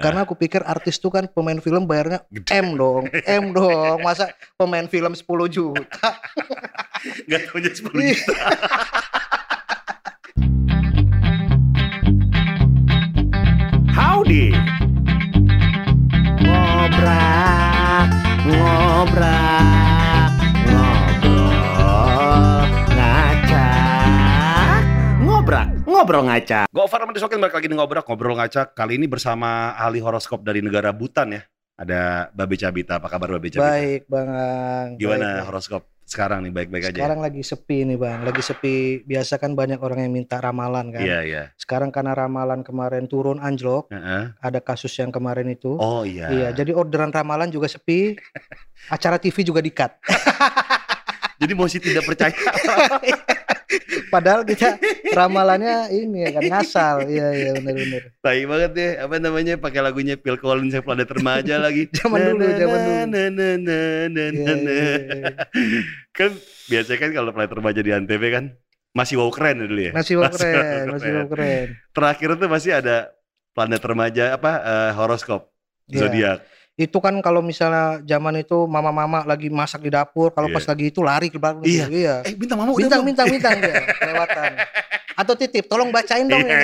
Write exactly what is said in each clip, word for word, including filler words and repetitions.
Karena aku pikir artis tuh kan pemain film bayarnya Gede. M dong, M dong. Masa pemain film sepuluh juta? Gak taunya sepuluh juta. Howdy. Ngobrak, ngobrak, ngobrol, ngacak, ngobrak, ngobrol ngacak. Gofar sama Desokin balik lagi di Ngobrak, Ngobrol Ngacak. Kali ini bersama ahli horoskop dari negara Butan ya. Ada Babe Cabita, apa kabar Babe Cabita? Baik Bang. Gimana Baik, horoskop sekarang nih, baik-baik aja? sekarang lagi sepi nih Bang, lagi sepi. Biasa kan banyak orang yang minta ramalan kan. Iya, iya. Sekarang karena ramalan kemarin turun anjlok, Heeh. ada kasus yang kemarin itu. Oh iya. Iya, jadi orderan ramalan juga sepi. Acara T V juga di-cut. Jadi masih tidak percaya. Padahal kita ramalannya ini ya kan ngasal. Iya iya benar-benar. Tai banget deh, apa namanya, pakai lagunya Phil Collins yang Planet Remaja lagi. Zaman dulu, zaman dulu. Na, na, na, na, Iya, na, na. iya, iya. Kan biasanya kan kalau Planet Remaja di Antv kan masih wow keren dulu ya. Masih wow keren, masih wow keren. Terakhir tuh masih ada Planet Remaja apa eh, horoskop Iya. zodiak. Itu kan kalau misalnya zaman itu mama-mama lagi masak di dapur, kalau Iya. pas lagi itu lari ke belakang. Iya. gitu. Iya. Eh bintang mama udah Bintang, belum? bintang, bintang dia kelewatan. Atau titip, tolong bacain dong Iya. ini.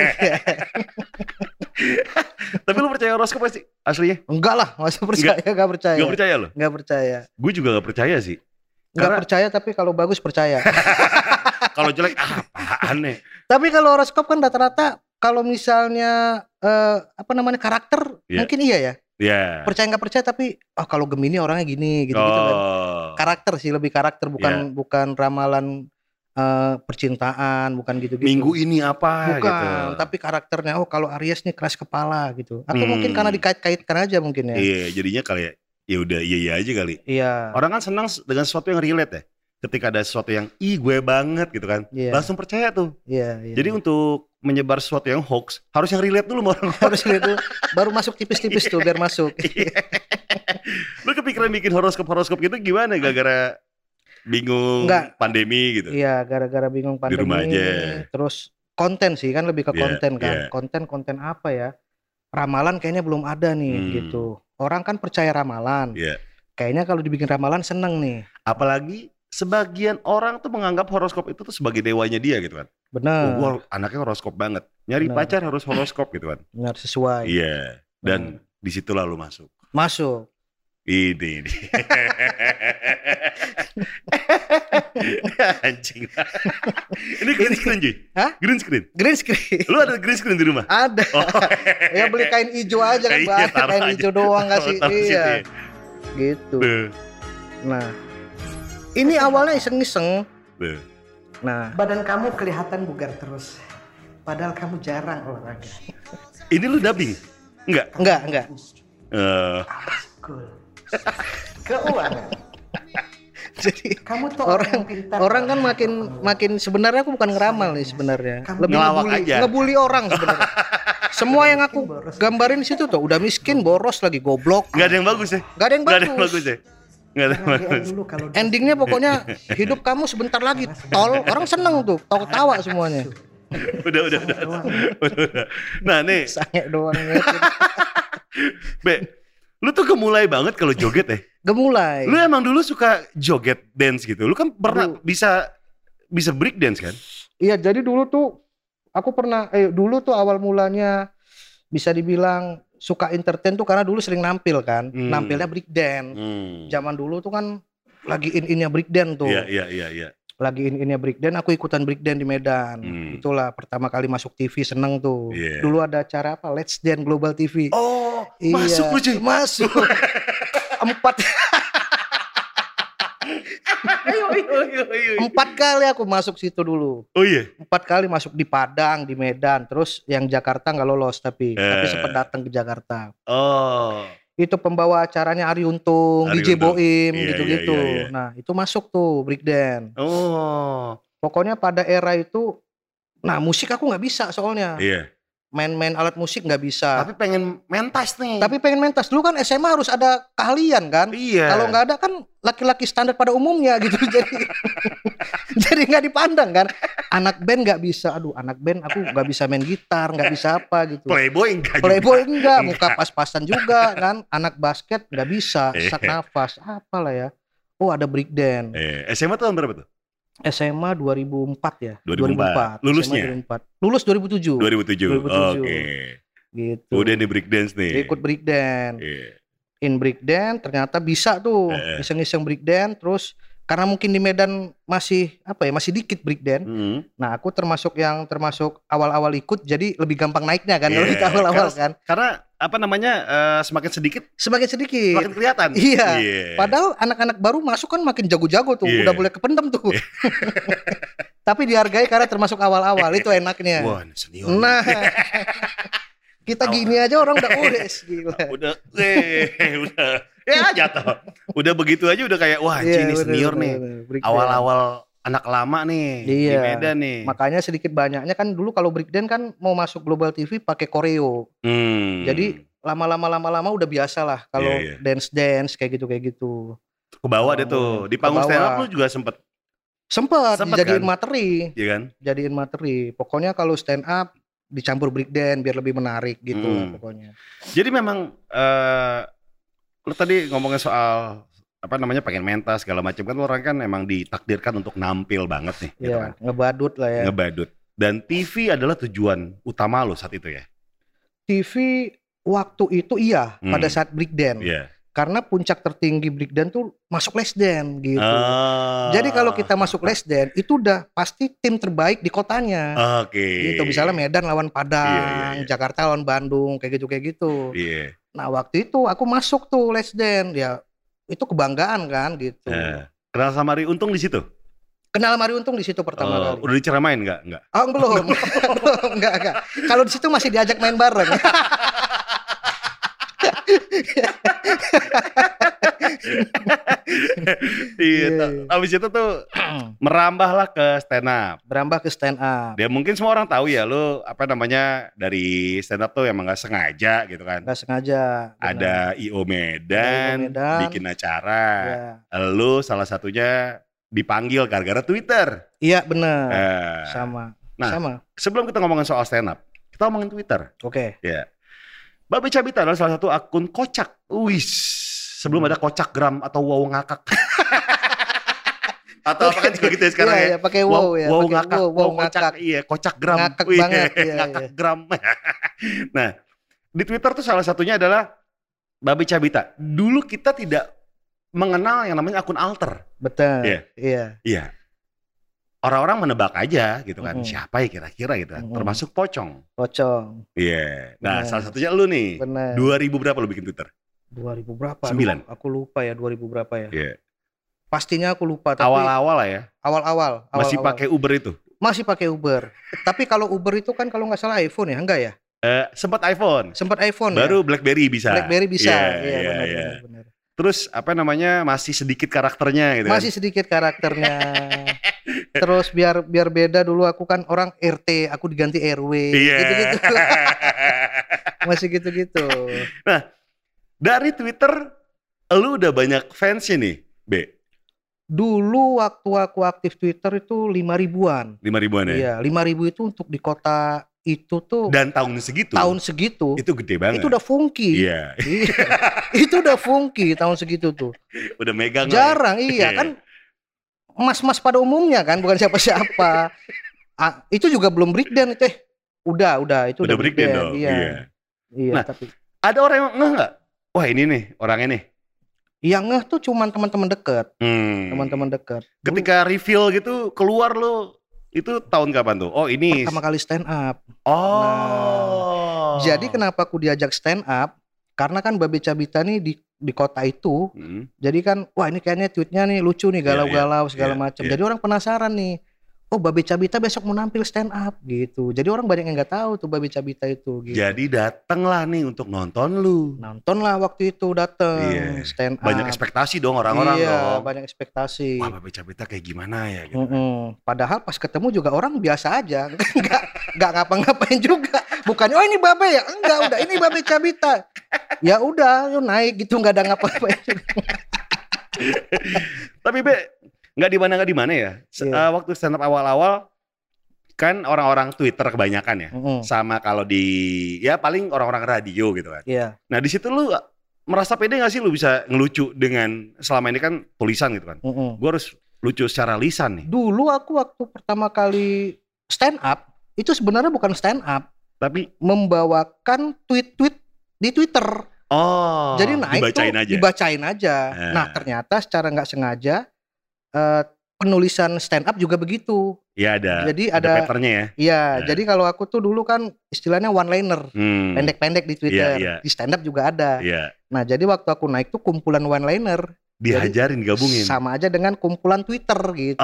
Tapi lu percaya horoskop pasti aslinya? Enggak lah, masa percaya, enggak percaya. Gak percaya lo? Enggak percaya. Gue juga gak percaya sih. Enggak Karena- percaya tapi kalau bagus percaya. Kalau jelek ah, apaan nih? Tapi kalau horoskop kan rata-rata kalau misalnya eh, apa namanya karakter Iya. mungkin iya ya. Ya. Percaya nggak percaya tapi oh kalau Gemini orangnya gini gitu-gitu kan. Oh. Karakter sih lebih karakter bukan bukan ramalan eh, percintaan, bukan gitu-gitu. Minggu ini apa bukan, gitu. tapi karakternya oh kalau Aries nih keras kepala gitu. Atau Hmm. mungkin karena dikait-kaitkan aja mungkin ya. Iya, jadinya kali ya, ya udah iya iya aja kali. Iya. Orang kan senang dengan sesuatu yang relate ya. Ketika ada sesuatu yang ih gue banget gitu kan, Iya. langsung percaya tuh. Iya, iya. Jadi untuk menyebar sesuatu yang hoax harus yang relate dulu sama orang. harus gitu baru masuk tipis-tipis tuh biar masuk. Lu kepikiran bikin horoskop-horoskop gitu gimana? Gara-gara bingung Enggak. pandemi gitu. Iya, gara-gara bingung pandemi. rumah aja. Terus konten sih kan lebih ke Iya, konten kan. iya. Konten-konten apa ya? Ramalan kayaknya belum ada nih Hmm. gitu. Orang kan percaya ramalan. Iya. Kayaknya kalau dibikin ramalan seneng nih. Apalagi sebagian orang tuh menganggap horoskop itu tuh sebagai dewanya dia gitu kan. Oh, Benar. gua anaknya horoskop banget. Nyari Benar. pacar harus horoskop gitu kan. Benar sesuai. Iya. Dan di situ lalu masuk. Masuk. Ini ini. Anjing. Ini green screen cuy. Hah? Green screen. Green screen. Lu ada green screen di rumah? Ada. Oh. Ya beli kain hijau aja kan Iya, banyak taruh kain aja. hijau doang kasih. Taruh situ Iya. ya. Gitu. Tuh, Nah. Ini awalnya iseng-iseng. tuh. Nah, badan kamu kelihatan bugar terus. Padahal kamu jarang olahraga. Ini lu dubbing? Enggak. Enggak, enggak. Eh, Cool. Keuangan. Jadi Kamu tuh orang yang pintar. orang kan makin makin sebenarnya aku bukan ngeramal nih sebenarnya. Lebih Ngelawak ngebully, aja. ngebully orang sebenarnya. Semua yang aku gambarin di situ tuh udah miskin, boros lagi, goblok. Enggak ada yang bagus ya? Gak ada yang Enggak ada yang bagus. bagus ya? Enggak ada yang L D R bagus. dulu kalau dia- Endingnya pokoknya hidup kamu sebentar lagi tol. Orang seneng tuh, tawa-tawa semuanya. Udah, udah, udah. Udah, udah. Nah, nih, Sange doang ya. Be, lu tuh gemulai banget kalau joget ya. Gemulai. Lu emang dulu suka joget dance gitu. Lu kan pernah Dulu. bisa bisa break dance kan? Iya, jadi dulu tuh aku pernah eh dulu tuh awal mulanya bisa dibilang suka entertain tuh karena dulu sering nampil kan. Hmm. Nampilnya break dance. Hmm. Zaman dulu tuh kan lagi in-innya break dance tuh. Iya, iya, iya, iya. Lagi in-innya break dance, aku ikutan break dance di Medan. Hmm. Itulah pertama kali masuk T V, seneng tuh. Iya. Dulu ada acara apa? Let's Dance Global T V. Oh, Iya, masuk lu cuy. Masuk. Empat Ayo, ayo, ayo, ayo. empat kali aku masuk situ dulu. Oh iya. Empat kali masuk di Padang, di Medan. Terus yang Jakarta nggak lolos tapi tapi Eh. sempat datang ke Jakarta. Oh. Itu pembawa acaranya Ari Untung, Ari D J Untung. Boim Iya, gitu-gitu. iya, iya, iya. Nah, itu masuk tuh breakdance. Oh. Pokoknya pada era itu nah musik aku nggak bisa soalnya. Iya. main-main alat musik nggak bisa. Tapi pengen mentas nih. Tapi pengen mentas. Dulu kan S M A harus ada keahlian kan. Iya. Kalau nggak ada kan laki-laki standar pada umumnya gitu. Jadi jadi nggak dipandang kan. Anak band nggak bisa. Aduh, anak band aku nggak bisa main gitar, nggak bisa apa gitu. Playboy enggak Playboy juga. enggak, muka pas-pasan juga kan. Anak basket nggak bisa, Iya. sesak nafas, apalah ya. Oh, ada break dance. Eh, S M A tahun berapa tuh? S M A dua ribu empat ya. dua ribu empat. Lulusnya? S M A dua ribu empat. Lulus dua ribu tujuh. dua ribu tujuh. dua ribu tujuh. Oke. Gitu. Udah di break dance nih. Ikut break dance. Iya. In break dance ternyata bisa tuh. Eh. Iseng-iseng break dance terus karena mungkin di Medan masih apa ya, masih dikit break dance. Hmm. Nah, aku termasuk yang termasuk awal-awal ikut jadi lebih gampang naiknya kan Iya. kalau kita awal-awal Karena- kan. Karena apa namanya eh, semakin sedikit Semakin sedikit. semakin kelihatan. Iya. Padahal anak-anak baru masuk kan makin jago-jago tuh, Iya. udah boleh kependem tuh. Tapi dihargai karena termasuk awal-awal, itu enaknya. Wah, ini senior. Nah, kita gini aja orang udah udes gila. Udah, eh, udah, ya jatuh. Udah begitu aja udah kayak wah Iya, ini bener, senior bener, nih. bener. Break dance. Awal-awal anak lama nih di Iya. Medan nih. Makanya sedikit banyaknya kan dulu kalau breakdance kan mau masuk Global T V pakai koreo. Hmm. Jadi lama-lama lama-lama udah biasa lah kalau Iya, iya. dance-dance kayak gitu kayak gitu. ke bawah deh Oh, tuh. Di panggung ke stand up bawah. lu juga sempet, Sempet, Sempet dijadiin kan? materi, ya kan? jadiin materi. Pokoknya kalau stand up dicampur breakdance biar lebih menarik gitu lah Hmm. pokoknya. Jadi memang eh lu tadi ngomongin soal apa namanya pengen mentas segala macam kan lu orang kan emang ditakdirkan untuk nampil banget nih gitu Iya, kan. ngebadut lah ya. Ngebadut. Dan T V adalah tujuan utama lu saat itu ya. T V waktu itu iya Hmm. pada saat breakdance. Iya. Karena puncak tertinggi breakdance tuh masuk les dance gitu. Ah. Jadi kalau kita masuk les dance itu udah pasti tim terbaik di kotanya. Oke. Gitu misalnya Medan lawan Padang, Iya, iya, iya. Jakarta lawan Bandung kayak gitu kayak gitu. Iya. Nah, waktu itu aku masuk tuh les dance ya. Itu kebanggaan kan gitu. Nah, kenal sama Ri Untung di situ? Kenal Mari Untung di situ pertama Oh, kali. udah diceramain enggak? Enggak. Oh, belum. Belum, enggak, enggak. Kalau di situ masih diajak main bareng. Iya. Iya. Habis itu tuh merambahlah ke stand up. Berambah ke stand up. Dia mungkin semua orang tahu ya lu apa namanya dari stand up tuh emang nggak sengaja gitu kan. Enggak sengaja. benar. Ada I O Medan, Ada I O Medan. bikin acara. Ya. Lu salah satunya dipanggil gara-gara Twitter. Iya benar. Eh, Sama. Nah. Sama. sebelum kita ngomongin soal stand up, kita ngomongin Twitter. Oke. Ya. Babe Cabita adalah salah satu akun kocak. Wis, sebelum Hmm. ada kocak gram atau wow ngakak. Atau apa kan juga gitu ya sekarang Iya, ya. iya, pakai wow, ya. wow pakai ngakak, wow, wow kocak, ngakak. iya, kocak gram. Ngakak Wih, banget, iya, ngakak iya. gram. Nah, di Twitter tuh salah satunya adalah Babe Cabita. Dulu kita tidak mengenal yang namanya akun alter. Betul. Iya. Iya. Iya. Orang-orang menebak aja gitu kan. Mm-mm. Siapa ya kira-kira gitu kan. Mm-mm. Termasuk Pocong. Pocong. Iya. Nah, Benar. salah satunya lu nih. Benar. dua ribu berapa lu bikin Twitter? dua ribu berapa? Sembilan. Aduh, aku lupa ya dua ribu berapa ya. Iya. Pastinya aku lupa tapi Awal-awal lah ya. awal-awal, Masih awal-awal. pakai Uber itu. Masih pakai Uber. Tapi kalau Uber itu kan kalau nggak salah iPhone ya, enggak ya? Eh, sempat iPhone. Sempat iPhone Baru ya. BlackBerry bisa. BlackBerry bisa. Iya, Iya, iya, benar, iya. benar, benar. Terus apa namanya masih sedikit karakternya gitu Masih sedikit karakternya. Terus biar biar beda dulu aku kan orang R T, aku diganti R W. kan. Iya. Gitu-gitu. Masih gitu-gitu. Dari Twitter lu udah banyak fansnya nih, B. Dulu waktu aku aktif Twitter itu lima ribuan. lima ribuan ya. Iya, lima ribu itu untuk di kota itu tuh Dan tahun segitu. tahun segitu. itu gede banget. Itu udah funky. Iya, Iya. Itu udah funky tahun segitu tuh. udah megang. lah ya. Jarang iya kan mas-mas pada umumnya kan bukan siapa-siapa. Ah, itu juga belum breakdance itu eh. Udah, udah itu Udah breakdance dong. Iya. Iya. Iya, Nah, tapi Ada orang yang ngeh nggak? Wah ini nih orangnya nih. yang ngeh tuh cuman teman-teman deket, Hmm. teman-teman deket. Dulu Ketika reveal gitu keluar lu itu tahun kapan tuh? Oh ini. pertama kali stand up. Oh. Jadi kenapa aku diajak stand up? Karena kan Babe Cabita nih di di kota itu. Hmm. Jadi kan wah ini kayaknya tweetnya nih lucu nih, galau-galau segala iya, macam. iya. Jadi orang penasaran nih. oh Babe Cabita besok mau nampil stand up gitu. Jadi orang banyak yang nggak tahu tuh Babe Cabita itu. Gitu. Jadi datanglah nih untuk nonton lu. Nonton lah waktu itu dateng Iya. stand up. Banyak ekspektasi dong orang-orang iya, dong. banyak ekspektasi. Wah Babe Cabita kayak gimana ya gitu. Mm-mm. Padahal pas ketemu juga orang biasa aja, nggak nggak ngapa-ngapain juga. Bukannya oh ini Babe ya, enggak udah ini Babe Cabita. Ya udah, yuk naik gitu nggak ada ngapa-ngapain. Tapi Be, nggak di mana nggak di mana ya. Se- Iya. uh, waktu stand up awal-awal kan orang-orang Twitter kebanyakan ya. Mm-mm. Sama kalau di ya paling orang-orang radio gitu kan. Iya. Nah di situ lu merasa pede nggak sih lu bisa ngelucu dengan selama ini kan tulisan gitu kan. Mm-mm. Gue harus lucu secara lisan nih. Dulu aku waktu pertama kali stand up itu sebenarnya bukan stand up, Tapi membawakan tweet-tweet di Twitter. oh Jadi naik dibacain tuh aja. dibacain aja. Eh. Nah ternyata secara nggak sengaja eh, penulisan stand up juga begitu. Iya ada. Jadi ada ada, patternnya ya. iya. Eh. Jadi kalau aku tuh dulu kan istilahnya one liner, Hmm. pendek-pendek di Twitter. Iya, iya. Di stand up juga ada. Iya. Nah jadi waktu aku naik tuh kumpulan one liner. Dihajarin gabungin. Sama aja dengan kumpulan Twitter gitu.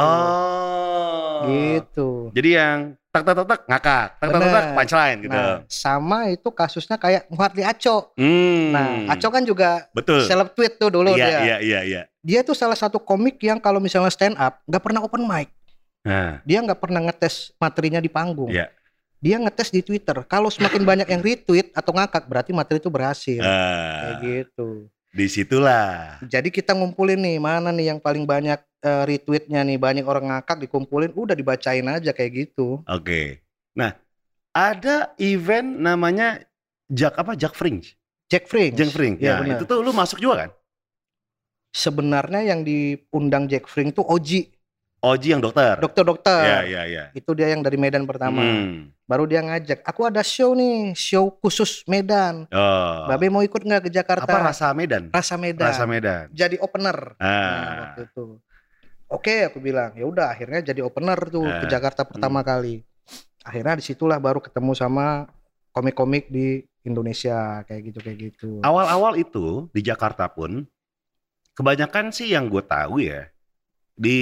Oh. Gitu. Jadi yang tak tak tak tak ngakak, tak tak tak tak Bener. punchline gitu. Nah, sama itu kasusnya kayak Muhardi Aco. Hmm. Nah, Aco kan juga betul. seleb tweet tuh dulu Iya dia. iya iya iya. Dia tuh salah satu komik yang kalau misalnya stand up nggak pernah open mic. Nah, Dia nggak pernah ngetes materinya di panggung. Iya. Dia ngetes di Twitter. Kalau semakin banyak yang retweet atau ngakak berarti materi itu berhasil. Kayak ah, gitu. disitulah. Jadi kita ngumpulin nih mana nih yang paling banyak eh, retweetnya nih, banyak orang ngakak dikumpulin, udah dibacain aja kayak gitu. Oke. Nah, ada event namanya Jack apa? Jack Fringe. Jack Frings. Jack Fringe. Iya, Nah, benar. itu tuh lu masuk juga kan? Sebenarnya yang diundang Jack Frings tuh Oji, Oji yang dokter. dokter-dokter. Iya iya iya. Itu dia yang dari Medan pertama. Hmm. Baru dia ngajak, aku ada show nih, show khusus Medan. Oh. Babe mau ikut nggak ke Jakarta? Apa rasa Medan? Rasa Medan. Rasa Medan. Jadi opener. Nah, Ah. waktu itu. Oke, aku bilang, ya udah akhirnya jadi opener tuh ke Ah. Jakarta pertama Hmm. kali. Akhirnya disitulah baru ketemu sama komik-komik di Indonesia kayak gitu kayak gitu. Awal-awal itu di Jakarta pun kebanyakan sih yang gue tahu ya di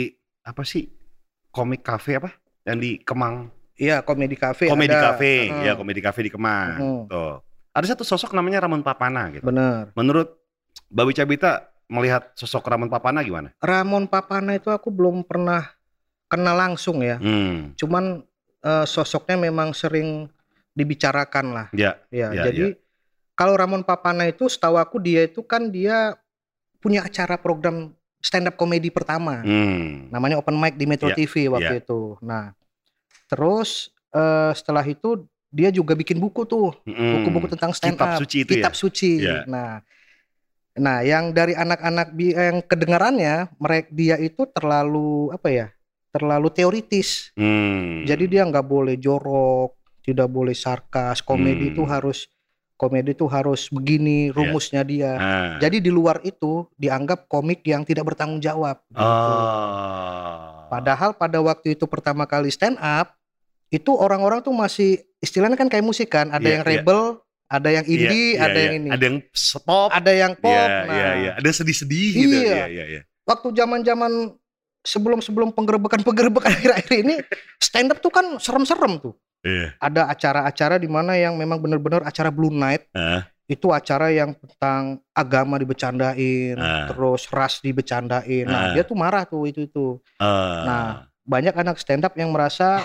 apa sih komik cafe apa yang di Kemang, Iya, komedi cafe komedi ada. cafe Heeh, ya komedi cafe di Kemang Mhm. tuh ada satu sosok namanya Ramon Papana gitu. Bener. Menurut Babe Cabita melihat sosok Ramon Papana gimana? Ramon Papana itu aku belum pernah kenal langsung ya. Hmm, Cuman eh, sosoknya memang sering dibicarakan lah. ya, Ya, Ya, jadi kalau Ramon Papana itu setahu aku dia itu kan dia punya acara program stand up komedi pertama. hmm, Namanya Open Mic di Metro Ya, T V waktu itu. Nah, terus eh, setelah itu dia juga bikin buku tuh, hmm. buku-buku tentang stand Kitab up, suci itu kitab ya? suci. Ya. Nah, nah yang dari anak-anak bi- yang kedengarannya, mereka dia itu terlalu apa ya? Terlalu teoritis. Hmm. Jadi dia nggak boleh jorok, tidak boleh sarkas. Komedi Hmm. itu harus komedi itu harus begini rumusnya dia. Ah. Jadi di luar itu dianggap komik yang tidak bertanggung jawab. Gitu. Oh. Padahal pada waktu itu pertama kali stand up itu orang-orang tuh masih istilahnya kan kayak musik kan, ada Iya, yang iya. rebel, ada yang Iya, indie, iya, ada iya. yang ini, Ada yang stop. ada yang pop. Iya, Nah, iya, iya. Ada sedih-sedih gitu. Iya. Iya, iya, iya. waktu zaman-zaman sebelum-sebelum penggerebekan-penggerebekan akhir-akhir ini stand up tuh kan serem-serem tuh. Iya. Ada acara-acara di mana yang memang benar-benar acara Blue Night. Ah. Itu acara yang tentang agama dibecandain, Ah. terus ras dibecandain. Nah, Ah. dia tuh marah tuh itu tuh. Ah. Nah, banyak anak stand up yang merasa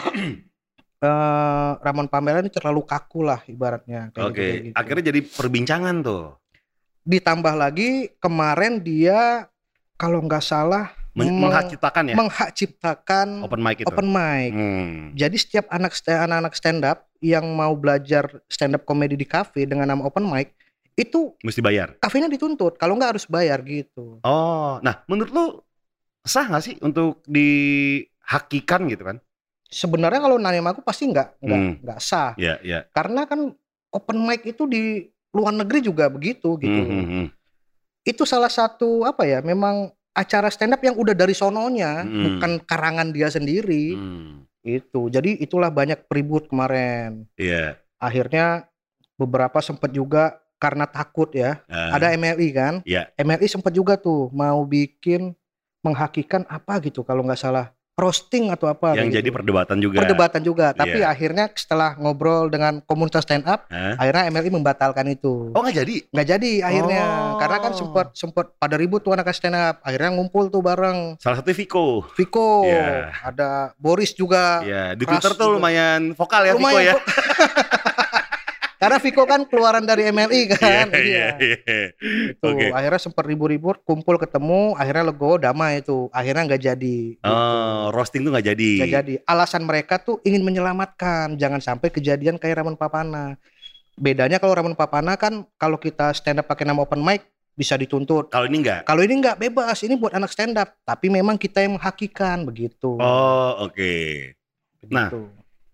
eh, Ramon Pamela ini terlalu kaku lah ibaratnya. kayak Oke, gitu, kayak gitu. akhirnya jadi perbincangan tuh. Ditambah lagi kemarin dia kalau nggak salah Men- meng- menghak ciptakan ya? menghak ciptakan Open mic itu. open mic. Hmm. Jadi setiap anak anak-anak stand up yang mau belajar stand up comedy di kafe dengan nama open mic itu Mesti bayar. kafenya dituntut, kalau nggak harus bayar gitu. Oh, nah menurut lu sah nggak sih untuk dihakikan gitu kan? Sebenarnya kalau nanya sama aku pasti nggak nggak Hmm. nggak sah, Ya, ya. karena kan open mic itu di luar negeri juga begitu gitu. Hmm, hmm, hmm. Itu salah satu apa ya, memang acara stand up yang udah dari sononya, Hmm. bukan karangan dia sendiri. Hmm. Itu. Jadi itulah banyak peribut kemarin. Iya. Akhirnya beberapa sempat juga karena takut ya. Ah, Ada M L I kan? Iya. M L I sempat juga tuh mau bikin menghakikan apa gitu kalau nggak salah roasting atau apa Yang kayak jadi gitu. perdebatan juga. Perdebatan juga, tapi Iya. akhirnya setelah ngobrol dengan komunitas stand up, Hah? akhirnya M L I membatalkan itu. Oh nggak jadi? Nggak jadi akhirnya, Oh. karena kan sempat sempat pada ribut tuh anak stand up, akhirnya ngumpul tuh bareng. Salah satu Viko. Viko, Iya. ada Boris juga. Ya, di Keras Twitter tuh juga. lumayan vokal ya Viko Lumayan ya. kok. Karena Viko kan keluaran dari M L I kan. Iya, iya, iya. Tuh, Oke. akhirnya sempat ribut-ribut, kumpul ketemu, akhirnya legowo damai itu. Akhirnya nggak jadi. Gitu. Oh, roasting tuh nggak jadi. Nggak jadi. Alasan mereka tuh ingin menyelamatkan, jangan sampai kejadian kayak Ramon Papana. Bedanya kalau Ramon Papana kan kalau kita stand up pakai nama open mic bisa dituntut. Kalau ini enggak? Kalau ini nggak bebas, ini buat anak stand up. Tapi memang kita yang menghakikan begitu. Oh, oke. Nah, Begitu.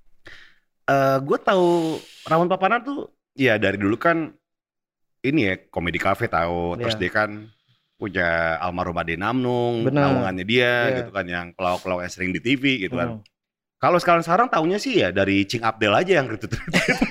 eh gue tahu Ramon Papana tuh ya dari dulu kan ini ya komedi cafe tahu, terus Iya. dia kan punya almarhum Ade Namnung, Benar. naungannya dia Iya. gitu kan yang pelawak-pelawak yang sering di T V gitu kan. Hmm. Kalau sekarang sekarang taunya sih ya dari Cing Abdel aja yang retweet.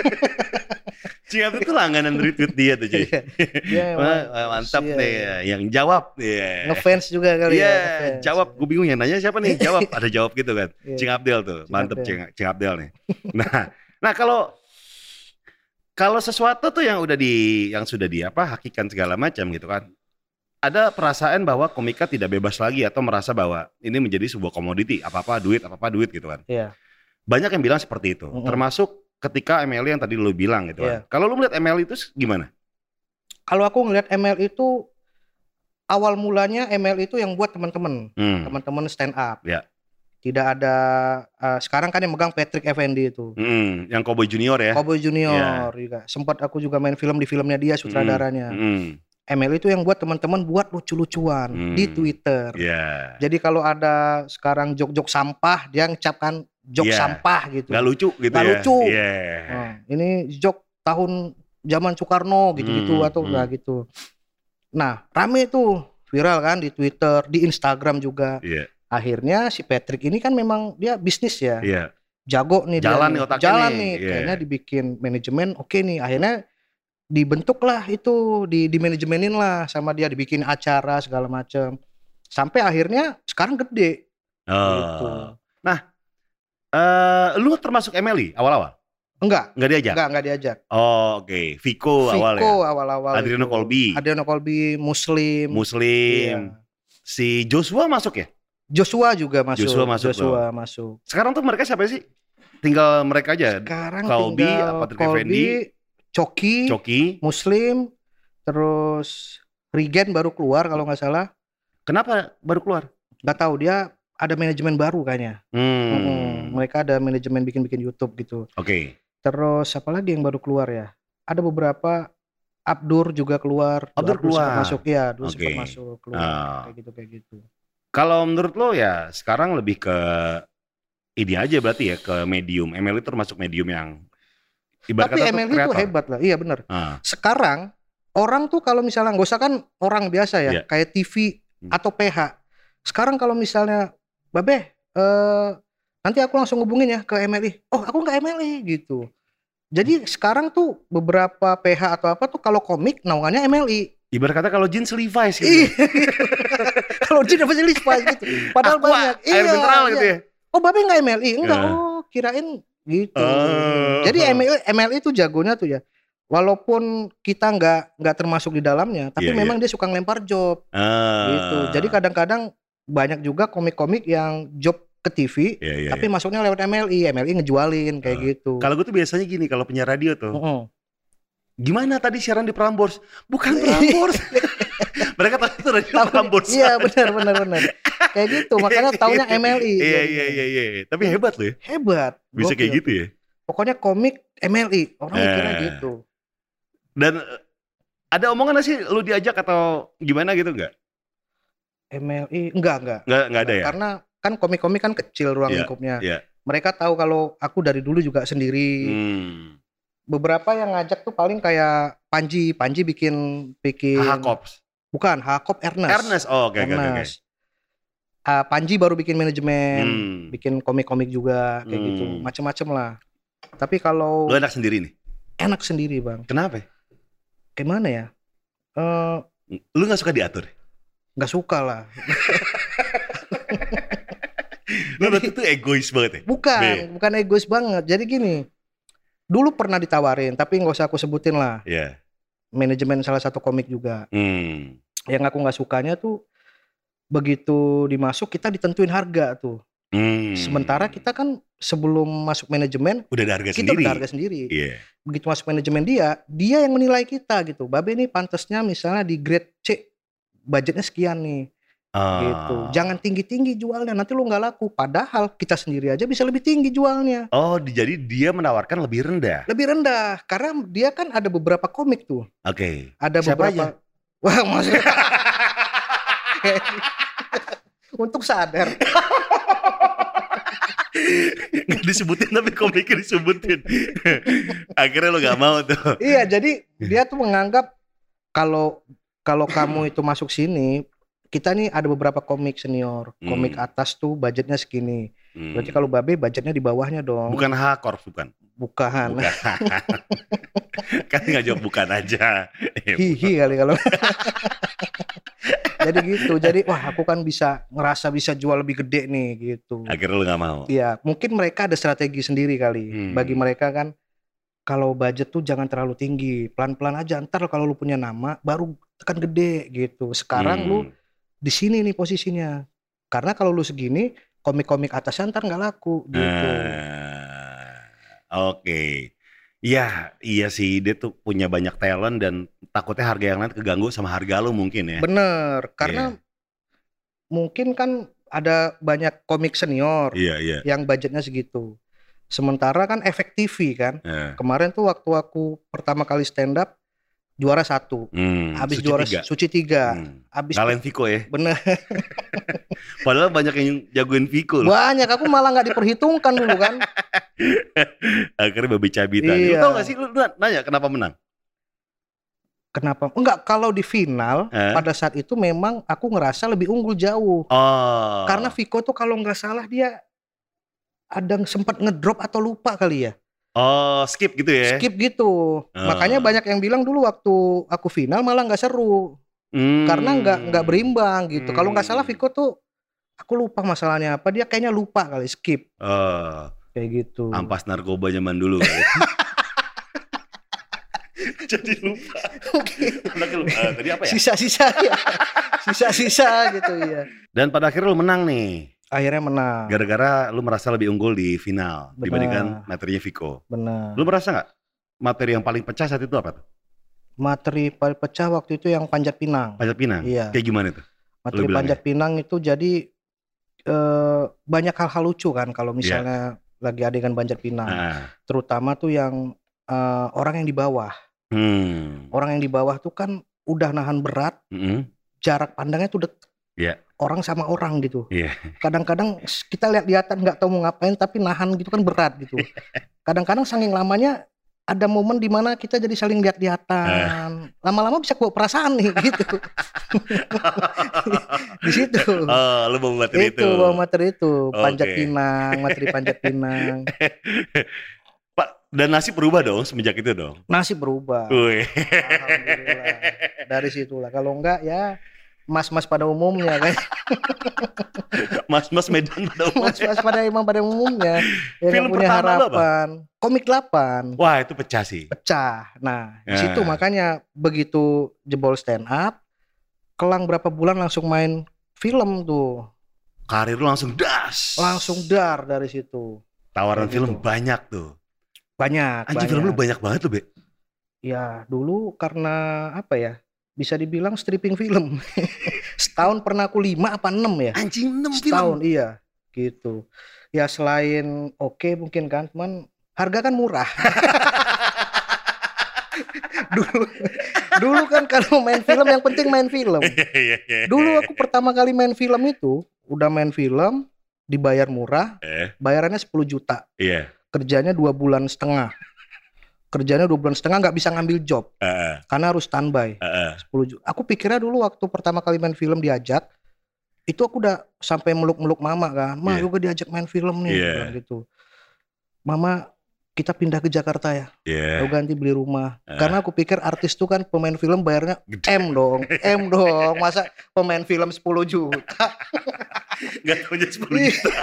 Cing Abdel tuh langganan retweet dia tuh cuy. Iya. Dia Wah, emang wah, mantap iya, nih iya. yang jawab ya. Ngefans juga kali Iya, ya. ngefans. jawab. Gue bingung yang nanya siapa nih? Jawab, ada jawab gitu kan. Iya. Cing Abdel tuh, Cing mantep Abdel. Cing, Cing Abdel nih. Nah, nah kalau kalau sesuatu tuh yang udah di yang sudah di apa hakikan segala macam gitu kan. Ada perasaan bahwa komika tidak bebas lagi atau merasa bahwa ini menjadi sebuah komoditi, apa-apa duit, apa-apa duit gitu kan. Iya. Banyak yang bilang seperti itu. Mm-mm. Termasuk ketika M L I yang tadi lu bilang gitu Iya. kan. Kalau lu melihat M L I itu gimana? Kalau aku ngelihat M L itu awal mulanya M L itu yang buat teman-teman, Hmm. teman-teman stand up. Ya. Tidak ada eh, sekarang kan yang megang Patrick Effendi itu. Hmm, yang Cowboy Junior ya. Cowboy Junior juga. Sempat aku juga main film di filmnya dia sutradaranya. Hmm. M L itu yang buat teman-teman buat lucu-lucuan Hmm. di Twitter. Ya. Jadi kalau ada sekarang jok-jok sampah, dia ngucapkan jok Iya. sampah gitu. Nggak lucu gitu Nggak ya. lucu. Iya. Nah, ini jok tahun zaman Soekarno gitu-gitu Hmm, atau hmm. enggak gitu. Nah, rame tuh viral kan di Twitter, di Instagram juga. Iya. Akhirnya si Patrick ini kan memang dia bisnis ya. Iya. Jago nih dia Jalan nih. nih otaknya Jalan nih, nih. iya. Kayaknya dibikin manajemen oke nih. Akhirnya dibentuklah itu, di di manajemenin lah sama dia, dibikin acara segala macam. Sampai akhirnya sekarang gede gitu. Oh. Eh, lu termasuk M L I awal-awal? Enggak, Nggak diajak? enggak enggak diajak. Oh, oke. Viko, awal ya. Viko awal-awal. Adriano itu. Colby. Adriano Colby, Muslim. Muslim. Iya. Si Joshua masuk ya? Joshua juga masuk. Joshua masuk Joshua masuk. Sekarang tuh mereka siapa sih? Tinggal mereka aja. Sekarang Colby, tinggal apa, Patrick Colby, Effendi, Coki, Coki. Muslim, terus Regen baru keluar kalau nggak salah. Kenapa baru keluar? Nggak tahu, dia ada manajemen baru kayaknya. Hmm. Mm-mm. Mereka ada manajemen bikin-bikin YouTube gitu. Oke. Terus apa lagi yang baru keluar ya? Ada beberapa. Abdur juga keluar. Abdur dulu sempat keluar. masuk ya, dulu Oke. sempat masuk keluar Ah. kayak gitu kayak gitu. Kalau menurut lo ya sekarang lebih ke ini aja berarti ya, ke medium. M L I termasuk medium yang ibarat Tapi kata M L tuh itu kreator. hebat lah. Iya benar. Ah, Sekarang orang tuh kalau misalnya nggak usah kan orang biasa ya, Iya. kayak T V Hmm. atau P H. Sekarang kalau misalnya, Babe, eh, nanti aku langsung hubungin ya ke M L I. Oh, aku nggak M L I gitu. Jadi sekarang tuh beberapa P H atau apa tuh kalau komik naungannya M L I. ibarat kata kalau jeans Levi's gitu. Iya. Kalau Jin apa sih Levi's gitu. Padahal Aqua, banyak. air mineral gitu ya. Oh, Babe nggak M L I? Enggak. Iya. Oh, kirain gitu. Oh. Jadi M L I, M L I itu jagonya tuh ya. Walaupun kita nggak nggak termasuk di dalamnya, tapi Iya, memang dia suka ngelempar job Ah. gitu. Jadi kadang-kadang banyak juga komik-komik yang job ke T V, Iya, iya, tapi iya. masuknya lewat M L I. M L I ngejualin kayak Ah. gitu. Kalau gue tuh biasanya gini, kalau penyiar radio tuh, Mm-mm. gimana tadi siaran di Prambors? Bukan Prambors. Mereka tahu itu radio Tahu- Prambors. Iya benar benar benar. Kayak gitu. Makanya taunya M L I. Iya, Kayak iya, gitu. iya, iya. Tapi hebat loh ya. Hebat. Bisa kayak Gokil. gitu ya. Pokoknya komik M L I. Orang mikirnya Eh. gitu. Dan eh, ada omongan gak sih lu diajak atau gimana gitu nggak? M L I enggak enggak. Nggak, nggak ada ya? Karena kan komik-komik kan kecil ruang Iya, lingkupnya. iya. Mereka tahu kalau aku dari dulu juga sendiri. Hmm. Beberapa yang ngajak tuh paling kayak Panji, Panji bikin bikin H H Kops. bukan Hakop Ernest. Ernest. Oh, oke, oke, oke. Ernest. Ah, Panji baru bikin manajemen, Hmm. bikin komik-komik juga kayak Hmm. gitu, macem-macem lah. Tapi kalau Lu enak sendiri nih. enak sendiri bang, Kenapa? gimana ya? Eh, Lu nggak suka diatur? Nggak suka lah. Lu berarti tuh egois banget ya? Bukan, Be. bukan egois banget. Jadi gini, dulu pernah ditawarin, tapi nggak usah aku sebutin lah. Iya. Manajemen salah satu komik juga. Hmm. Yang aku nggak sukanya tuh begitu dimasuk kita ditentuin harga tuh. Hmm. Sementara kita kan sebelum masuk manajemen udah ada harga kita sendiri. udah harga sendiri. Iya. Begitu masuk manajemen dia, dia yang menilai kita gitu. Babe ini pantasnya misalnya di grade C, budgetnya sekian nih. Ah. Gitu. Jangan tinggi-tinggi jualnya, nanti lu nggak laku. Padahal kita sendiri aja bisa lebih tinggi jualnya. Oh, di- jadi dia menawarkan lebih rendah. Lebih rendah karena dia kan ada beberapa komik tuh. Oke. Ada Siapa beberapa. Wah, maksudnya untuk sadar. Nggak disebutin tapi komiknya disebutin. Akhirnya lo gak mau tuh. Iya, jadi dia tuh menganggap kalau kalau kamu itu masuk sini, kita nih ada beberapa komik senior, komik Hmm. atas tuh budgetnya segini. Hmm. Berarti kalau Babe budgetnya di bawahnya dong. Bukan H-Corp, bukan? Bukan. Bukan. Kan nggak jawab bukan aja. Hihi kali kalau. Jadi gitu. Jadi wah aku kan bisa ngerasa bisa jual lebih gede nih gitu. Akhirnya lo gak mau. Iya, mungkin mereka ada strategi sendiri kali. Hmm. Bagi mereka kan kalau budget tuh jangan terlalu tinggi, pelan-pelan aja. Ntar kalau lu punya nama baru tekan gede gitu. Sekarang Hmm. lu di sini nih posisinya. Karena kalau lu segini, komik-komik atasnya ntar nggak laku gitu. Ah, Oke. Iya, iya sih dia tuh punya banyak talent dan takutnya harga yang lain keganggu sama harga lo mungkin ya. Bener, karena mungkin kan ada banyak komik senior Iya, iya. yang budgetnya segitu. Sementara kan efek T V kan. Eh, Kemarin tuh waktu aku pertama kali stand up juara satu. hmm, Habis Suci juara tiga. Suci tiga. Hmm. Habis Ngalahin Viko ya. bener. Padahal banyak yang jagoin Viko loh. Banyak aku malah nggak diperhitungkan dulu kan. Akhirnya babi cabitan. Lu Iya. tau gak sih lu lu nanya kenapa menang? Kenapa? Enggak, kalau di final Eh? pada saat itu memang aku ngerasa lebih unggul jauh. Oh. Karena Viko tuh kalau nggak salah dia ada sempat ngedrop atau lupa kali ya. Oh, skip gitu ya. Skip gitu. Ah. Makanya banyak yang bilang dulu waktu aku final malah nggak seru. Hmm. Karena nggak nggak berimbang gitu. Kalau nggak salah Hmm. Viko tuh aku lupa masalahnya apa. Dia kayaknya lupa kali skip Oh, kayak gitu. ampas narkoba zaman dulu kali. Jadi lupa. Anaknya lupa. Ah, tadi apa ya? Sisa-sisa ya. Sisa-sisa gitu ya. Dan pada akhirnya lu menang nih. Akhirnya menang. Gara-gara lu merasa lebih unggul di final Benar. dibandingkan materinya Viko. Benar. Lu merasa nggak materi yang paling pecah saat itu apa tuh? Materi paling pecah waktu itu yang Panjat Pinang. Panjat Pinang. Iya. Kayak gimana tuh? Materi bilang Panjat Pinang itu jadi eh, banyak hal-hal lucu kan kalau misalnya lagi adegan Panjat Pinang. Ah. Terutama tuh yang eh, orang yang di bawah. Hmm. Orang yang di bawah tuh kan udah nahan berat, Mm-mm. jarak pandangnya tuh deket. Iya. Orang sama orang gitu. Iya. Kadang-kadang kita lihat-lihatan nggak tahu mau ngapain tapi nahan gitu kan berat gitu. Kadang-kadang saking lamanya ada momen dimana kita jadi saling lihat-lihatan. Lama-lama bisa kebawa perasaan nih gitu. Di situ. Oh, lu bawa materi itu. Itu bawa materi itu, Panjat Oke. Pinang, materi Panjat Pinang. Pak, dan nasib berubah dong semenjak itu dong. Nasib berubah. Wih. Alhamdulillah. Dari situlah. Kalau enggak ya mas-mas pada umumnya kan. Mas-mas Medan pada umumnya. Mas-mas pada emang pada umumnya yang Film punya pertama lo apa? harapan. Komik delapan Wah, itu pecah sih. pecah. Nah, di Ya. situ makanya begitu jebol stand up, kelang berapa bulan langsung main film tuh. Karir lu langsung das. Langsung dar dari situ. Tawaran Kayak film gitu. banyak tuh. Banyak, Anjing, banyak. film lu banyak banget tuh, Be. Ya dulu karena apa ya, bisa dibilang stripping film. Setahun pernah aku lima apa enam ya. Anjing, enam Setahun film. iya gitu. Ya selain oke mungkin kan, cuman harga kan murah. dulu dulu kan kalau main film yang penting main film. Iya, iya. Dulu aku pertama kali main film itu udah main film dibayar murah, Eh, bayarannya sepuluh juta. iya. Kerjanya dua bulan setengah. Kerjanya dua bulan setengah nggak bisa ngambil job Heeh, karena harus standby. heeh. sepuluh juta. Aku pikirnya dulu waktu pertama kali main film diajak, itu aku udah sampai meluk-meluk mama kan. Ma, Iya. juga diajak main film nih, Iya. bilang gitu. Mama kita pindah ke Jakarta ya. Iya. Aku ganti beli rumah. Ah. Karena aku pikir artis tuh kan pemain film bayarnya Gede. M dong, M dong. Masa pemain film sepuluh juta? Gak taunya sepuluh Iya. juta.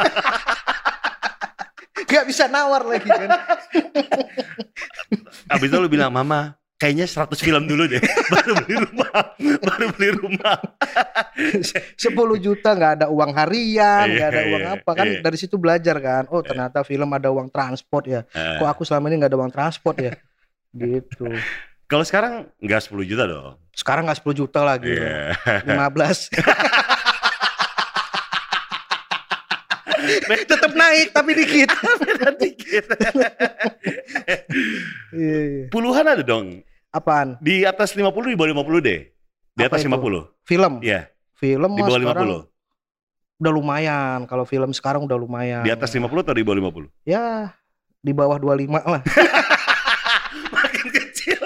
Gak bisa nawar lagi kan. Abis itu lu bilang, Mama, kayaknya seratus film dulu deh. Baru beli rumah. Baru beli rumah. sepuluh juta nggak ada uang harian, nggak ada Iya, uang iya, apa kan. iya. Dari situ belajar kan. Oh ternyata film ada uang transport ya. Eh, Kok aku selama ini nggak ada uang transport ya. Gitu. Kalau sekarang nggak sepuluh juta dong. Sekarang nggak sepuluh juta lagi. Iya. lima belas. Tetap naik tapi dikit. Beda dikit. Iya, iya. Puluhan ada dong. Apaan? Di atas lima puluh, di bawah lima puluh deh. Di Apa atas itu? lima puluh. Film. Iya, Film di mah bawah lima sekarang puluh. udah lumayan. Kalau film sekarang udah lumayan. Di atas lima puluh atau di bawah lima puluh? Ya di bawah dua puluh lima lah. Makin kecil.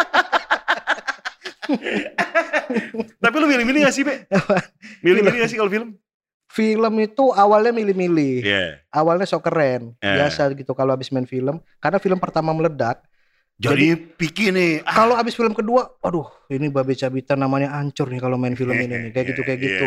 Tapi lu milih-milih gak sih, Be? Milih-milih gak sih kalau film? Film itu awalnya milih-milih. Iya. Awalnya sok keren. Eh. Biasa gitu kalau habis main film. Karena film pertama meledak. Jadi pikir nih. Ah, Kalau habis film kedua, aduh ini Babe Cabita namanya hancur nih kalau main film ini nih. Kayak gitu kayak gitu.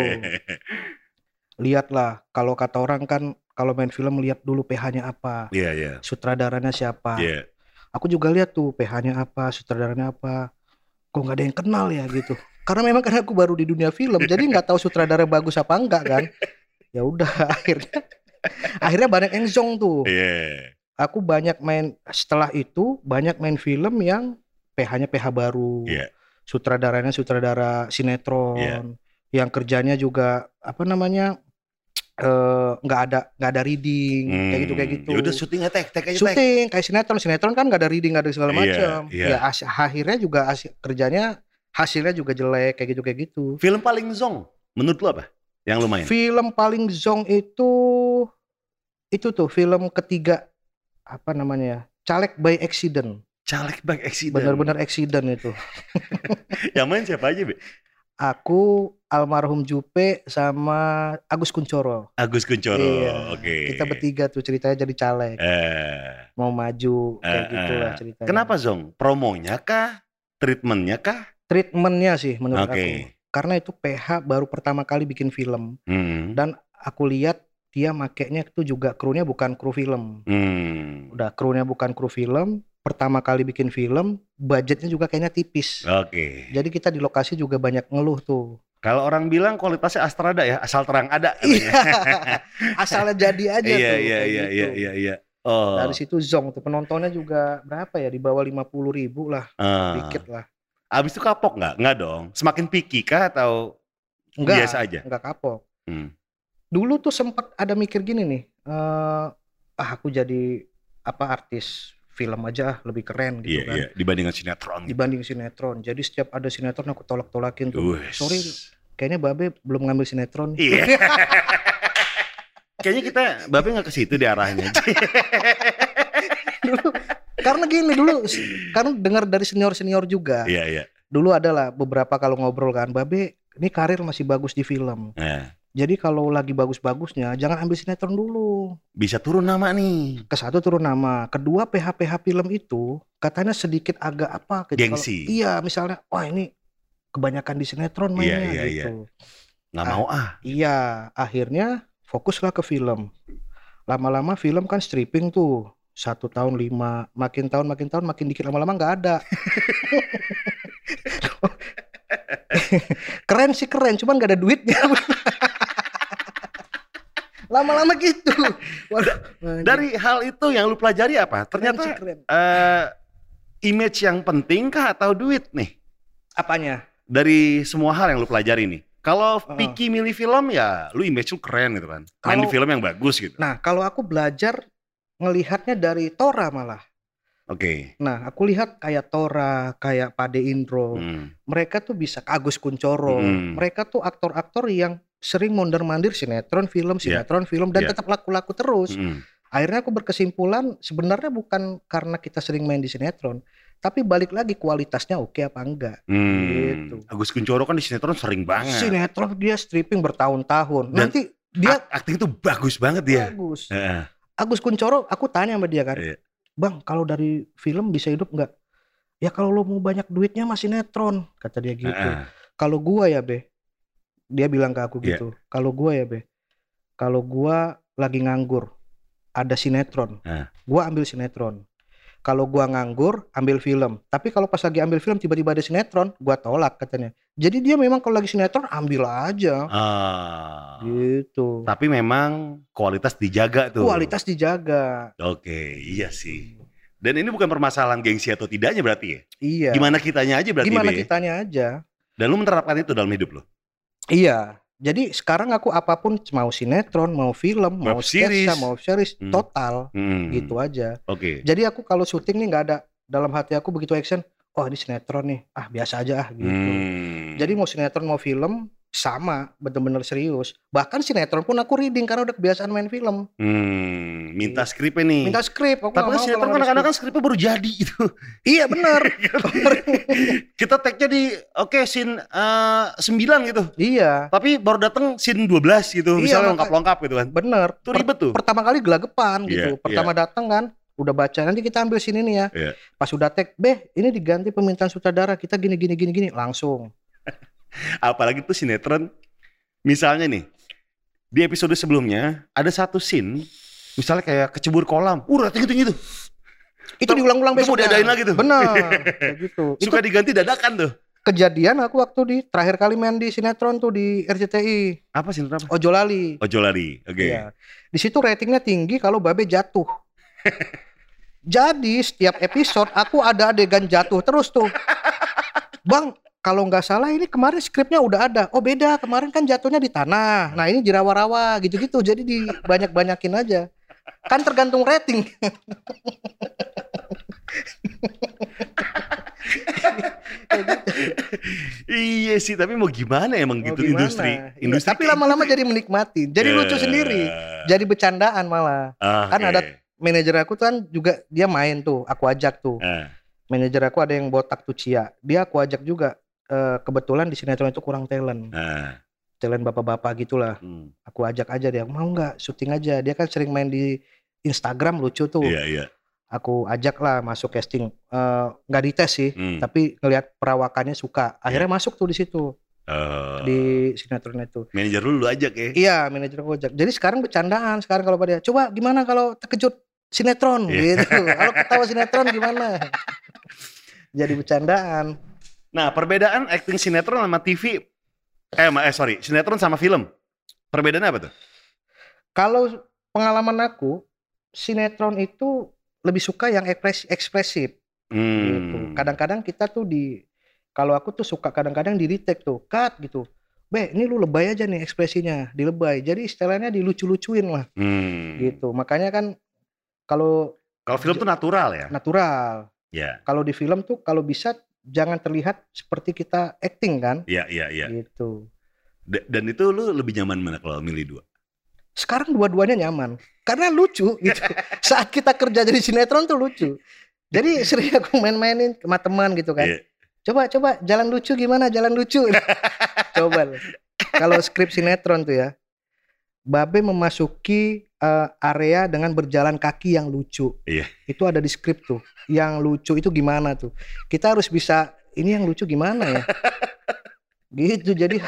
Lihatlah kalau kata orang kan kalau main film lihat dulu P H-nya apa, Iya, iya. sutradaranya siapa. Iya. Aku juga lihat tuh P H-nya apa, sutradaranya apa. Kok nggak ada yang kenal ya gitu. Karena memang karena aku baru di dunia film, jadi nggak tahu sutradara bagus apa enggak kan. Ya udah akhirnya akhirnya banyak yang zong tuh. Iya. Aku banyak main setelah itu banyak main film yang P H-nya P H baru. Iya. Sutradaranya sutradara sinetron. Iya. Yang kerjanya juga apa namanya? eh, nggak ada nggak ada reading kayak gitu kayak gitu. Ya udah syuting aja tek, tek aja tek. Syuting kayak sinetron, sinetron kan nggak ada reading, nggak ada segala Iya, macam. iya. Ya as- akhirnya juga as- kerjanya hasilnya juga jelek kayak gitu kayak gitu. Film paling zong menurut lu apa? Yang lu main? Film paling zong itu itu tuh film ketiga apa namanya ya? Caleg by Accident. Caleg Bang Accident. Benar-benar accident itu. Yang main siapa aja, Be? Aku almarhum Jupe sama Agus Kuncoro. Agus Kuncoro. Iya. Oke. Kita bertiga tuh ceritanya jadi caleg. Eh, Mau maju kayak Eh, gitulah eh. ceritanya. kenapa zong? Promonya kah? Treatmentnya kah? Treatmentnya sih menurut Oke. aku. Karena itu P H baru pertama kali bikin film. Hmm. Dan aku lihat dia makainya itu juga krunya bukan kru film. Hmm. Udah krunya bukan kru film. Pertama kali bikin film, budgetnya juga kayaknya tipis. Oke. Jadi kita di lokasi juga banyak ngeluh tuh. Kalau orang bilang kualitasnya Astrada ya, asal terang ada. Iya. Asalnya jadi aja Iya, tuh. iya, kayak iya, gitu. iya, iya, iya. Oh. Dari situ zong tuh penontonnya juga berapa ya, di bawah lima puluh ribu lah, Ah. dikit lah. Abis itu kapok nggak? Nggak dong. Semakin picky kah atau Enggak, biasa aja? enggak kapok. Hmm. Dulu tuh sempat ada mikir gini nih, eh ah aku jadi apa artis film aja ah, lebih keren gitu Iya, kan. iya. Dibandingkan sinetron. gitu. Dibanding sinetron. Jadi setiap ada sinetron aku tolak-tolakin tuh. Wes. Sorry, kayaknya Babe belum ngambil sinetron. Iya. Kayaknya kita Babe nggak ke situ di arahnya. Dulu, karena gini dulu, karena dengar dari senior-senior juga. Iya, iya. Dulu adalah beberapa kalau ngobrol kan, Babe ini karir masih bagus di film. Nah, Jadi kalau lagi bagus-bagusnya jangan ambil sinetron dulu. bisa turun nama nih. Ke satu turun nama, kedua P H P H film itu katanya sedikit agak apa gitu. Kalau- Gengsi. iya, misalnya wah ini kebanyakan di sinetron Iya, mainnya iya, gitu. Nggak mau ah. Iya, akhirnya fokuslah ke film. Lama-lama film kan stripping tuh. Satu tahun lima, makin tahun makin tahun makin dikit, lama-lama nggak ada. Keren sih keren, cuman nggak ada duitnya. Lama-lama gitu. Waduh, Dari hal itu yang lu pelajari apa? keren sih, Ternyata keren. eh, image yang penting kah atau duit nih? Apanya? Dari semua hal yang lu pelajari nih. Kalau Heeh. picky milih film ya lu image lu keren gitu kan. Main di Kalau- film yang bagus gitu. Nah, kalau aku belajar ngelihatnya dari Tora malah. Oke. Nah, aku lihat kayak Tora, kayak Pade Indro. Hmm. Mereka tuh bisa Agus Kuncoro. Hmm. Mereka tuh aktor-aktor yang sering mondar-mandir sinetron, film, Iya. sinetron, film dan Iya. tetap laku-laku terus. Hmm. Akhirnya aku berkesimpulan sebenarnya bukan karena kita sering main di sinetron, tapi balik lagi kualitasnya oke apa enggak. Hmm. Gitu. Agus Kuncoro kan di sinetron sering banget. Sinetron dia stripping bertahun-tahun. Dan Nanti dia Ak- acting tuh bagus banget dia. bagus. Heeh. Agus Kuncoro, aku tanya sama dia kan, Iya. Bang kalau dari film bisa hidup nggak? Ya kalau lo mau banyak duitnya mah sinetron, kata dia gitu. Heeh. Kalau gua ya Be, dia bilang ke aku Iya. gitu. Kalau gua ya Be, kalau gua lagi nganggur, ada sinetron, Nah. gua ambil sinetron. Kalau gua nganggur, ambil film. Tapi kalau pas lagi ambil film tiba-tiba ada sinetron, gua tolak katanya. Jadi dia memang kalau lagi sinetron ambil aja. Ah. Gitu. Tapi memang kualitas dijaga tuh. Kualitas dijaga. Oke, iya sih. Dan ini bukan permasalahan gengsi atau tidaknya berarti ya? Iya. Gimana kitanya aja berarti, Gimana Be? kitanya aja. Dan lu menerapkan itu dalam hidup lo? Iya. Jadi sekarang aku apapun mau sinetron, mau film, mau Web series. sketsa, mau series, Hmm. total Hmm. gitu aja. Oke. Jadi aku kalau syuting nih nggak ada dalam hati aku begitu action, oh ini sinetron nih, ah biasa aja ah gitu. Hmm. Jadi mau sinetron mau film sama, bener-bener serius. Bahkan sinetron pun aku reading karena udah kebiasaan main film. Hmm. Minta skripnya nih. Minta skrip, aku Tapi nggak kan mau sinetron kalau nggak ada kadang-kadang kan skrip. skripnya baru jadi gitu. Iya bener. Kita tag-nya di oke scene eh, sembilan gitu. Iya, Tapi baru datang scene dua belas gitu. Iya, Misalnya maka- lengkap-lengkap gitu kan. bener. Itu Per- ribet tuh. pertama kali gelagapan gitu. Iya, Pertama datang kan, udah baca nanti kita ambil sini nih ya. Iya. Pas udah tag, beh ini diganti permintaan sutradara kita gini gini gini gini langsung. Apalagi tuh sinetron. Misalnya nih, di episode sebelumnya ada satu scene, misalnya kayak kecebur kolam. Uh, ratnya gitu-gitu. Itu Tuh, diulang-ulang itu mau besoknya. diadain lagi tuh. Bener, kayak gitu. Itu Suka diganti dadakan tuh. kejadian aku waktu di terakhir kali main di sinetron tuh di R C T I Apa sinetron apa? Ojo Lali. Ojo lari. Oke. Iya. Di situ ratingnya tinggi kalau Babe jatuh. Jadi setiap episode aku ada adegan jatuh terus tuh. Bang, kalau nggak salah ini kemarin skripnya udah ada. Oh beda, kemarin kan jatuhnya di tanah. Nah ini di rawa-rawa gitu-gitu. Jadi dibanyak-banyakin aja. Kan tergantung rating. Iya sih, tapi mau gimana emang Mau gitu gimana? industri. Iya, Industri tapi kayak lama-lama gitu. jadi menikmati. Jadi Ya. lucu sendiri. Jadi bercandaan malah. Ah, Kan oke. ada manajer aku tuh kan juga dia main tuh. Aku ajak tuh. Ah, Manajer aku ada yang botak tuh Cia. Dia aku ajak juga. Eh, kebetulan di sinetron itu kurang talent. ah, Talent bapak-bapak gitulah. hmm. Aku ajak aja dia. Mau nggak syuting aja. Dia kan sering main di Instagram lucu tuh. Iya, iya. Aku ajak lah masuk casting. Eh, nggak dites sih. Hmm. Tapi ngelihat perawakannya suka. Akhirnya masuk tuh di situ. Oh. Di sinetron itu. Manajer lu lu ajak ya. Iya, manajer aku ajak. Jadi sekarang bercandaan. Sekarang kalau pada coba gimana kalau terkejut sinetron Iya. gitu. Kalau ketawa sinetron gimana? Jadi bercandaan. Nah, perbedaan acting sinetron sama T V eh, ma- eh sorry, sinetron sama film. Perbedaannya apa tuh? Kalau pengalaman aku, sinetron itu lebih suka yang ekspres- ekspresif gitu. Hmm. Kadang-kadang kita tuh di kalau aku tuh suka kadang-kadang di retake tuh, cut gitu. Be, ini lu lebay aja nih ekspresinya, dilebay. Jadi istilahnya dilucu-lucuin lah Hmm. gitu. Makanya kan kalau Kalau film tuh natural ya. natural. Ya. Kalau di film tuh kalau bisa jangan terlihat seperti kita acting kan Iya, iya, iya. gitu. Da- Dan itu lu lebih nyaman mana kalau milih dua? Sekarang dua-duanya nyaman karena lucu gitu. Saat kita kerja jadi sinetron tuh lucu. Jadi sering aku main-mainin sama teman gitu kan. Iya. Coba coba jalan lucu gimana jalan lucu. Coba lu. Kalau skrip sinetron tuh ya. Babe memasuki eh, area dengan berjalan kaki yang lucu. Iya. Itu ada di skrip tuh. Yang lucu itu gimana tuh? Kita harus bisa ini yang lucu gimana ya? Gitu jadi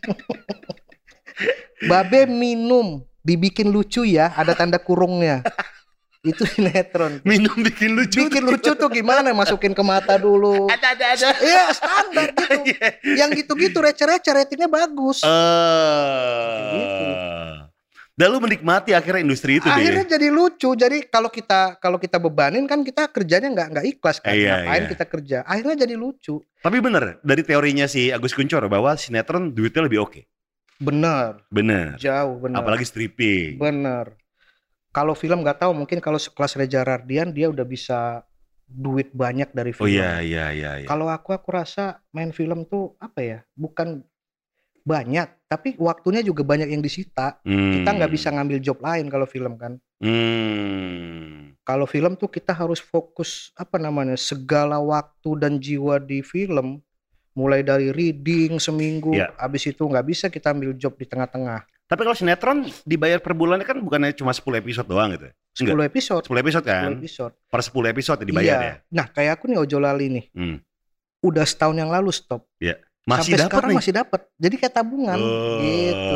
Babe minum dibikin lucu ya, ada tanda kurungnya. Itu sinetron. Minum bikin lucu. Bikin lucu tuh gimana? Masukin ke mata dulu. Ada, ada, ada. Iya standar gitu. Yang gitu-gitu receh-receh ratingnya bagus. Eh. Gitu. Dan lu menikmati akhirnya industri itu Akhirnya deh. jadi lucu. Jadi kalau kita kalau kita bebanin kan kita kerjanya nggak nggak ikhlas kan. Iya, Ngapain iya. kita kerja? Akhirnya jadi lucu. Tapi bener, dari teorinya si Agus Kuncoro bahwa sinetron duitnya lebih oke. Bener. Bener. Jauh bener. Apalagi stripping. Bener. Kalau film nggak tahu mungkin kalau sekelas Reza Rardian dia udah bisa duit banyak dari Oh film. iya, iya, iya. iya. Kalau aku aku rasa main film tuh apa ya? Bukan banyak, tapi waktunya juga banyak yang disita. Hmm. Kita nggak bisa ngambil job lain kalau film kan. Hmm. Kalau film tuh kita harus fokus apa namanya? Segala waktu dan jiwa di film. Mulai dari reading seminggu, Iya. habis itu nggak bisa kita ambil job di tengah-tengah. Tapi kalau sinetron dibayar per bulannya kan bukannya cuma sepuluh episode doang gitu. sepuluh episode. sepuluh episode kan? sepuluh episode. Per sepuluh episode ya dibayar iya. ya? Nah kayak aku nih Ojo Lali nih. Hmm. Udah setahun yang lalu stop. Ya. Masih Sampai dapat sekarang nih? masih dapat. Jadi kayak tabungan Oh. gitu.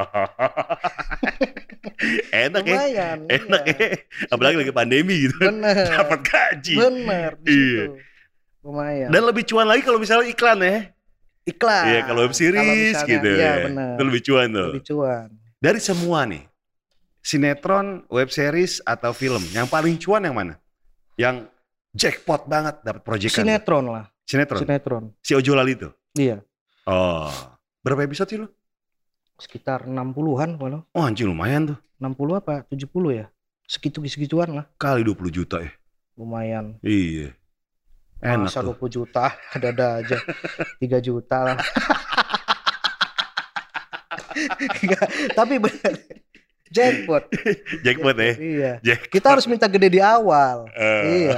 Enak ya? Lumayan. Enak iya. ya? Apalagi lagi pandemi gitu. Bener. Dapat gaji. Bener. Di Iya. situ. Lumayan. Dan lebih cuan lagi kalau misalnya iklan ya? Iklan. Iya kalau web series Kalau misalnya, gitu. Iya ya. benar. Itu lebih cuan tuh. Lebih cuan. Dari semua nih, sinetron, web series atau film, yang paling cuan yang mana? Yang jackpot banget dapat proyekan. Sinetron lah. Sinetron. Sinetron. Si Ojo Lali itu. Iya. Oh, berapa episode sih lu? Sekitar enam puluhan walau. Oh anjing lumayan tuh. enam puluh apa tujuh puluh ya? Segitu-segituan lah. Kali dua puluh juta ya. Lumayan. Iya. Enak Masa tuh. dua puluh juta, ada-ada aja. tiga juta lah. Enggak, tapi benar. Jackpot. Jackpot ya. Iya. Jackpot. Kita harus minta gede di awal. Eh. Iya.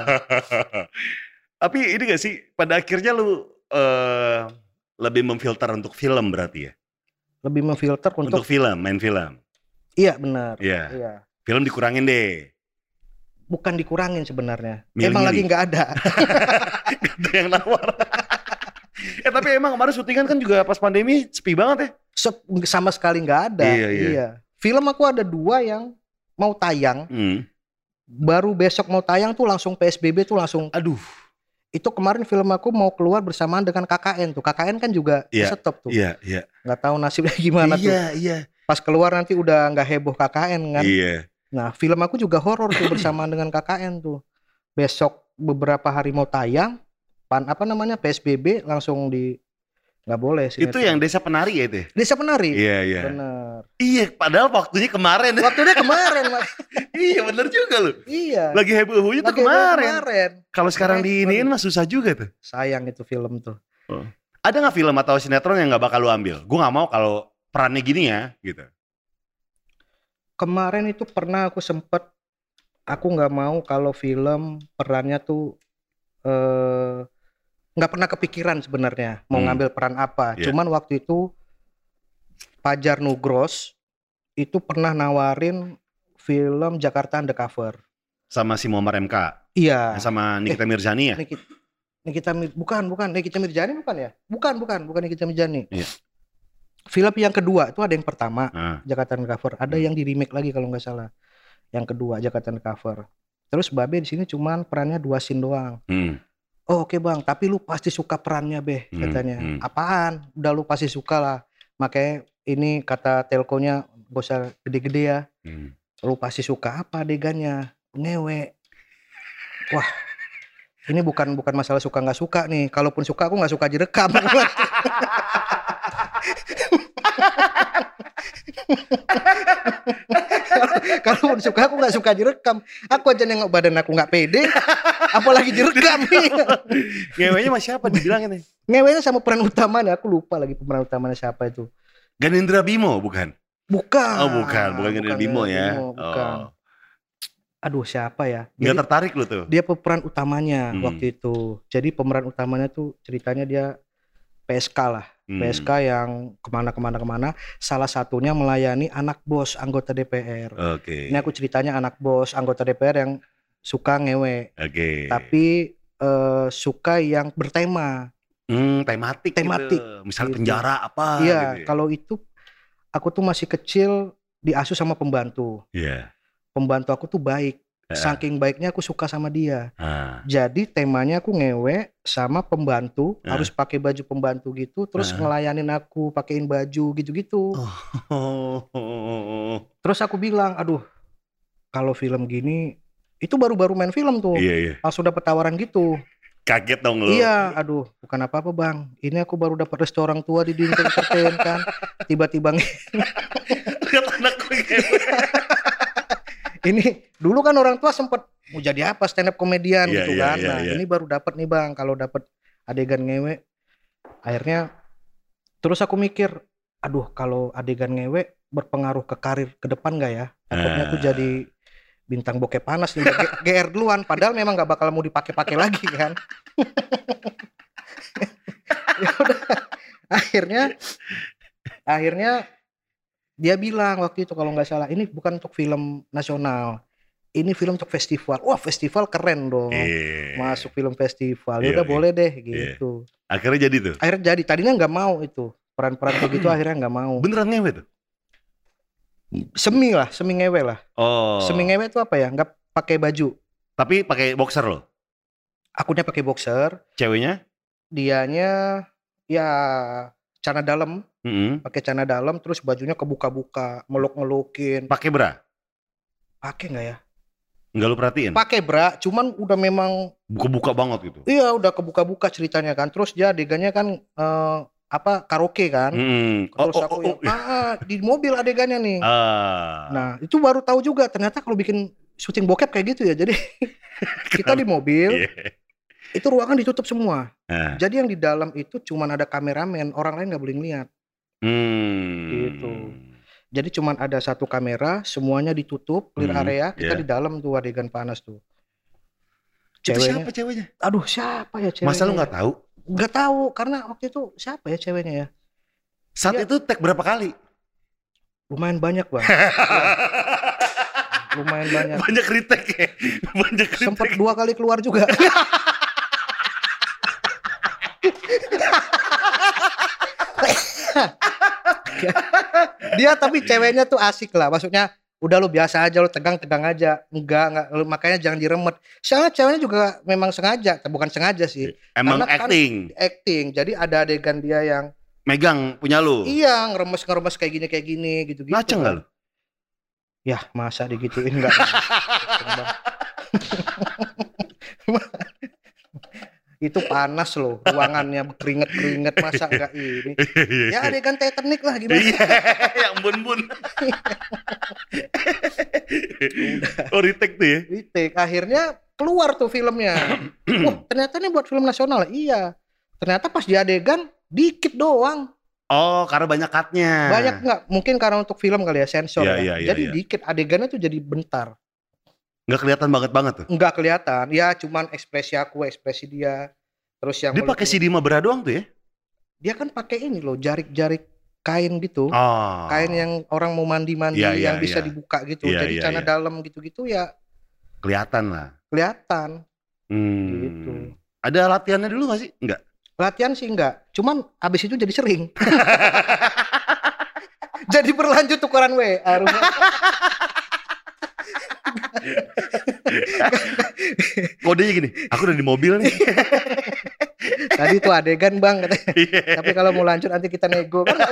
Tapi ini gak sih, pada akhirnya lu eh, lebih memfilter untuk film berarti ya? Lebih memfilter Untuk, untuk, film, main film. iya benar. Iya. Iya. Film dikurangin deh. Bukan dikurangin sebenarnya. Milih-milih. Emang lagi nggak ada. Gak ada yang nawar. eh tapi emang kemarin syutingan kan juga pas pandemi sepi banget ya? Sep- sama sekali nggak ada. Iya, iya. Film aku ada dua yang mau tayang. Hmm. Baru besok mau tayang tuh langsung P S B B tuh langsung. Aduh. Itu kemarin film aku mau keluar bersamaan dengan K K N tuh. K K N kan juga Iya, stop tuh. Iya, iya. Nggak tahu nasibnya gimana tuh. Iya, iya. Pas keluar nanti udah nggak heboh K K N kan. Iya. Nah film aku juga horor tuh bersamaan dengan K K N tuh. Besok beberapa hari mau tayang. Pan apa namanya P S B B langsung di nggak boleh sih. Itu yang Desa Penari ya itu ya? Desa Penari. Iya, iya. Bener. Iya, padahal waktunya kemarin. Waktunya kemarin, Mas. Iya, bener juga loh. Iya. Lagi heboh-hebohnya tuh Lagi kemarin. kemarin. Kalau sekarang Kemarin, diiniin waduh. mah susah juga tuh. Sayang itu film tuh. Ada nggak film atau sinetron yang nggak bakal lu ambil? Gue nggak mau kalau perannya gini ya, gitu. Kemarin itu pernah aku sempet, aku nggak mau kalau film perannya tuh eh, nggak pernah kepikiran sebenarnya mau Hmm. ngambil peran apa. Iya. Cuman waktu itu Fajar Nugros itu pernah nawarin film Jakarta Undercover. Sama si Muammar M K, Iya. sama Nikita Mirzani ya. Nikita, Nikita Mir- bukan bukan Nikita Mirzani bukan ya? Bukan bukan bukan Nikita Mirzani. Iya. Film yang kedua itu ada yang pertama Nah, Jakarta Undercover, ada Hmm. yang di remake lagi kalau nggak salah. Yang kedua Jakarta Undercover. Terus Babe di sini cuman perannya dua scene doang. hmm, Oh oke bang, tapi lu pasti suka perannya Beh, Hmm, katanya. hmm. Apaan? Udah lu pasti suka lah. Makanya ini kata telkonya gak usah gede-gede ya. hmm. Lu pasti suka apa adegannya? Ngewe. Wah, ini bukan bukan masalah suka nggak suka nih. Kalaupun suka aku nggak suka direkam. Kalaupun suka aku nggak suka direkam. Aku aja nengok badan aku nggak pede, apalagi direkam. Ngewenya sama siapa dibilangin nih? Ngewenya sama peran utamanya, aku lupa lagi peran utamanya siapa itu. Ganindra Bimo bukan? Bukan. Oh bukan, bukan Ganindra Bimo ya. Bimo, bukan. Oh. Aduh siapa ya? Nggak Jadi, tertarik lu tuh? dia pemeran utamanya Hmm. waktu itu. Jadi pemeran utamanya tuh ceritanya dia P S K lah. Hmm. P S K yang kemana-kemana kemana. Salah satunya melayani anak bos anggota D P R. Oke. Ini aku ceritanya anak bos anggota D P R yang suka ngewe. Oke. Tapi eh, suka yang bertema. Hmm, tematik. Tematik. Gitu. Misalnya Gitu. penjara apa? Iya, gitu ya? kalau itu aku tuh masih kecil diasuh sama pembantu. Iya. Pembantu aku tuh baik. Ya. Saking baiknya aku suka sama dia. Ah. Jadi temanya aku ngewe sama pembantu, Ah. harus pakai baju pembantu gitu, terus Ah. ngelayanin aku, pakein baju gitu-gitu. Oh. Terus aku bilang, aduh, kalau film gini, itu baru-baru main film tuh, Iya, iya. langsung dapet tawaran gitu. Kaget dong lu. Iya, aduh, bukan apa-apa bang. Ini aku baru dapat restu orang tua di Dinten Entertain kan. Tiba-tiba nge- Lihat anak gue ngewe. ini dulu kan orang tua sempet mau jadi apa stand up komedian Iya, gitu iya, kan. iya, Nah, iya. ini baru dapat nih bang. Kalau dapat adegan ngewe, akhirnya terus aku mikir, aduh, kalau adegan ngewe berpengaruh ke karir ke depan gak ya? Takutnya aku Ah. jadi bintang bokep panas nih, G- G R duluan. Padahal memang gak bakal mau dipakai-pakai lagi kan. Ya udah, akhirnya, akhirnya dia bilang waktu itu kalau nggak salah, ini bukan untuk film nasional, ini film untuk festival. Wah festival keren dong, Iya. masuk film festival. Ya Iya, udah iya. boleh deh gitu. Akhirnya jadi tuh. Akhirnya jadi, tadinya nggak mau itu peran-peran kayak gitu, akhirnya nggak mau. Beneran ngewe tuh? Semi lah, semi ngewe lah. Oh. Semi ngewe itu apa ya? Nggak pakai baju. Tapi pakai boxer loh. Akunnya pakai boxer, Ceweknya? dianya ya celana dalam, Mm-mm. pakai celana dalam, terus bajunya kebuka-buka, meluk-melukin. Pakai bra? Pakai nggak ya? Enggak lu perhatiin? Pakai bra, cuman udah memang Buka-buka banget gitu. iya udah kebuka-buka ceritanya kan. Terus dia adegannya kan eh, apa karaoke kan. Mm-mm. Terus Oh, oh, aku oh, yang, oh. ah di mobil adegannya nih. Ah. Nah itu baru tahu juga ternyata kalau bikin syuting bokep kayak gitu ya. Jadi kita di mobil, Iya. itu ruangan ditutup semua. Nah. Jadi yang di dalam itu cuman ada kameramen, orang lain nggak boleh ngeliat. Hmm. Gitu. Jadi cuman ada satu kamera, semuanya ditutup, clear Hmm, area, kita iya. di dalam tuh adegan panas tuh. Itu Ceweknya, siapa ceweknya? aduh siapa ya ceweknya? Masa lu nggak tahu? Nggak tahu karena waktu itu siapa ya ceweknya ya? Saat Iya. itu tag berapa kali? Lumayan banyak bang. Ya, lumayan banyak. Banyak retake ya? Banyak retake. Sempet dua kali keluar juga. Dia tapi ceweknya tuh asik lah, maksudnya udah lu biasa aja, lu tegang-tegang aja, enggak enggak lu makanya jangan diremet. Soalnya ceweknya juga memang sengaja, bukan sengaja sih, Emang Karena kan- acting. acting. Jadi ada adegan dia yang Megang punya lu. iya ngeremes-ngeremes kayak gini kayak gini gitu-gitu. Ngaceng nggak lu? Ya masa digituin enggak. Itu panas loh ruangannya, keringet-keringet, masa enggak ini. Ya adegan Titanic lah gimana. Iya, yang bun-bun. Oh retake tuh ya? Retake. Akhirnya keluar tuh filmnya. Wah ternyata ini buat film nasional. Iya. Ternyata pas di adegan dikit doang. Oh karena banyak cutnya. Banyak nggak? Mungkin karena untuk film kali ya, sensor Iya, ya. iya, iya, Jadi iya. dikit adegannya tuh jadi bentar. Nggak kelihatan banget-banget tuh. Nggak kelihatan. Ya cuman ekspresi aku, ekspresi dia. Terus yang Dia pakai meluk- C D Mabra doang tuh ya? dia kan pakai ini loh, jarik-jarik kain gitu. Oh. Kain yang orang mau mandi-mandi Iya, iya, yang bisa iya. dibuka gitu. Iya, Jadi iya, celana iya. dalam gitu-gitu ya Kelihatan lah. kelihatan Hmm. gitu. Ada latihannya dulu gak sih? Enggak. Latihan sih enggak. Cuman abis itu jadi sering. Jadi berlanjut tukeran W A. Kodenya gini, aku udah di mobil nih. Tadi tuh adegan bang katanya. Iya. Tapi kalau mau lanjut nanti kita nego kan.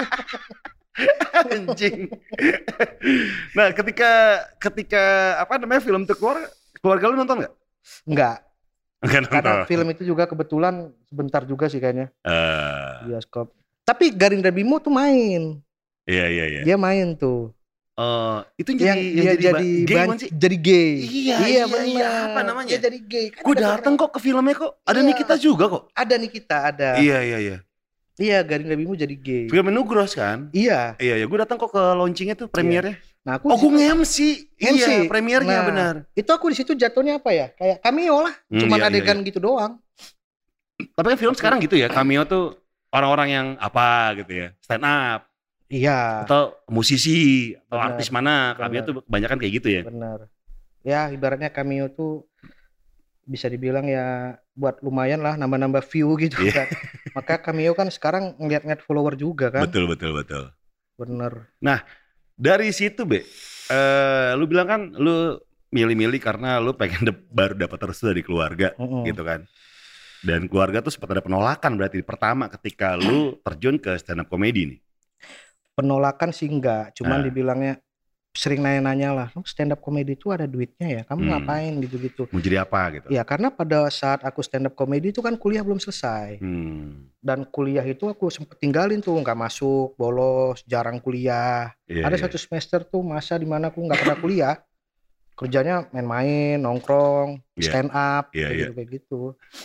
Anjing. Nah, ketika ketika apa namanya film itu keluar, keluarga lu nonton nggak? Enggak. Enggak Karena nonton. film itu juga kebetulan sebentar juga sih kayaknya Eh, bioskop. Tapi Garindra Bimo tuh main. iya iya iya. Dia main tuh. Eh, itu Yang jadi dia yang jadi ba- gay ban- bukan sih? jadi gay. Iya, iya, benar. iya. Apa namanya? Dia jadi gay. Kan Gue ada datang kok ke filmnya kok. Ada Iya. Nikita juga kok. keren. Ada nih kita ada. Iya iya iya. Iya Garindra Bimo jadi gay. Film Nugros kan? Iya. Iya iya. Gue datang kok ke launchingnya tuh premiernya. Nah aku Oh di gue situ- nge-M C. M C. Iya premiernya Nah, benar. Itu aku di situ jatuhnya apa ya? Kayak cameo lah. Hmm, Cuman iya, iya, adegan gitu doang. Tapi kan film sekarang gitu ya. Cameo tuh orang-orang yang apa gitu ya. Stand up. Iya. Atau musisi. Atau Benar. artis mana. Cameo Benar. tuh kebanyakan kayak gitu ya. Benar. Ya ibaratnya cameo tuh bisa dibilang ya buat lumayan lah nambah-nambah view gitu Iya. kan. Maka cameo kan sekarang ngeliat-ngeliat follower juga kan. Betul betul betul. Bener. Dari situ Be. eh lu bilang kan lu milih-milih karena lu pengen de- baru dapat restu dari keluarga Mm-mm. gitu kan. Dan keluarga tuh sempat ada penolakan berarti pertama ketika lu terjun ke stand up comedy nih. Penolakan sih enggak. Cuman Nah. dibilangnya sering nanya-nanya lah. "Oh, stand up comedy itu ada duitnya ya. Kamu Hmm. ngapain gitu-gitu. Mau jadi apa gitu. Ya karena pada saat aku stand up comedy itu kan kuliah belum selesai. Hmm. Dan kuliah itu aku sempet tinggalin tuh. Nggak masuk, bolos, jarang kuliah. Iya, Ada iya. satu semester tuh masa dimana aku nggak pernah kuliah, kerjanya main-main, nongkrong, Iya. stand up, Iya, kayak iya. gitu kayak gitu.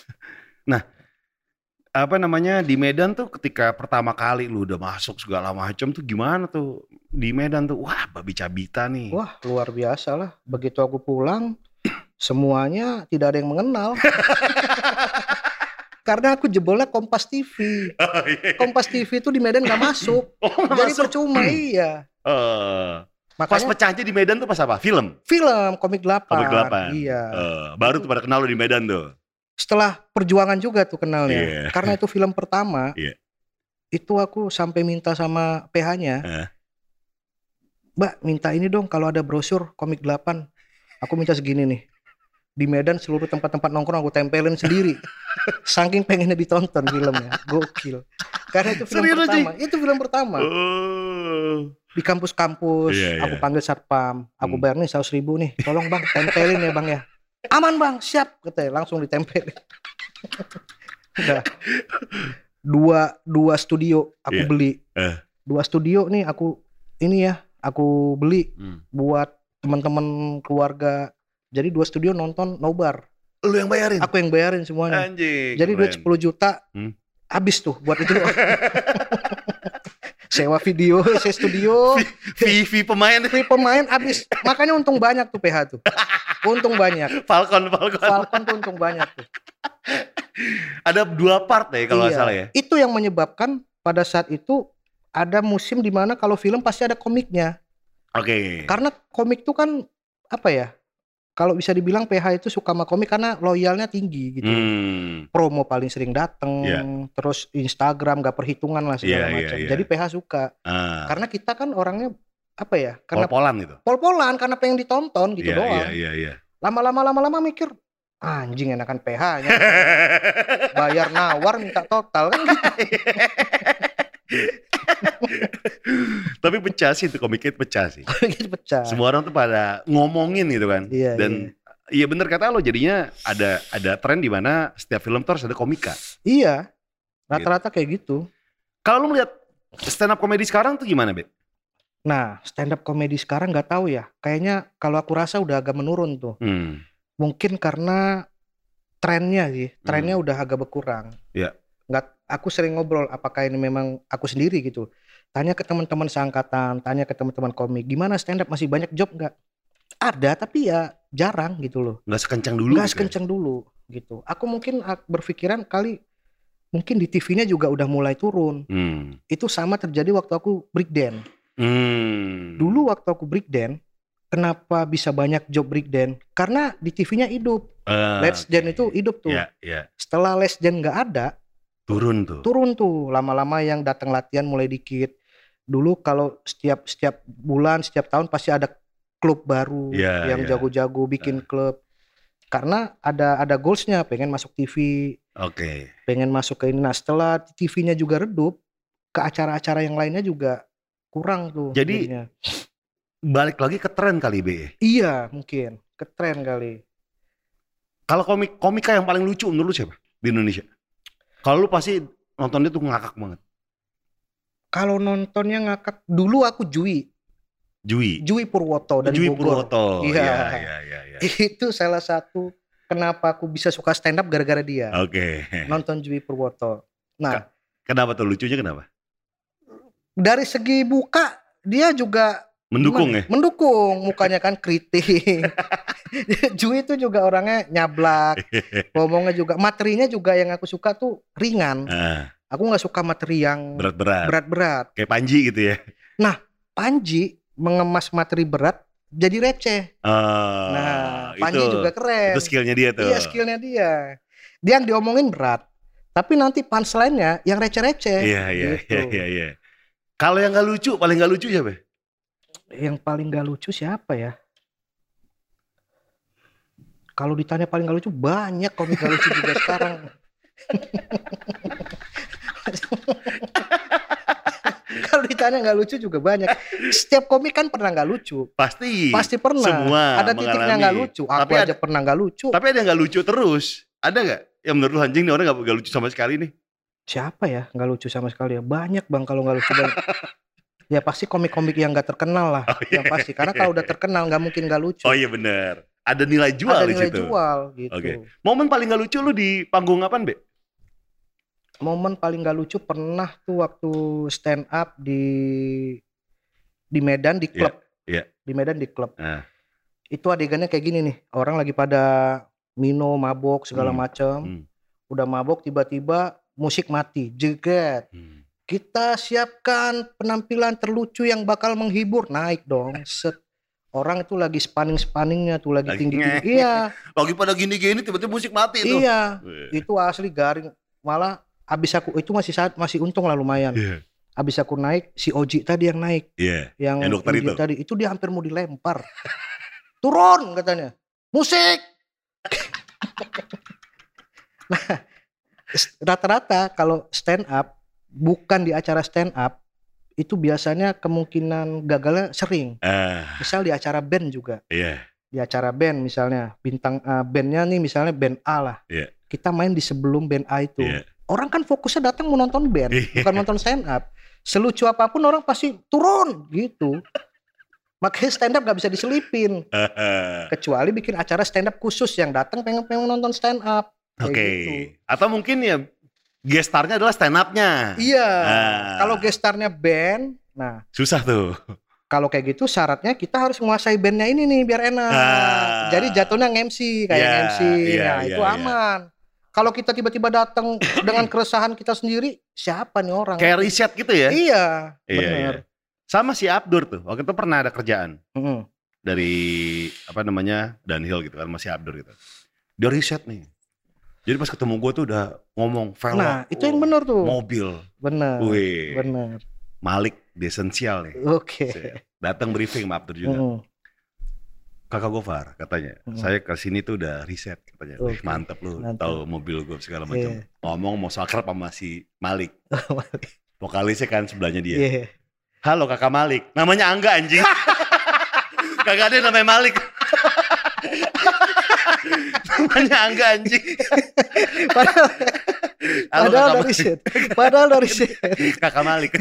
Apa namanya di Medan tuh ketika pertama kali lu udah masuk segala macam tuh gimana tuh di Medan tuh wah babi cabita nih. Wah luar biasa lah. Begitu aku pulang, semuanya tidak ada yang mengenal. Karena aku jebolnya Kompas T V. Oh, iya. Kompas T V itu di Medan nggak masuk. Oh, nggak Jadi masuk. percuma iya. Eh, pas Makanya pecahnya di Medan tuh pas apa? Film? film Komik delapan. Komik delapan. Iya. Eh, baru tuh pada kenal lu di Medan tuh. Setelah perjuangan juga tuh kenalnya. Iya. Karena itu film pertama. Iya. Itu aku sampai minta sama P H-nya. Eh. Mbak, minta ini dong kalau ada brosur Komik delapan. Aku minta segini nih. Di Medan seluruh tempat-tempat nongkrong aku tempelin sendiri. Saking pengennya ditonton filmnya. Gokil. Karena itu film Serius, pertama. Itu film pertama. Oh. Di kampus-kampus, Iya, aku iya. panggil satpam. Aku Hmm. bayar nih seratus ribu nih. Tolong bang, tempelin ya bang ya. Aman bang, siap. Katanya langsung ditempelin. Udah. Dua, dua studio aku Iya. beli. Eh. Dua studio nih aku, ini ya, aku beli Hmm. buat teman-teman keluarga. Jadi dua studio nonton nobar. Lu yang bayarin? Aku yang bayarin semuanya. Anjing. Jadi duit keren. sepuluh juta Hmm. habis tuh buat itu doang. Sewa video, sewa studio, V V pemain free pemain habis. Makanya untung banyak tuh P H tuh. Untung banyak. Falcon Falcon. Falcon tuh untung banyak tuh. Ada dua part ya kalau nggak Iya. salah ya. Itu yang menyebabkan pada saat itu ada musim di mana kalau film pasti ada komiknya. Oke. Karena komik tuh kan apa ya? Kalau bisa dibilang P H itu suka sama komik karena loyalnya tinggi gitu. Hmm. Promo paling sering dateng, Iya. terus Instagram gak perhitungan lah segala Iya, iya, macam. iya. Jadi P H suka. Ah. Karena kita kan orangnya apa ya? Karena Pol-polan gitu. pol-polan karena pengen ditonton gitu Iya, doang. iya, iya, iya. Lama-lama lama-lama mikir anjing enakan P H-nya. Bayar nawar minta total kan gitu. Tapi pecah sih itu komiknya pecah sih. Gitu pecah. Semua orang tuh pada ngomongin gitu kan. Iya, Dan iya bener kata lo, jadinya ada ada tren di mana setiap film tuh harus ada komika. Iya. Rata-rata kayak gitu. Kalau lu melihat stand up comedy sekarang tuh gimana, Bet? Nah, stand up comedy sekarang nggak tahu ya. Kayaknya kalau aku rasa udah agak menurun tuh. Hmm. Mungkin karena trennya sih. Trennya udah agak berkurang. Iya. Nggak, aku sering ngobrol apakah ini memang aku sendiri gitu. Tanya ke teman-teman seangkatan, tanya ke teman-teman komik, gimana stand up masih banyak job nggak? Ada, tapi ya jarang gitu loh. Nggak sekencang dulu. Nggak gitu ya? sekencang dulu gitu. Aku mungkin ak- berpikiran kali mungkin di T V-nya juga udah mulai turun. Hmm. Itu sama terjadi waktu aku breakdance. Hmm. Dulu waktu aku breakdance, kenapa bisa banyak job breakdance? Karena di T V-nya hidup. Ah, Let's oke. Dance itu hidup tuh. Iya, iya. Setelah Let's Dance nggak ada, Turun tuh. turun tuh. Lama-lama yang datang latihan mulai dikit. Dulu kalau setiap setiap bulan, setiap tahun pasti ada klub baru Iya, yang iya. jago-jago bikin klub. Karena ada ada goalsnya, pengen masuk T V, Oke. pengen masuk ke ini. Nah setelah T V-nya juga redup, ke acara-acara yang lainnya juga kurang tuh. Jadi- jadinya. Balik lagi ke tren kali, Be. Iya mungkin ke tren kali. Kalau komik komika yang paling lucu menurut lu siapa di Indonesia? Kalau lu pasti nontonnya tuh ngakak banget. Kalau nontonnya ngakak, dulu aku Jui, Jui. Jui Purwoto dari Jui Bogor. Purwoto. Iya. Iya, iya, iya, iya. Itu salah satu kenapa aku bisa suka stand up gara-gara dia. Oke. Nonton Jui Purwoto. Nah, Kenapa tuh lucunya kenapa? dari segi buka dia juga Mendukung gimana ya? Mendukung, mukanya kan kritik. Jui itu juga orangnya nyablak, ngomongnya juga, materinya juga yang aku suka tuh ringan. Ah, Aku nggak suka materi yang berat-berat. berat-berat. Kayak Panji gitu ya. Panji mengemas materi berat jadi receh. Oh, Nah, Panji itu, juga keren. Itu skillnya dia tuh. Iya, skillnya dia. Dia yang diomongin berat, tapi nanti punchline-nya yang receh-receh. Iya, iya, gitu. iya, iya, iya. Kalau yang gak lucu, paling gak lucu siapa? Yang paling gak lucu siapa ya? Kalau ditanya paling gak lucu, banyak komik gak lucu juga sekarang. Kalau ditanya gak lucu juga banyak. Setiap komik kan pernah gak lucu. Pasti. Pasti pernah. Semua Ada titiknya mengalami. gak lucu. Aku Tapi aja ada- pernah gak lucu. Tapi ada yang gak lucu terus. Ada gak? Yang menurut lu anjing nih orang gak, gak lucu sama sekali nih. Siapa ya gak lucu sama sekali ya? Banyak bang kalau gak lucu banyak. Ya pasti komik-komik yang gak terkenal lah. Oh, iya. Yang pasti. Karena kalau udah terkenal gak mungkin gak lucu. Oh iya benar. Ada nilai jual Ada di nilai situ. jual gitu. Oke. Momen paling gak lucu lu di panggung apaan, Be? Momen paling gak lucu pernah tuh waktu stand up di di Medan di klub. iya. Di Medan di klub. Nah. Itu adegannya kayak gini nih. Orang lagi pada minum, mabok segala Hmm, macem. hmm. udah mabok tiba-tiba musik mati, jeget. Hmm. Kita siapkan penampilan terlucu yang bakal menghibur, naik dong. Set. Orang itu lagi spanning-spanningnya tuh lagi Lagi tinggi-tinggi. nge- Iya, Lagi pada gini-gini tiba-tiba musik mati tuh. iya. Wih. Itu asli garing. Malah abis aku itu masih saat masih untung lah lumayan. Iya. Abis aku naik, si Oji tadi yang naik, Iya. yang, Yang dokter India itu? tadi itu dia hampir mau dilempar. Turun katanya. Musik. Nah, s- rata-rata kalau stand up bukan di acara stand up itu biasanya kemungkinan gagalnya sering. Ah, Misal di acara band juga. iya. Di acara band misalnya bintang uh, bandnya nih misalnya band A lah. Iya. Kita main di sebelum band A itu. Iya. Orang kan fokusnya datang mau nonton band, Iya. bukan nonton stand up. Selucu apapun orang pasti turun gitu. Makanya stand up gak bisa diselipin. Kecuali bikin acara stand up khusus yang datang pengen pengen nonton stand up. Oke. Kayak gitu. Atau mungkin ya gestarnya adalah stand up-nya. Iya. Ah. Kalau gestarnya band, nah Susah tuh. kalau kayak gitu syaratnya kita harus menguasai bandnya ini nih biar enak. Ah. Jadi jatuhnya nge-M C kayak Iya, M C. iya, Nah, iya, itu iya. aman. Kalau kita tiba-tiba datang dengan keresahan kita sendiri, siapa nih orang? Kayak riset gitu ya. Iya, Iya, benar. iya. Sama si Abdur tuh. Waktu itu pernah ada kerjaan Mm-mm. dari apa namanya Dunhill gitu kan, masih Abdur gitu. Dia riset nih. Jadi pas ketemu gue tuh udah ngomong velg. Nah, itu yang benar tuh. Mobil. Benar. Wih. Benar. Malik di esensial nih. Oke. Datang briefing sama Abdur juga. Mm-mm. Kakak Gofar katanya, Hmm. saya kesini tuh udah riset katanya. Wih, Oke, mantep lu, mantap. tahu mobil gue segala macam. Iya. Ngomong mau sakrap sama si Malik. Vokalisnya kan sebelahnya dia. Iya. Halo kakak Malik, namanya Angga anjing. Kagak ada yang namanya Malik. Namanya Angga anjing. Padahal, Halo padahal kakak dari Malik. set. Padahal dari set. Kakak Malik.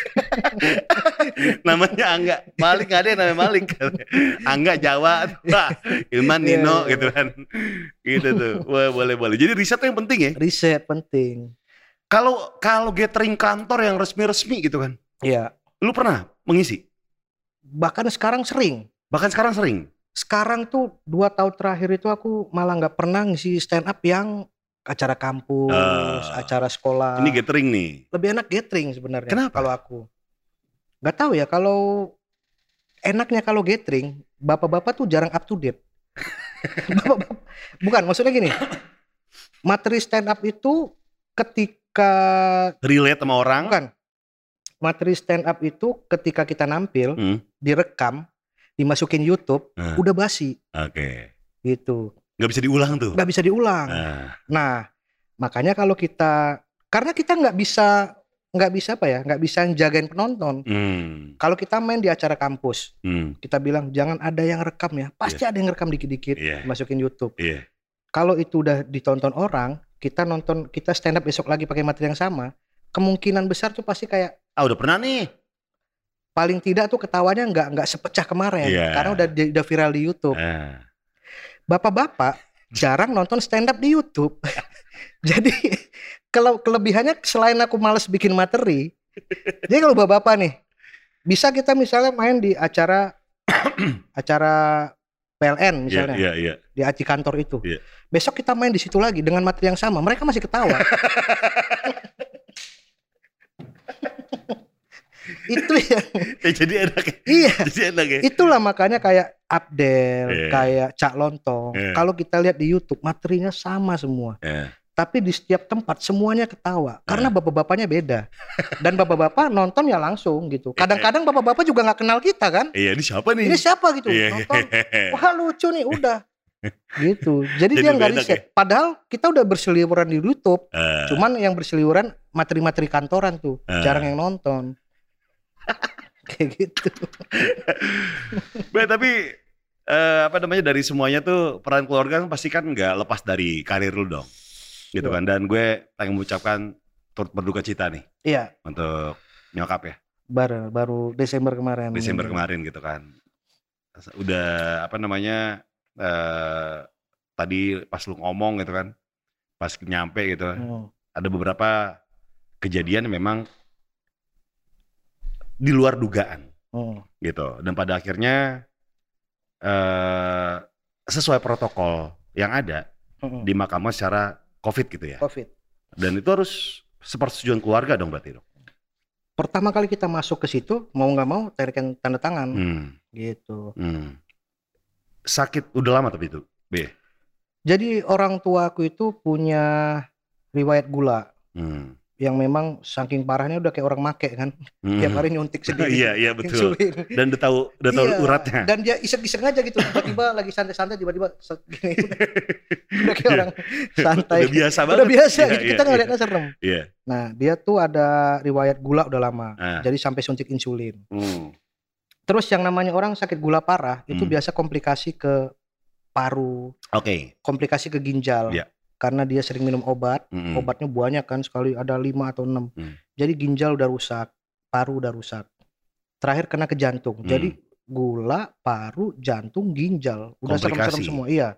Namanya Angga. Malik gak ada yang namanya Malik. Angga Jawa, Wah, Ilman Iya, Nino iya. gitu kan. Gitu tuh. Wah, boleh boleh. Jadi riset tuh yang penting ya. Riset penting. Kalau kalau gathering kantor yang resmi-resmi gitu kan. Iya. Lu pernah mengisi? Bahkan sekarang sering. Bahkan sekarang sering. Sekarang tuh dua tahun terakhir itu aku malah nggak pernah ngisi stand up yang acara kampus, Ah. acara sekolah. Ini gathering nih. Lebih enak gathering sebenarnya. Kenapa? Kalau aku nggak tahu ya. Kalau enaknya kalau gathering, bapak-bapak tuh jarang up to date. Bapak-bapak- Bukan, maksudnya gini. Materi stand up itu ketika Relate sama orang. bukan materi stand up itu ketika kita nampil Hmm. direkam, dimasukin YouTube, Nah. udah basi Oke. gitu. Nggak bisa diulang tuh. Nggak bisa diulang. Nah, Nah, makanya kalau kita karena kita nggak bisa nggak bisa apa ya, nggak bisa jagain penonton. hmm, Kalau kita main di acara kampus, hmm, kita bilang jangan ada yang rekam ya, pasti ada yang rekam dikit-dikit, Iya. masukin YouTube. iya. Kalau itu udah ditonton orang, kita nonton, kita stand up besok lagi pakai materi yang sama, kemungkinan besar tuh pasti kayak Ah udah pernah nih. paling tidak tuh ketawanya nggak nggak sepecah kemarin, Iya. karena udah di- udah viral di YouTube. Ah. Bapak-bapak jarang nonton stand up di YouTube. Jadi kalau kelebihannya selain aku males bikin materi, jadi kalau bapak-bapak nih bisa kita misalnya main di acara acara P L N Iya, misalnya iya, iya. di aci kantor itu. Iya. Besok kita main di situ lagi dengan materi yang sama, mereka masih ketawa. Itu yang Eh, jadi enak ya. iya. Jadi enak ya. Itulah makanya kayak Abdel, Iya. kayak Cak Lontong. Iya. Kalau kita lihat di YouTube materinya sama semua. Iya. Tapi di setiap tempat semuanya ketawa karena bapak-bapaknya beda. Dan bapak-bapak nonton ya langsung gitu. Kadang-kadang bapak-bapak juga nggak kenal kita kan. Iya, ini siapa nih? Ini siapa gitu. Iya. Nonton, wah lucu nih udah. Gitu. Jadi, Jadi dia nggak beda, riset. Padahal kita udah berseliweran di YouTube. Ah, Cuman yang berseliweran materi-materi kantoran tuh. Ah. Jarang yang nonton. Kayak gitu. Bah, tapi eh, apa namanya dari semuanya tuh peran keluarga kan pasti kan nggak lepas dari karir lu dong, gitu Iya. kan. Dan gue pengen mengucapkan turut berduka cita nih Iya. untuk nyokap ya, Baru, baru Desember kemarin. Desember kemarin gitu kan. Udah apa namanya eh, tadi pas lu ngomong gitu kan, pas nyampe gitu, Hmm. ada beberapa kejadian yang memang di luar dugaan. Hmm. Gitu, dan pada akhirnya eh, sesuai protokol yang ada Hmm. dimakamkan secara COVID gitu ya. COVID. Dan itu harus sepersetujuan keluarga dong berarti, Dok. Pertama kali kita masuk ke situ, mau nggak mau tarikan tanda tangan, Hmm. gitu. Hmm. Sakit udah lama tapi itu, B. Jadi orang tuaku itu punya riwayat gula Hmm. yang memang saking parahnya udah kayak orang make kan, Hmm. tiap hari nyuntik sendiri. Iya, iya betul. insulin. Dan udah tahu udah tahu Iya, uratnya. Dan dia iseng-iseng aja gitu, tiba-tiba lagi santai-santai, tiba-tiba set gini, udah, udah kayak orang santai. Udah biasa banget. Udah biasa Iya, gitu, iya, kita iya. ngeliatnya serem. Iya. Nah dia tuh ada riwayat gula udah lama, Ah. jadi sampai suntik insulin. Hmm. Terus yang namanya orang sakit gula parah itu Hmm. biasa komplikasi ke paru, Oke. komplikasi ke ginjal. Iya. Karena dia sering minum obat, Hmm. obatnya banyak kan, sekali ada lima atau enam. Hmm. Jadi ginjal udah rusak, paru udah rusak. Terakhir kena ke jantung. Hmm. Jadi gula, paru, jantung, ginjal udah serem-serem Komplikasi. semua. Iya.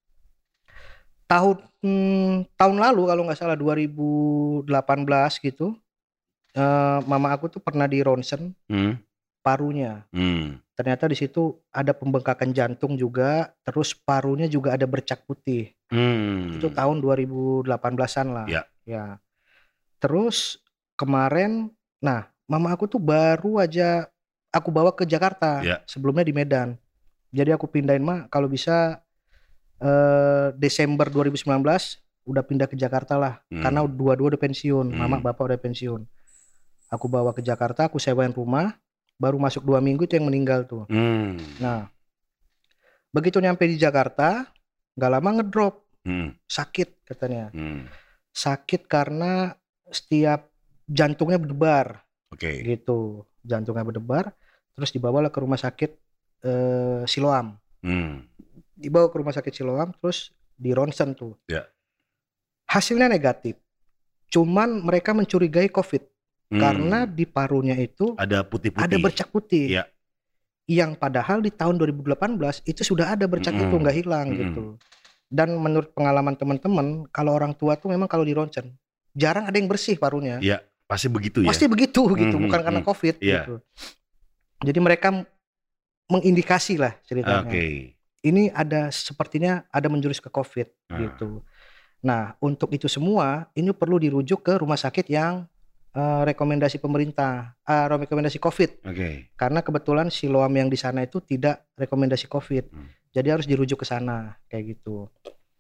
Tahun hmm, tahun lalu kalau nggak salah dua ribu delapan belas gitu, eh, mama aku tuh pernah di ronsen Hmm. parunya. Hmm. Ternyata di situ ada pembengkakan jantung juga, terus parunya juga ada bercak putih. Hmm. Itu tahun dua ribu delapan belasan lah. Ya. Ya. Terus kemarin, nah mama aku tuh baru aja aku bawa ke Jakarta. Ya. Sebelumnya di Medan. Jadi aku pindahin mah kalau bisa eh, Desember dua ribu sembilan belas udah pindah ke Jakarta lah. Hmm. Karena dua-dua udah pensiun, Hmm. mama bapak udah pensiun. Aku bawa ke Jakarta, aku sewain rumah. Baru masuk dua minggu itu yang meninggal tuh. Hmm. Nah, begitu nyampe di Jakarta, nggak lama ngedrop, Hmm. sakit katanya. Hmm. Sakit karena setiap jantungnya berdebar, Oke. gitu. Jantungnya berdebar, terus dibawalah ke rumah sakit eh, Siloam. Hmm. Dibawa ke rumah sakit Siloam, terus di ronsen tuh. Ya. Hasilnya negatif. Cuman mereka mencurigai COVID Hmm. karena di parunya itu ada putih-putih. ada bercak putih. Iya. Yang padahal di tahun dua ribu delapan belas itu sudah ada bercak Mm-mm. itu, nggak hilang Mm-mm. gitu. Dan menurut pengalaman teman-teman, kalau orang tua tuh memang kalau di ronsen jarang ada yang bersih parunya. Iya, pasti begitu ya. Pasti begitu gitu, Mm-mm. bukan karena Mm. COVID Iya. gitu. Jadi mereka mengindikasi lah ceritanya. Oke. Ini ada sepertinya ada menjurus ke COVID Ah. gitu. Nah, untuk itu semua ini perlu dirujuk ke rumah sakit yang eh, rekomendasi pemerintah, eh, rekomendasi COVID. Oke. Karena kebetulan Siloam yang di sana itu tidak rekomendasi COVID. Hmm. Jadi harus dirujuk ke sana kayak gitu.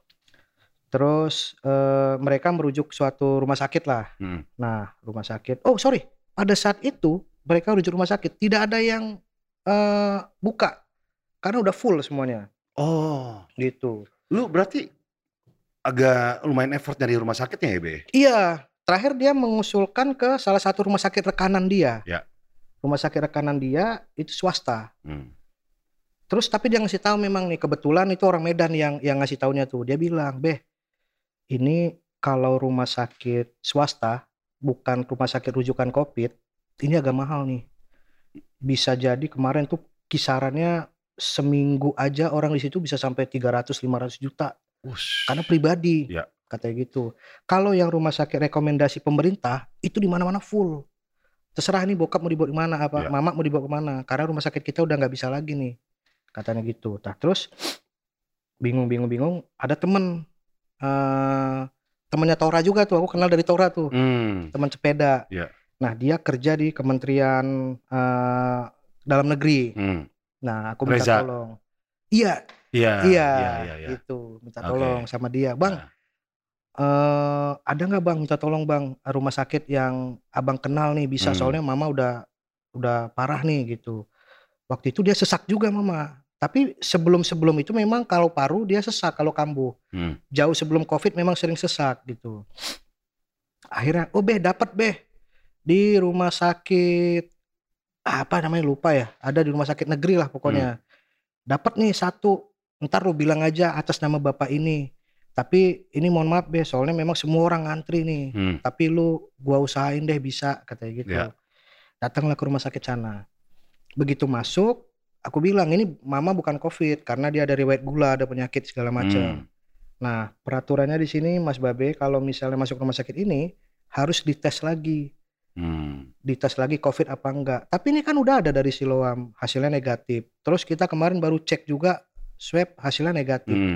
Terus eh, mereka merujuk suatu rumah sakit lah. Hmm. Nah, rumah sakit. Oh, sorry. Pada saat itu mereka rujuk rumah sakit, tidak ada yang eh, buka. Karena udah full semuanya. Oh, Gitu. lu berarti agak lumayan effort dari rumah sakitnya ya, Be? Iya, terakhir dia mengusulkan ke salah satu rumah sakit rekanan dia. Ya. Rumah sakit rekanan dia itu swasta. Hmm. Terus tapi dia ngasih tahu memang nih, kebetulan itu orang Medan yang yang ngasih taunya tuh. Dia bilang, "Beh, ini kalau rumah sakit swasta bukan rumah sakit rujukan COVID, ini agak mahal nih. Bisa jadi kemarin tuh kisarannya seminggu aja orang di situ bisa sampai tiga ratus lima ratus juta Ush. karena pribadi." Ya. Katanya gitu. Kalau yang rumah sakit rekomendasi pemerintah itu di mana-mana full. Terserah nih bokap mau dibawa di mana, apa Ya. mama mau dibawa kemana. Karena rumah sakit kita udah nggak bisa lagi nih. Katanya gitu. Nah terus bingung-bingung-bingung ada temen eh temennya Tora juga tuh, aku kenal dari Tora tuh, Hmm. teman sepeda. Ya. Nah dia kerja di Kementerian eh, Dalam Negeri. Hmm. Nah aku minta Reza. tolong. Iya, Iya, iya, iya, iya, iya. gitu. Minta Oke. tolong sama dia, bang. Nah. eh ada nggak bang, minta tolong bang, rumah sakit yang abang kenal nih bisa, Hmm. soalnya mama udah udah parah nih gitu. Waktu itu dia sesak juga mama. Tapi sebelum sebelum itu memang kalau paru dia sesak kalau kambuh. Hmm. Jauh sebelum COVID memang sering sesak gitu. Akhirnya, oh beh dapat beh di rumah sakit apa namanya lupa ya. Ada di rumah sakit negeri lah pokoknya. Dapat nih satu. Ntar lu bilang aja atas nama bapak ini. Tapi ini mohon maaf beh, soalnya memang semua orang ngantri nih. Hmm. Tapi lu gua usahain deh bisa, katanya gitu. Ya. Datanglah ke rumah sakit sana. Begitu masuk, aku bilang ini mama bukan COVID karena dia ada riwayat gula, ada penyakit segala macam. Hmm. Nah, peraturannya di sini Mas Babe kalau misalnya masuk rumah sakit ini harus dites lagi. Hmm. Dites lagi COVID apa enggak. Tapi ini kan udah ada dari Siloam, hasilnya negatif. Terus kita kemarin baru cek juga swab, hasilnya negatif. Hmm.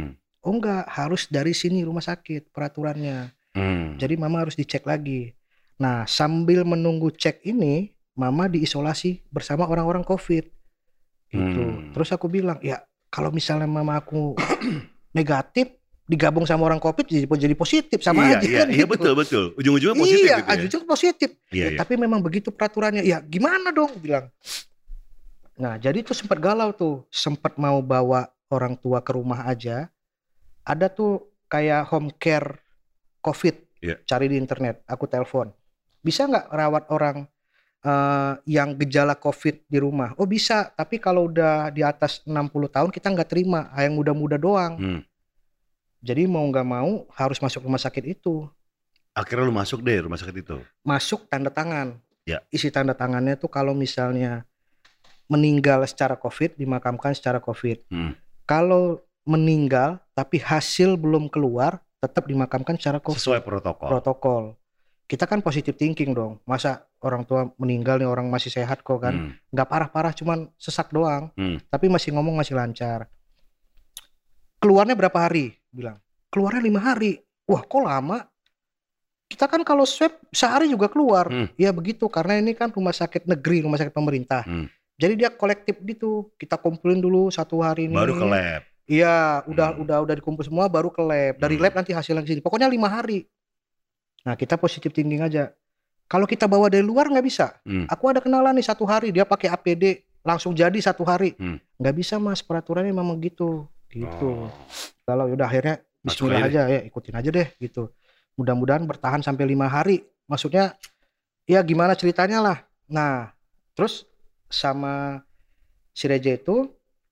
Oh enggak, harus dari sini rumah sakit peraturannya. Hmm. Jadi mama harus dicek lagi. Nah sambil menunggu cek ini, mama diisolasi bersama orang-orang COVID. Gitu. Hmm. Terus aku bilang, ya kalau misalnya mama aku negatif, digabung sama orang COVID jadi, jadi positif sama iya, aja iya, kan iya gitu. betul betul. Ujung-ujungnya positif iya, gitu ya. ujung-ujungnya positif. Iya, Ya, iya. tapi memang begitu peraturannya. Ya gimana dong bilang. Nah jadi tuh sempat galau tuh, sempat mau bawa orang tua ke rumah aja. Ada tuh kayak home care COVID, Iya. cari di internet. Aku telepon, bisa nggak rawat orang uh, yang gejala COVID di rumah? Oh bisa, tapi kalau udah di atas enam puluh tahun kita nggak terima, yang muda-muda doang. Hmm. Jadi mau nggak mau harus masuk rumah sakit itu. Akhirnya lu masuk deh rumah sakit itu. Masuk tanda tangan. Ya. Isi tanda tangannya tuh kalau misalnya meninggal secara COVID, dimakamkan secara COVID. Hmm. Kalau meninggal tapi hasil belum keluar, tetap dimakamkan secara COVID. Sesuai protokol. Protokol. Kita kan positive thinking dong. Masa orang tua meninggal nih, orang masih sehat kok kan. Hmm. Nggak parah-parah, cuman sesak doang. Hmm. Tapi masih ngomong masih lancar. Keluarnya berapa hari? Bilang. Keluarnya lima hari. Wah kok lama? Kita kan kalau swab sehari juga keluar. Hmm. Ya begitu, karena ini kan rumah sakit negeri, rumah sakit pemerintah. Hmm. Jadi dia kolektif gitu. Kita kumpulin dulu satu hari ini. Baru ke lab. Iya, udah Hmm. udah udah dikumpul semua baru ke lab. Dari Hmm. lab nanti hasilnya ke sini. Pokoknya lima hari. Nah kita positive thinking aja. Kalau kita bawa dari luar nggak bisa. Hmm. Aku ada kenalan nih satu hari dia pakai A P D langsung jadi satu hari. Hmm. Nggak bisa mas, peraturannya memang gitu. Gitu. Oh. Kalau udah akhirnya Masuk Bismillah aja aja ya, ikutin aja deh gitu. Mudah-mudahan bertahan sampai lima hari. Maksudnya ya gimana ceritanya lah. Nah terus sama si Reja itu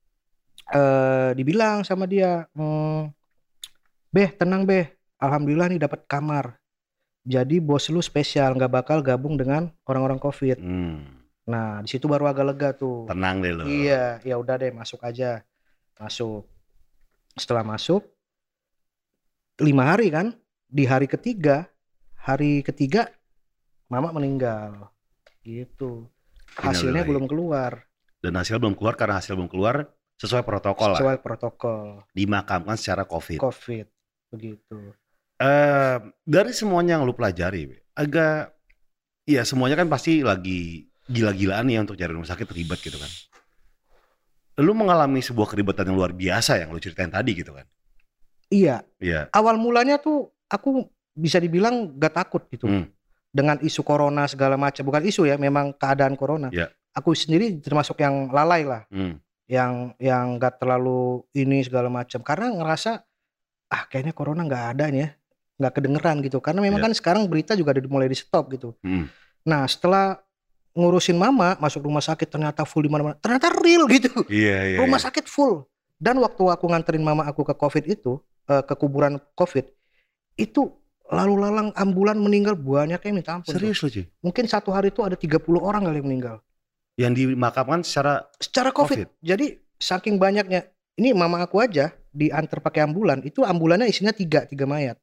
eh, dibilang sama dia, hmm, Beh tenang Beh, alhamdulillah nih dapat kamar. Jadi bos lu spesial, nggak bakal gabung dengan orang-orang COVID. Hmm. Nah di situ baru agak lega tuh. Tenang deh lo. Iya, ya udah deh masuk aja. Masuk. Setelah masuk lima hari kan, di hari ketiga, hari ketiga mama meninggal. Gitu. Hasilnya Innalillahi. belum keluar. Dan hasil belum keluar karena hasil belum keluar sesuai protokol lah. Sesuai protokol Dimakamkan secara COVID. COVID. Begitu. Eh, dari semuanya yang lu pelajari, Be, agak, ya semuanya kan pasti lagi gila-gilaan ya untuk cari rumah sakit ribet gitu kan. Lu mengalami sebuah keribetan yang luar biasa yang lu ceritain tadi gitu kan. Iya. Iya. Awal mulanya tuh aku bisa dibilang gak takut gitu. Hmm. Dengan isu corona segala macam. Bukan isu ya, memang keadaan corona. Iya. Aku sendiri termasuk yang lalai lah. Hmm. Yang yang gak terlalu ini segala macam. Karena ngerasa ah kayaknya corona gak ada nih ya. Gak kedengeran gitu. Karena memang Iya. kan sekarang berita juga udah mulai di stop gitu. Hmm. Nah setelah ngurusin mama masuk rumah sakit ternyata full di mana-mana. Ternyata real gitu. Iya, iya. Rumah iya. sakit full. Dan waktu aku nganterin mama aku ke COVID itu, eh, ke kuburan COVID, itu lalu lalang ambulan meninggal banyak yang minta ampun. Serius lu, Ci? Mungkin satu hari itu ada tiga puluh orang kali yang meninggal. Yang dimakamkan secara Secara COVID. COVID. Jadi saking banyaknya. Ini mama aku aja diantar pakai ambulan. Itu ambulannya isinya tiga, tiga mayat.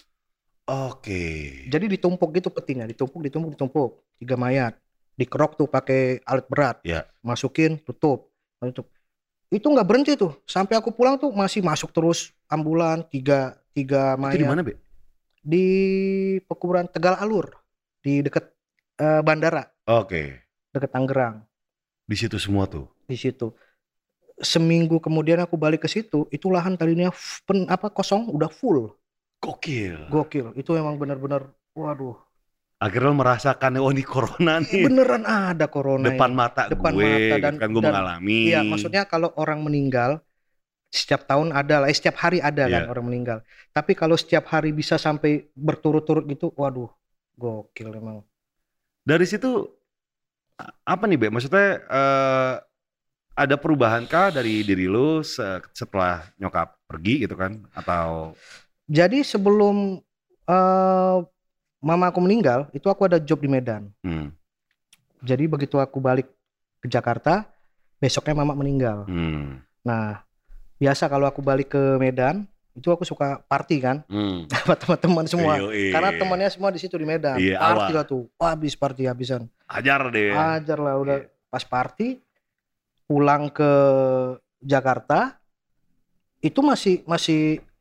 oke. Jadi ditumpuk gitu petinya, ditumpuk, ditumpuk, ditumpuk. Tiga mayat. Dikerok tuh pakai alat berat. Ya. Masukin, tutup. tutup. Itu nggak berhenti tuh. Sampai aku pulang tuh masih masuk terus ambulan tiga, tiga mayat. Itu di mana, Be? Di pekuburan Tegal Alur. Di dekat eh, bandara. Oke. Dekat Tangerang. Di situ semua tuh. Di situ. Seminggu kemudian aku balik ke situ, itu lahan tadinya f- pen, apa kosong udah full. Gokil. Gokil. Itu emang benar-benar waduh. Akhirnya lu merasakan, oh ini corona nih. Beneran ada corona Depan ini. mata Depan gue, mata gitu dan- kan gue dan- mengalami. Iya, maksudnya kalau orang meninggal setiap tahun ada lah, eh, setiap hari ada kan Iya. orang meninggal. Tapi kalau setiap hari bisa sampai berturut-turut gitu, waduh, gokil emang. Dari situ a- apa nih, Be? Maksudnya eh, ada perubahan kah dari diri lu se- setelah nyokap pergi gitu kan? Atau Jadi sebelum eh, mama aku meninggal, itu aku ada job di Medan. hmm, Jadi begitu aku balik ke Jakarta, besoknya mama meninggal. hmm, Nah, biasa kalau aku balik ke Medan, itu aku suka party kan, hmm. sama teman-teman semua. Yoi. Karena temannya semua di situ di Medan. Iya, Party awal. lah tuh, wah, habis party habisan. Ajar deh. Ajar lah udah Iya. pas party, pulang ke Jakarta, itu masih masih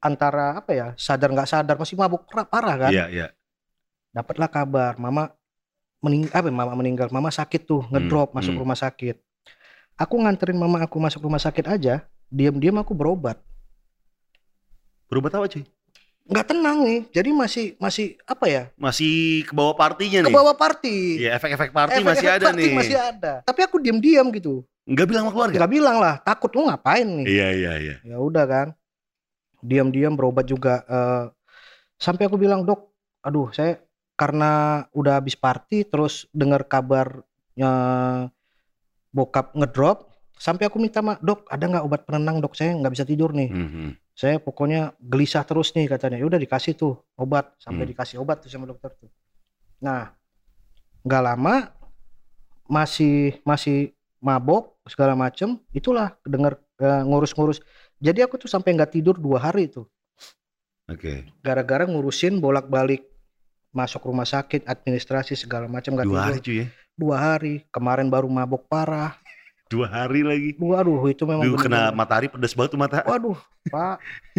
antara apa ya, sadar nggak sadar, masih mabuk pra- parah kan. Iya, iya. Dapatlah kabar mama mening apa ya, mama meninggal, mama sakit tuh, ngedrop masuk hmm. rumah sakit. Aku nganterin mama aku masuk rumah sakit aja, diam-diam aku berobat. Berobat apa cuy? Nggak tenang nih, jadi masih masih apa ya, Masih ke bawah partinya ke nih. bawah party. Iya, efek-efek party Efek-efek masih ada party nih. masih ada. Tapi aku diam-diam gitu. Enggak bilang sama keluarga? Nggak bilang lah, takut lu ngapain nih. Iya, iya, iya. Ya udah kan, diam-diam berobat juga. eh, sampai aku bilang, dok, aduh saya karena udah habis party terus dengar kabarnya bokap ngedrop, sampai aku minta mak, dok ada nggak obat penenang dok, saya nggak bisa tidur nih. Mhm. Saya pokoknya gelisah terus nih katanya. Ya udah dikasih tuh obat, sampai Hmm. dikasih obat tuh sama dokter tuh. Nah, nggak lama masih masih mabok segala macem. Itulah dengar eh, ngurus-ngurus. Jadi aku tuh sampai nggak tidur dua hari tuh. Oke. Gara-gara ngurusin bolak-balik masuk rumah sakit, administrasi segala macam nggak Dua tidur. hari cuy ya. Dua hari. Kemarin baru mabok parah. Dua hari lagi. Waduh, itu memang Duh, kena bener-bener. matahari pedas banget tuh mata. Waduh, Pak.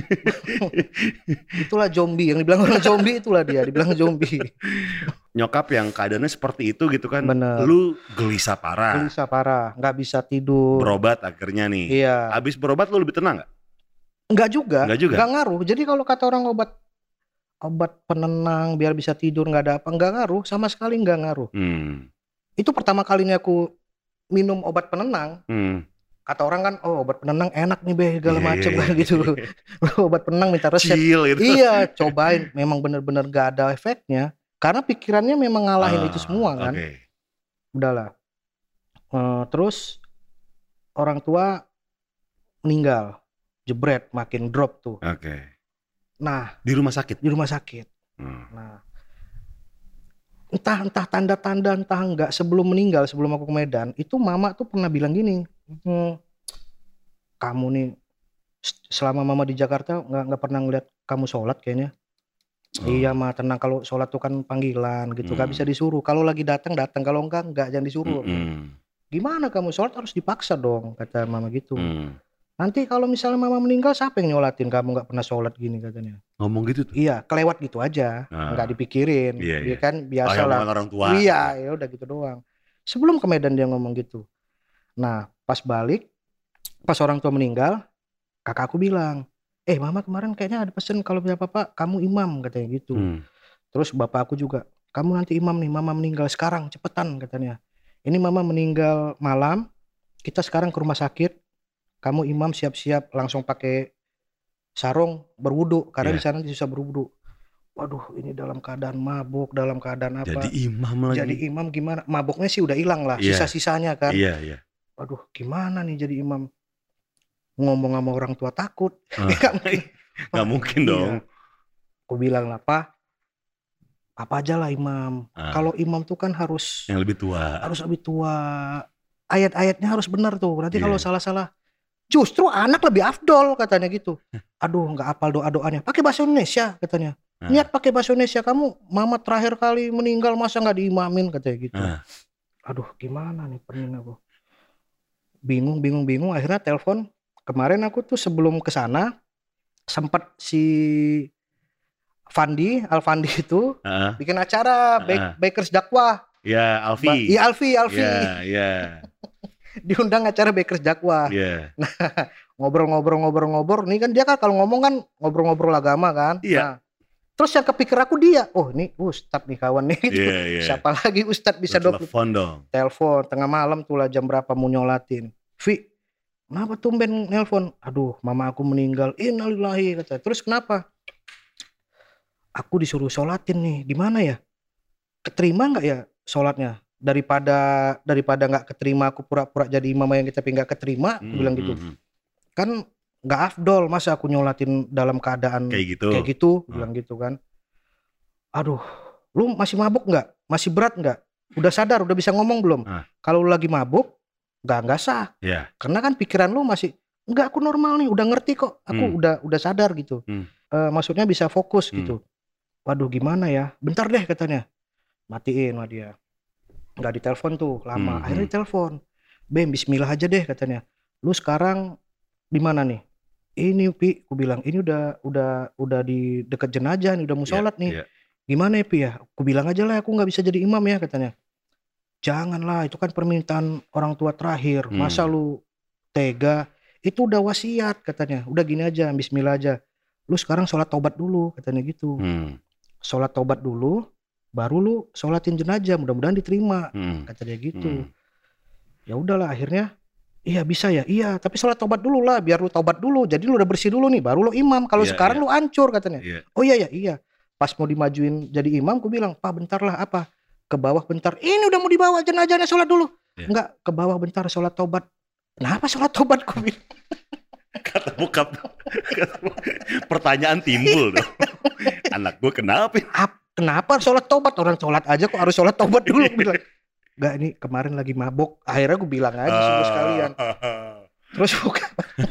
Itulah zombie yang dibilang orang zombie, itulah dia dibilang zombie. Nyokap yang keadaannya seperti itu gitu kan. Bener. Lu gelisah parah. Gelisah parah, nggak bisa tidur. Berobat akhirnya nih. Iya. Habis berobat lu lebih tenang gak? Nggak juga. Nggak juga? Nggak ngaruh. Jadi kalau kata orang obat obat penenang biar bisa tidur nggak ada apa, nggak ngaruh, sama sekali nggak ngaruh. Hmm. Itu pertama kalinya aku minum obat penenang. Hmm. Kata orang kan, oh obat penenang enak nih be, segala Iya, macem iya, kan iya. gitu. Obat penenang minta resep. Chill gitu. Iya, cobain. Memang bener-bener gak ada efeknya. Karena pikirannya memang ngalahin Ah, itu semua kan. Oke. Udahlah. Eh, terus orang tua meninggal. Jebret, makin drop tuh. Oke. Nah, Di rumah sakit. di rumah sakit. Hmm. Nah, entah entah tanda-tanda entah enggak, sebelum meninggal, sebelum aku ke Medan, itu mama tuh pernah bilang gini, "Hmm, kamu nih selama mama di Jakarta nggak nggak pernah ngeliat kamu sholat kayaknya." Oh. Iya mah, tenang, kalau sholat tuh kan panggilan gitu, nggak Hmm. bisa disuruh. Kalau lagi datang datang, kalau enggak enggak, jangan disuruh. Mm-mm. Gimana kamu sholat, harus dipaksa dong, kata mama gitu. Hmm. Nanti kalau misalnya mama meninggal, siapa yang nyolatin kamu nggak pernah sholat gini, katanya. Ngomong gitu tuh. Iya, kelewat gitu aja, Ah. nggak dipikirin. Iya, Dia iya. kan Oh, biasa yang lah. omongan orang tua. Iya, ya udah gitu doang. Sebelum ke Medan dia ngomong gitu. Nah, pas balik, pas orang tua meninggal, kakakku bilang, eh mama kemarin kayaknya ada pesen kalau punya papa kamu imam, katanya gitu. Hmm. Terus bapak aku juga, kamu nanti imam nih, mama meninggal sekarang, cepetan, katanya. Ini mama meninggal malam, kita sekarang ke rumah sakit, kamu imam siap-siap langsung pakai sarung berwudu, karena Iya. di sana susah berwudu. Waduh, ini dalam keadaan mabuk, dalam keadaan apa? Jadi imam lagi. Jadi imam gimana? Mabuknya sih udah hilang lah, Iya. sisa-sisanya kan. Iya, iya. Waduh, gimana nih jadi imam? Ngomong sama orang tua takut. Ah. Nggak mungkin. Nggak mungkin Iya. dong. Aku bilang lah, Pak, apa aja lah imam. Ah. Kalau imam tuh kan harus Yang lebih tua. harus lebih tua. Ayat-ayatnya harus benar tuh. Nanti Iya. kalau salah-salah, justru anak lebih afdol, katanya gitu. Aduh, nggak hafal doa-doanya. Pakai bahasa Indonesia, katanya. Ah. Niat pakai bahasa Indonesia, kamu mama terakhir kali meninggal masa nggak diimamin, katanya gitu. Ah. Aduh, gimana nih pening aku. Bingung, bingung, bingung. Akhirnya telepon. Kemarin aku tuh sebelum ke sana sempat si Fandi, Alfandi itu Ah. bikin acara Ah. Bak- Bakers Dakwah. Ya, Ba- Alfi. Iya, Alfi, Alfi. Ya, ya, Diundang acara Bakers Dakwah. ya. Ngobrol-ngobrol-ngobrol-ngobrol. Ini kan dia kan kalau ngomong kan ngobrol-ngobrol agama kan. Iya. Nah, terus yang kepikir aku dia, oh ini Ustadz nih kawan nih. Gitu. Iya, iya. Siapa lagi Ustadz bisa Lu dok? telepon dong. Telepon tengah malam tuh lah, jam berapa mau nyolatin. Vi, kenapa tumben nelpon? Aduh, mama aku meninggal. Innalillahi, kata. Terus kenapa? Aku disuruh sholatin nih. Di mana ya? Keterima nggak ya sholatnya? Daripada daripada nggak keterima, aku pura-pura jadi imam yang kita nggak keterima. Aku Hmm, bilang gitu. hmm, hmm. Kan nggak afdol, masa aku nyolatin dalam keadaan Kayak gitu. kayak gitu, Hmm. bilang gitu kan. Aduh, lu masih mabuk nggak? Masih berat nggak? Udah sadar, udah bisa ngomong belum? Ah. Kalau lu lagi mabuk, nggak nggak sah. Ya. Karena kan pikiran lu masih, nggak, aku normal nih, udah ngerti kok, aku Hmm. udah udah sadar gitu. Hmm. Eh, maksudnya bisa fokus Hmm. gitu. Waduh, gimana ya? Bentar deh, katanya. Matiin sama dia. Nggak ditelepon tuh lama. Hmm, Akhirnya hmm. ditelepon. Bem, Bismillah aja deh, katanya. Lu sekarang di mana nih? Ini Pi, aku bilang ini udah udah udah di dekat jenazah nih, udah mau Iya, sholat nih. iya. Gimana ya Pi ya? Aku bilang aja lah aku nggak bisa jadi imam ya katanya. Janganlah, itu kan permintaan orang tua terakhir. Hmm. Masa lu tega? Itu udah wasiat katanya. Udah gini aja, bismillah aja. Lu sekarang sholat taubat dulu katanya gitu. Hmm. Sholat taubat dulu, baru lu sholatin jenazah. Mudah-mudahan diterima Hmm. kata dia gitu. Hmm. Ya udahlah akhirnya. Iya bisa ya, iya tapi sholat taubat dulu lah, biar lu taubat dulu, jadi lu udah bersih dulu nih, baru lu imam. Kalau Iya, sekarang iya. lu hancur katanya. Iya. Oh iya ya iya. Pas mau dimajuin jadi imam, aku bilang, Pak bentar lah apa? Ke bawah bentar. Ini udah mau dibawa jenazahnya, sholat dulu. Iya. Enggak, ke bawah bentar sholat taubat. Kenapa sholat taubat? Aku bilang. Kata bokap. Pertanyaan timbul dong. Anak gue kenapa? Ap, kenapa sholat taubat? Orang sholat aja kok harus sholat taubat dulu? Aku bilang. Enggak, ini kemarin lagi mabok. Akhirnya gue bilang aja semua sekalian. Terus bukan.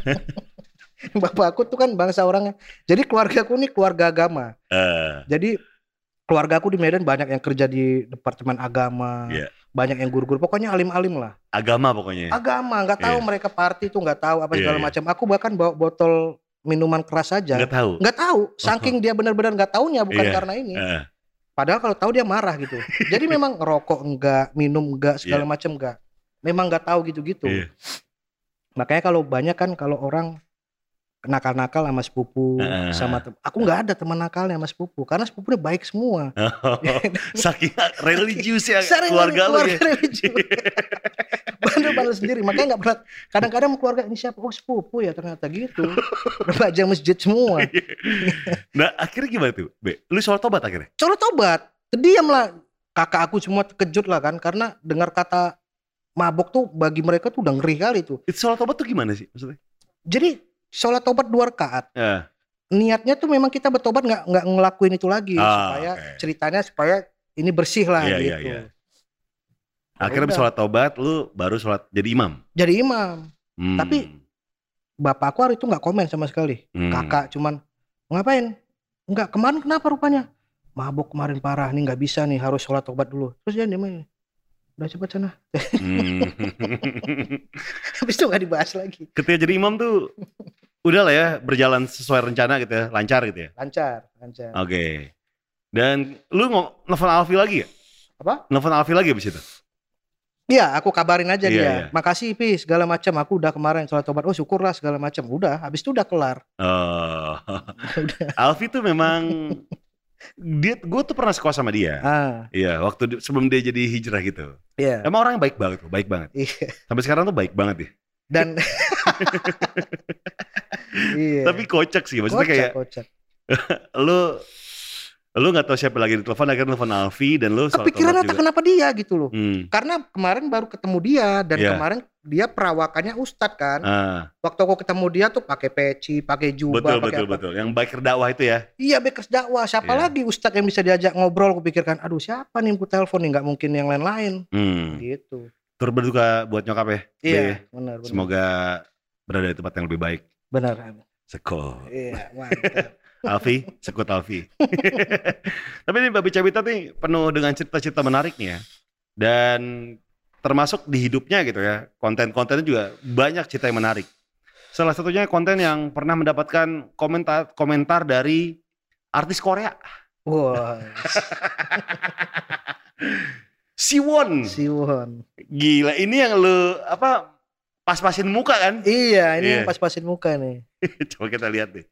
Bapak aku tuh kan bangsa orangnya. Jadi keluarga aku nih keluarga agama. Uh, Jadi keluarga aku di Medan banyak yang kerja di departemen agama, Iya. banyak yang guru-guru. Pokoknya alim-alim lah. agama pokoknya. Agama, nggak tahu Iya. mereka party tuh nggak tahu apa Iya, segala iya. macam. Aku bahkan bawa botol minuman keras saja. Nggak tahu. Nggak tahu. Saking dia benar-benar nggak taunya bukan Iya. karena ini. Uh, Padahal kalau tahu dia marah gitu. Jadi memang rokok enggak, minum enggak, segala Iya. macam enggak. Memang nggak tahu gitu-gitu. Iya. Makanya kalau banyak kan kalau orang nakal-nakal sama sepupu, Heeh. sama tem- aku nggak ada teman nakalnya sama sepupu karena sepupunya baik semua. Saking religius ya Sering keluarga lu ya. religius. Bandel-bandel sendiri. Makanya nggak pernah. Kadang-kadang keluarga ini siapa? Oh sepupu ya ternyata gitu. Remaja masjid semua. Nah akhirnya gimana tuh? Be, lu sholat tobat akhirnya? Sholat tobat. Terdiam lah. Kakak aku semua terkejut lah kan. Karena dengar kata mabok tuh bagi mereka tuh udah ngeri kali tuh. Itu sholat tobat tuh gimana sih maksudnya? Jadi sholat tobat dua rakaat. Ya. Niatnya tuh memang kita bertobat nggak nggak ngelakuin itu lagi. Ah, supaya oke. ceritanya supaya ini bersih lah Iya, iya, gitu. iya. Akhirnya udah. sholat tobat, lu baru sholat jadi imam. Jadi imam. Hmm. Tapi bapak aku hari itu nggak komen sama sekali. Hmm. Kakak cuman ngapain? Enggak, kemarin kenapa rupanya? Mabuk kemarin parah nih, nggak bisa nih, harus sholat tobat dulu. Terus dia diem aja. Udah cepat sana. Hmm. Habis itu nggak dibahas lagi. Ketika jadi imam tuh udah lah ya berjalan sesuai rencana gitu ya, lancar gitu ya. Lancar, lancar. Oke. Dan lu ngo- nelfon Alfi lagi ya? Apa? Nelfon Alfi lagi abis itu? Iya, aku kabarin aja Iya, dia. iya. Makasih Pi, segala macam. Aku udah kemarin sholat tobat. Oh syukurlah segala macam. Udah, habis itu udah kelar. Oh. Alfi tuh memang dia, gue tuh pernah sekolah sama dia. Ah, Iya, waktu di- sebelum dia jadi hijrah gitu. iya. Emang orangnya baik banget tuh, baik banget. Iya. Sampai sekarang tuh baik banget ya. Dan iya. Tapi kocak sih, maksudnya kocak, kayak kocak. lu lu nggak tahu siapa lagi di telepon, akhirnya telepon Alfi dan lu sholat Kepikiran tobat atau juga. kenapa dia gitu loh. Hmm. Karena kemarin baru ketemu dia dan Iya. kemarin dia perawakannya ustadz kan. Ah, Waktu aku ketemu dia tuh pakai peci, pakai jubah, betul pakai betul apa. betul. Yang biker dakwah itu ya. Iya, bekers dakwah. Siapa Iya. lagi ustadz yang bisa diajak ngobrol? Aku pikirkan, aduh siapa nih aku telepon nih, nggak mungkin yang lain-lain. Hmm. Gitu. Turut berduka buat nyokap ya. Iya, Be. benar benar. Semoga berada di tempat yang lebih baik. Benar. Sekol. Iya, mantap. Alfi, sekut Alfi. Tapi ini Babi Cabita nih penuh dengan cerita-cerita menarik nih ya. Dan termasuk di hidupnya gitu ya. Konten-kontennya juga banyak cerita yang menarik. Salah satunya konten yang pernah mendapatkan komentar komentar dari artis Korea. Wah, Siwon. Siwon. Gila, ini yang lu apa pas-pasin muka kan? Iya, ini Iya. yang pas-pasin muka nih. Coba kita lihat deh.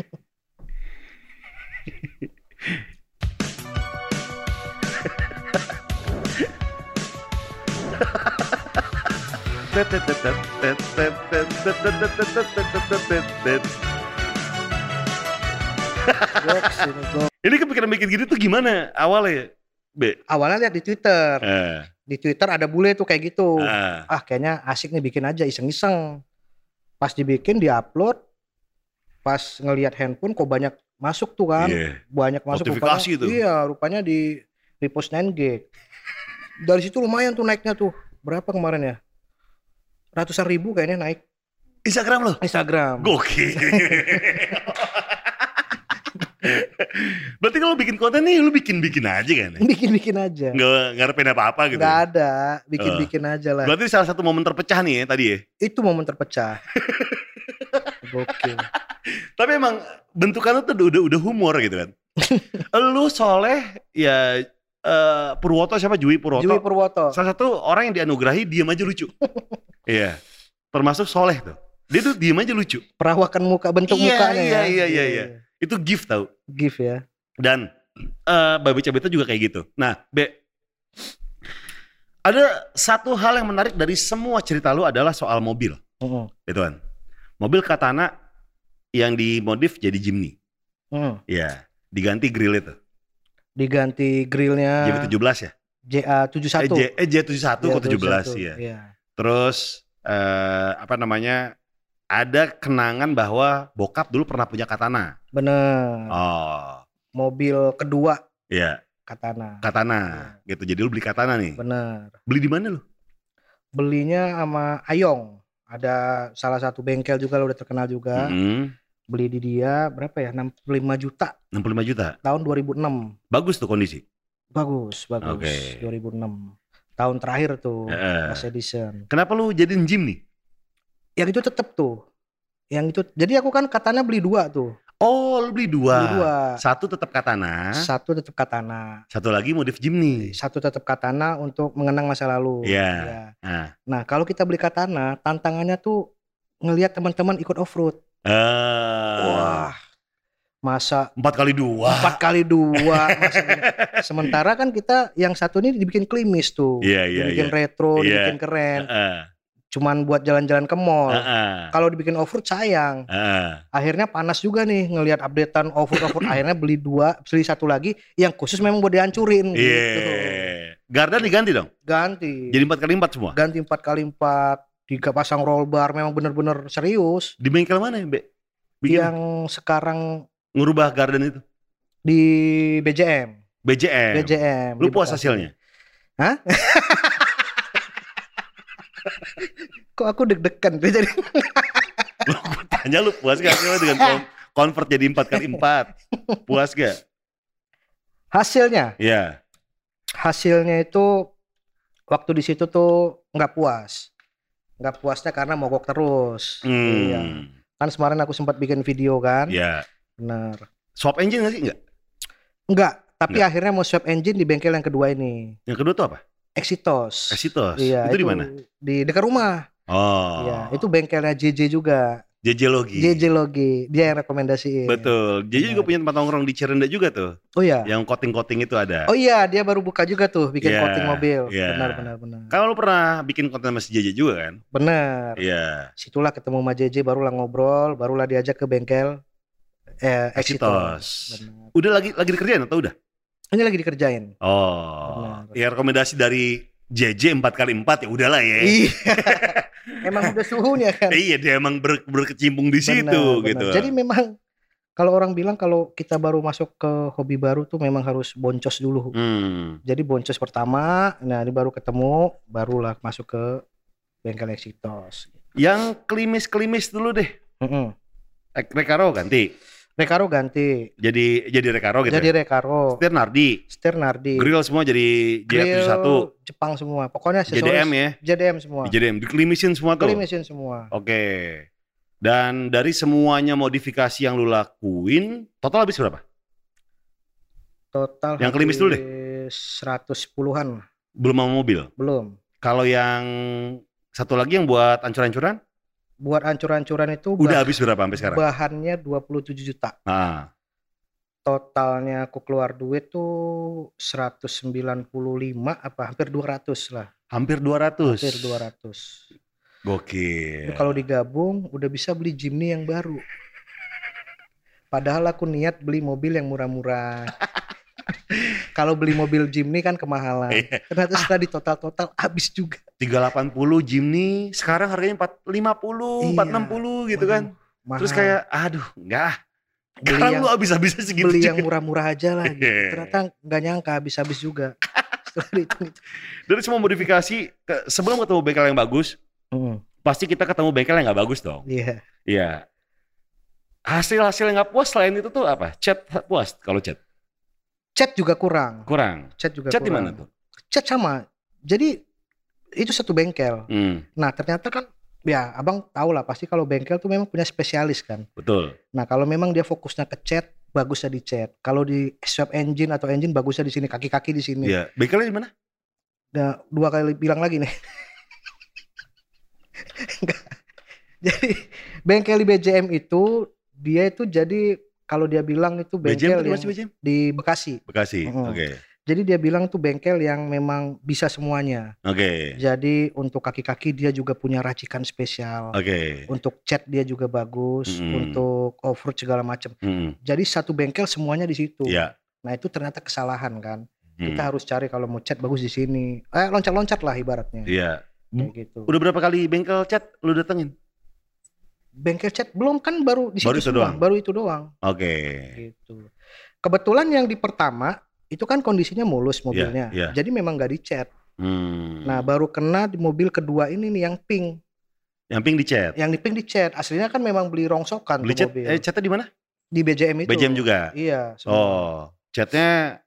Goks ini, goks. Ini kepikiran bikin gini tuh gimana awalnya, Be? Awalnya lihat di Twitter. Eh, Di Twitter ada bule tuh kayak gitu. ah, Ah, kayaknya asik nih bikin aja iseng-iseng. Pas dibikin, diupload. Pas ngelihat handphone kok banyak masuk tuh kan. iya. Banyak masuk Notifikasi rupanya, tuh. Iya, rupanya di repost nine gig. Dari situ lumayan tuh naiknya tuh. Berapa kemarin ya? Ratusan ribu kayaknya naik Instagram lo? Instagram. Gokil. Berarti kalau bikin konten nih lu bikin-bikin aja kan? ya? Bikin-bikin aja. Nggak ngarepin apa-apa gitu. Nggak ada, bikin-bikin aja lah. Berarti salah satu momen terpecah nih ya tadi ya? Itu momen terpecah. Gokil. Tapi emang bentukannya tuh udah udah humor gitu kan. Lu Soleh ya eh, Purwoto siapa Jui Purwoto. Jui Purwoto. Salah satu orang yang dianugerahi diam aja lucu. Iya. Termasuk Soleh tuh. Dia tuh diam aja lucu. Perawakan muka, bentuk Iya, mukanya iya, ya. iya, iya, iya. Itu gift tau. Gift ya. Dan eh Babe Cabita juga kayak gitu. Nah, Be, ada satu hal yang menarik dari semua cerita lu adalah soal mobil. Heeh. Gitu kan. Mobil Katana yang dimodif jadi Jimny. Heeh. Iya, diganti grill itu. Diganti grillnya J B tujuh belas ya? J A tujuh puluh satu. Eh, J, eh J tujuh puluh satu kok tujuh belas ya. Iya. Terus eh, apa namanya? Ada kenangan bahwa bokap dulu pernah punya Katana. Bener. Oh, Mobil kedua iya. Katana. Katana, gitu. Jadi lu beli Katana nih. Bener. Beli di mana lu? Belinya sama Ayong. Ada salah satu bengkel juga lo udah terkenal juga. Mm-hmm. Beli di dia berapa ya? enam puluh lima juta enam puluh lima juta. tahun dua ribu enam. Bagus tuh kondisi. Bagus, bagus. Oke. dua ribu enam. Tahun terakhir tuh Heeh. Last Edition. Kenapa lu jadiin Jimny? Yang itu tetep tuh. Yang itu. Jadi aku kan Katana beli dua tuh. Oh, lu beli dua. Beli dua. Satu tetap Katana, Satu tetep Katana. satu lagi modif Jimny. Satu tetep Katana untuk mengenang masa lalu. Iya. Ya. Nah, Nah, kalau kita beli Katana, tantangannya tuh ngelihat teman-teman ikut off-road. eh, Wah. Masa empat kali dua. empat kali dua. Masa gini. Sementara kan kita yang satu ini dibikin klimis tuh. Iya, iya, dibikin iya. retro, Iya. dibikin keren. Heeh, Cuman buat jalan-jalan ke mall. heeh, Kalau dibikin off-road sayang. heeh. Akhirnya panas juga nih ngelihat updatean off-road off-road. Akhirnya beli dua, beli satu lagi yang khusus memang buat dihancurin Iya. gitu. Gardan diganti dong. Ganti. Jadi empat kali empat semua. Ganti empat kali empat, tiga pasang roll bar, memang bener-bener serius. Di bengkel mana ya, Be? Bikin Yang sekarang ngurubah garden itu. di B J M. B J M. B J M. Lu di puas Bekasi. hasilnya? Hah? Kok aku deg-degan jadi Tanya lu puas gak hasilnya dengan kon- convert jadi empat kali empat? Puas gak? hasilnya. Iya. Hasilnya itu waktu di situ tuh nggak puas. Nggak puasnya karena mogok terus. Iya. Hmm. Kan kemarin aku sempat bikin video kan. Iya. Benar. Swap engine gak sih? Enggak. Enggak, tapi Enggak. akhirnya mau swap engine di bengkel yang kedua ini. Yang kedua tuh apa? Exitos. Exitos. Iya, itu di mana? Di dekat rumah. Oh. Iya, itu bengkelnya J J juga. J J Logi. J J Logi, dia yang rekomendasiin. Betul. J J juga Benar. punya tempat nongkrong di Cirenda juga tuh. Oh iya. Yang coating-coating itu ada. Oh iya, dia baru buka juga tuh bikin Iya, coating mobil. iya. Benar, benar, benar. Kalau lu pernah bikin konten sama si J J juga kan? Benar. Iya. Situlah ketemu sama J J, barulah ngobrol, barulah diajak ke bengkel eh Exitos. Exitos. Benar. Udah lagi lagi dikerjain atau udah? Ini lagi dikerjain. Oh. Benar. Ya rekomendasi dari J J empat kali empat ya udahlah ya. Iya. Emang udah suhunya kan. Iya dia emang ber, berkecimpung di situ Benar, benar. gitu. Jadi memang kalau orang bilang kalau kita baru masuk ke hobi baru tuh memang harus boncos dulu. Hmm. Jadi boncos pertama, nah ini baru ketemu, barulah masuk ke bengkel Exitos. Yang klimis-klimis dulu deh. Mm-mm. Ek- Recaro ganti. Recaro ganti, Jadi jadi Recaro gitu. jadi ya? Recaro, Setir Nardi. setir Nardi, Grill semua jadi J F tujuh puluh satu. Jepang semua. Pokoknya J D M ya. J D M semua. J D M dikelimisin semua tuh. Kelimisin semua. Oke. Dan dari semuanya modifikasi yang lu lakuin, total habis berapa? Total Yang klimis dulu deh. seratus sepuluhan. Belum sama mobil. Belum. Kalau yang satu lagi yang buat ancur-ancuran, Buat ancur-ancuran itu udah bah- habis berapa sampai sekarang? bahannya dua puluh tujuh juta. Nah, Totalnya aku keluar duit tuh seratus sembilan puluh lima apa hampir dua ratus lah. hampir dua ratus. Hampir dua ratus. Gokil. Itu kalau digabung udah bisa beli Jimny yang baru. Padahal aku niat beli mobil yang murah-murah. Kalau beli mobil Jimny kan kemahalan. Iya. Ternyata setelah di total-total habis juga. tiga ratus delapan puluh Jimny, sekarang harganya empat ratus lima puluh, Iya. empat ratus enam puluh gitu Waduh, kan. mahal. Terus kayak aduh, enggak ah. Beli Sekarang yang- lu habis-habisnya segitu beli juga. yang murah-murah aja lah gitu. Iya. Ternyata nggak nyangka habis-habis juga. Setelah itu itu. Dari semua modifikasi, ke- sebelum ketemu bengkel yang bagus, Hmm, pasti kita ketemu bengkel yang nggak bagus dong. Iya. Iya. Hasil-hasil yang nggak puas selain itu tuh apa? Cat puas kalau cat? Cat juga kurang. Kurang. Cat juga Cat di kurang. mana tuh? Cat sama. Jadi itu satu bengkel. Hmm. Nah ternyata kan ya abang tahu lah pasti kalau bengkel tuh memang punya spesialis kan. Betul. Nah kalau memang dia fokusnya ke cat, bagusnya di cat. Kalau di swap engine atau engine bagusnya di sini, kaki-kaki di sini. Iya. Bengkelnya di mana? Nah, dua kali bilang lagi nih. Jadi bengkel di B J M itu dia itu jadi kalau dia bilang itu B J M bengkel itu di yang mana sih B J M? di Bekasi. Bekasi. Mm-mm. Oke. Jadi dia bilang itu bengkel yang memang bisa semuanya. Oke. Jadi untuk kaki-kaki dia juga punya racikan spesial. Oke. Untuk cat dia juga bagus, Mm. untuk off-road segala macam. Hmm. Jadi satu bengkel semuanya di situ. Iya. Nah itu ternyata kesalahan kan. Hmm. Kita harus cari kalau mau cat bagus di sini. Eh loncat-loncat lah ibaratnya. Iya. Kayak gitu. Udah berapa kali bengkel cat lu datengin? Bengkel cat belum kan baru di situ Baru itu semua, doang? baru itu doang. Oke. Gitu. Kebetulan yang di pertama itu kan kondisinya mulus mobilnya. iya. Jadi memang nggak dicat. Hmm. Nah baru kena di mobil kedua ini nih yang pink. Yang pink dicat. Yang di pink dicat. Aslinya kan memang beli rongsokan Beli tuh cat, mobil. eh catnya di mana? Di B J M itu. B J M juga. Iya. Semua. Oh, catnya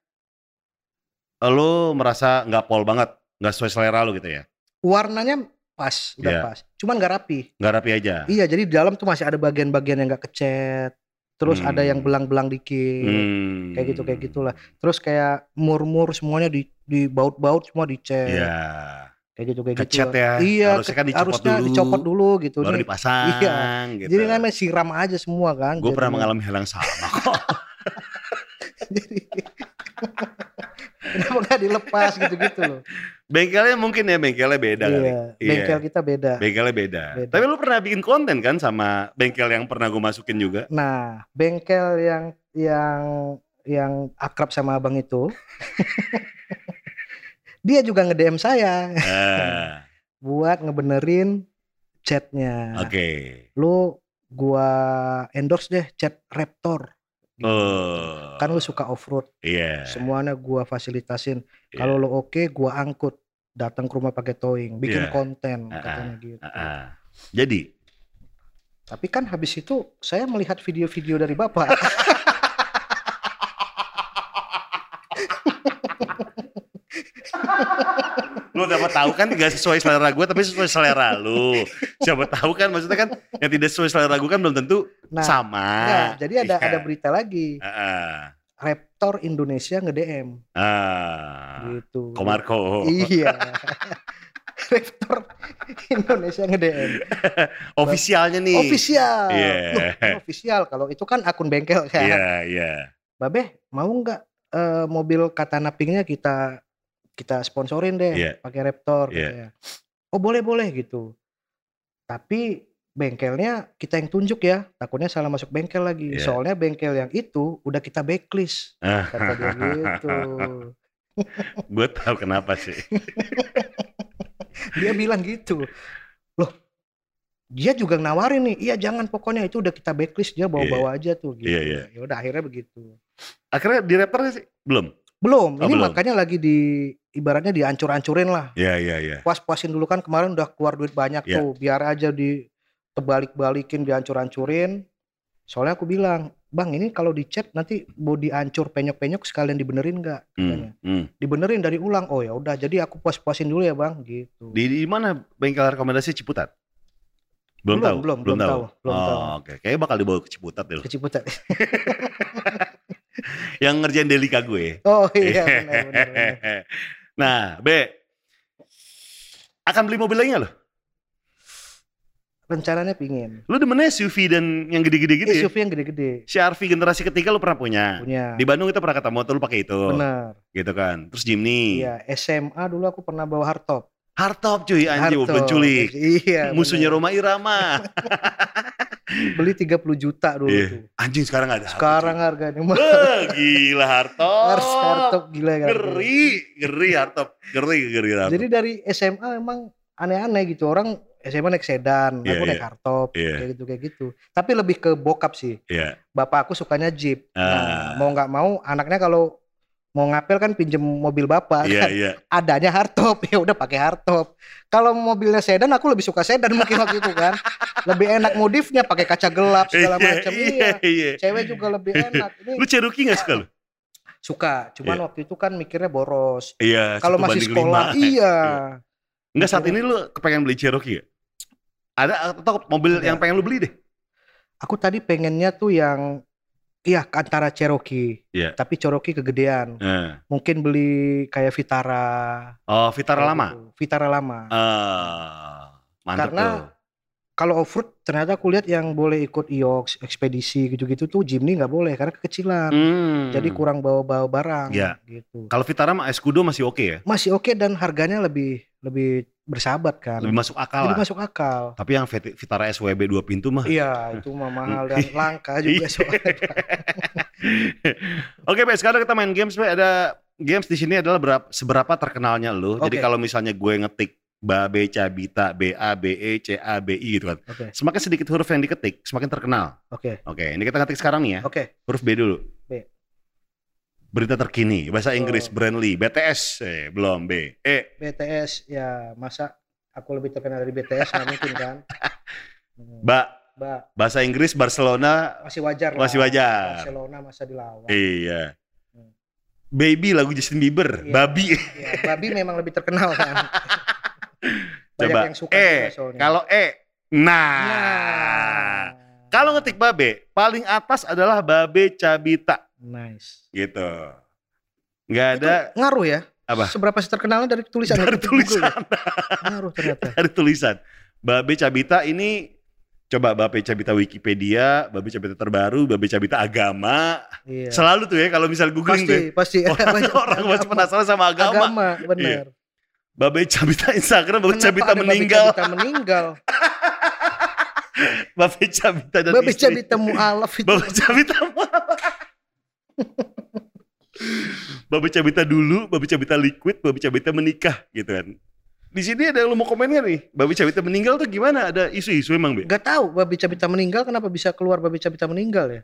lu merasa nggak pol banget, nggak sesuai selera lu gitu ya? Warnanya pas, udah Iya. pas. Cuman nggak rapi. Nggak rapi aja. Iya, jadi di dalam tuh masih ada bagian-bagian yang nggak kecat. Terus Hmm. ada yang belang-belang dikit. Hmm. Kayak gitu, kayak gitulah. Terus kayak mur-mur semuanya di di baut-baut semua dicat. Iya. Kayak gitu, kayak gitu. Kecat ya. Iya, Harusnya kan ke- dicopot harusnya dulu. dicopot dulu gitu Baru nih. dipasang Iya. gitu. Jadi namanya siram aja semua kan. Gue pernah jadinya. mengalami hal yang sama kok. Jadi kenapa nggak dilepas gitu-gitu loh. Bengkelnya mungkin ya bengkelnya beda kali. Iya, bengkel kita beda. Bengkelnya beda. Beda. Tapi lu pernah bikin konten kan sama bengkel yang pernah gue masukin juga? Nah, bengkel yang yang yang akrab sama abang itu, dia juga nge-D M saya Ah, buat ngebenerin chatnya. Oke. Lu gua endorse deh chat Raptor. Oh. Kan lu suka off-road, Iya. semuanya gua fasilitasin. Iya. Kalau lu oke, gua angkut, datang ke rumah pakai towing, bikin Iya. konten Ah, katanya gitu. Ah, ah. Jadi Tapi kan habis itu saya melihat video-video dari Bapak. lu dapat tahu kan gak sesuai selera gue tapi sesuai selera lu. Siapa tahu kan maksudnya kan yang tidak sesuai selera gue kan belum tentu Nah, sama. enggak, jadi ada Iya. ada berita lagi. Ah, ah. Raptor Indonesia nge-D M Ah. gitu. Komarko. Iya. Raptor Indonesia nge-D M. Ofisialnya nih. Official. Iya. Loh, kan official kalau itu kan akun bengkel kan. Iya, iya. Babe, mau nggak eh, mobil Katana Pinknya kita kita sponsorin deh Iya. pakai Raptor Iya. katanya. Oh, boleh-boleh gitu. Tapi bengkelnya kita yang tunjuk ya, takutnya salah masuk bengkel lagi. Iya. Soalnya bengkel yang itu udah kita backlist, kata dia gitu. Gue tahu kenapa sih. Dia bilang gitu. Loh, dia juga nawarin nih. Iya, jangan, pokoknya itu udah kita backlist, dia bawa-bawa aja tuh gitu. Iya, iya. Ya udah akhirnya begitu. Akhirnya di Raptor sih belum. Belum, Oh, ini belum. makanya lagi di ibaratnya dihancur-hancurin lah. Iya, iya, iya. Puas-puasin dulu kan, kemarin udah keluar duit banyak Iya. tuh, biar aja di terbalik-balikin, dihancur-hancurin. Soalnya aku bilang, Bang, ini kalau dicat nanti bodi hancur penyok-penyok sekalian dibenerin nggak? Katanya. Hmm, hmm. Dibenerin dari ulang. Oh ya udah, jadi aku puas-puasin dulu ya Bang, gitu. Di, di mana bengkel rekomendasi Ciputat? Belum, Belum, tahu. belum, belum tahu, belum oh, tahu. oke. Kayaknya bakal dibawa ke Ciputat deh. lu. Ke Ciputat. Yang ngerjain delika gue. Oh iya, benar, benar, benar. Nah, B. Akan beli mobil lagi nggak lo? Rencananya pingin. Lu demen S U V dan yang gede-gede gitu S ya? U V yang gede-gede. C R V generasi ketiga lu pernah punya. Punya. Di Bandung kita pernah ketemu tuh lu pakai itu. Benar. Gitu kan. Terus Jimny. Iya, S M A dulu aku pernah bawa hardtop. Hardtop cuy, anjing Hardtop. penculik. Iya. Musuhnya benar. Roma Irama. Beli tiga puluh juta dulu Iya. tuh. Anjing sekarang ada. Sekarang harganya mah. Eh, gila hardtop. Harus hardtop gila kan. Ngeri, ngeri hardtop. Ngeri, ngeri hardtop. Jadi dari S M A emang aneh-aneh gitu. Orang S M A naik sedan, Iya, aku naik iya. hardtop, Iya. kayak gitu kayak gitu. Tapi lebih ke bokap sih. Iya. Bapak aku sukanya Jeep. Ah. Nah, mau nggak mau anaknya kalau mau ngapel kan pinjem mobil bapak Iya, kan. iya. Adanya hardtop, ya udah pakai hardtop. Kalau mobilnya sedan aku lebih suka sedan mungkin waktu itu kan. Lebih enak modifnya pakai kaca gelap segala Iya, macam. iya, Iya. iya. Cewek juga lebih enak. Ini Lu Cherokee gak suka lu? suka, cuman Iya. waktu itu kan mikirnya boros. Iya. Kalau satu masih banding sekolah, lima. iya. Enggak, saat ini lu kepengen beli Cherokee gak? Ada atau mobil Ada. yang pengen lu beli deh? Aku tadi pengennya tuh yang iya antara Cherokee, Iya. tapi Cherokee kegedean. Nah. Mungkin beli kayak Vitara. Oh, Vitara kayak lama. gitu. Vitara lama. Ah, mantap Karena tuh. kalau off-road ternyata aku lihat yang boleh ikut I O X, ekspedisi gitu-gitu tuh Jimny nggak boleh karena kekecilan. Hmm. Jadi kurang bawa-bawa barang Ya. gitu. Kalau Vitara sama Escudo masih oke ya? Masih oke dan harganya lebih lebih bersahabat kan. Lebih masuk akal Lebih lah. masuk akal. Tapi yang Vit- Vitara S W B dua pintu mah. Iya, itu mah mahal dan langka juga soalnya. Oke, Be, sekarang kita main games, Be. Ada games di sini adalah berapa, seberapa terkenalnya lu. Jadi Oke. kalau misalnya gue ngetik Babe Cabita, B A B E C A B I gitu kan. Oke. Semakin sedikit huruf yang diketik, semakin terkenal. Oke. Oke, ini kita ngetik sekarang nih ya. Oke. Huruf B dulu. B. Berita terkini, bahasa Inggris, Oh. Brandly, B T S, eh, belum, B. E. B T S ya masa aku lebih terkenal dari B T S nggak mungkin kan. Hmm. Ba. Mbak, Bahasa Inggris, Barcelona, masih wajar lah. Masih wajar. Barcelona masa dilawan. iya. Hmm. Baby, lagu Justin Bieber, Iya. Babi. Ya, babi memang lebih terkenal kan. Banyak Coba, yang suka E. juga soalnya. Kalau E, nah. Nah. Kalau ngetik Babe, paling atas adalah Babe Cabita, Nice. gitu. Nggak Itu ada ngaruh ya? Apa? Seberapa sih terkenalnya dari tulisan? dari Ketik Google tulisan. ya? Ngaruh ternyata. Dari tulisan. Babe Cabita ini, coba Babe Cabita Wikipedia, Babe Cabita terbaru, Babe Cabita agama. Iya. Selalu tuh ya kalau misal googling tuh. Pasti, ya. pasti. Orang, orang masih penasaran sama agama. Agama, benar. Babe Cabita Instagram, Babe Kenapa Cabita ada meninggal. Babe Cabita meninggal. Babe Cabita dan Babe istri. Cabita mualaf itu. Babe Cabita Babe Cabita dulu, Babe Cabita liquid, Babe Cabita menikah gitu kan. Di sini ada yang lu mau komen gak nih? Babe Cabita meninggal tuh gimana? Ada isu-isu emang, Be? Gak tahu Babe Cabita meninggal kenapa bisa keluar Babe Cabita meninggal ya?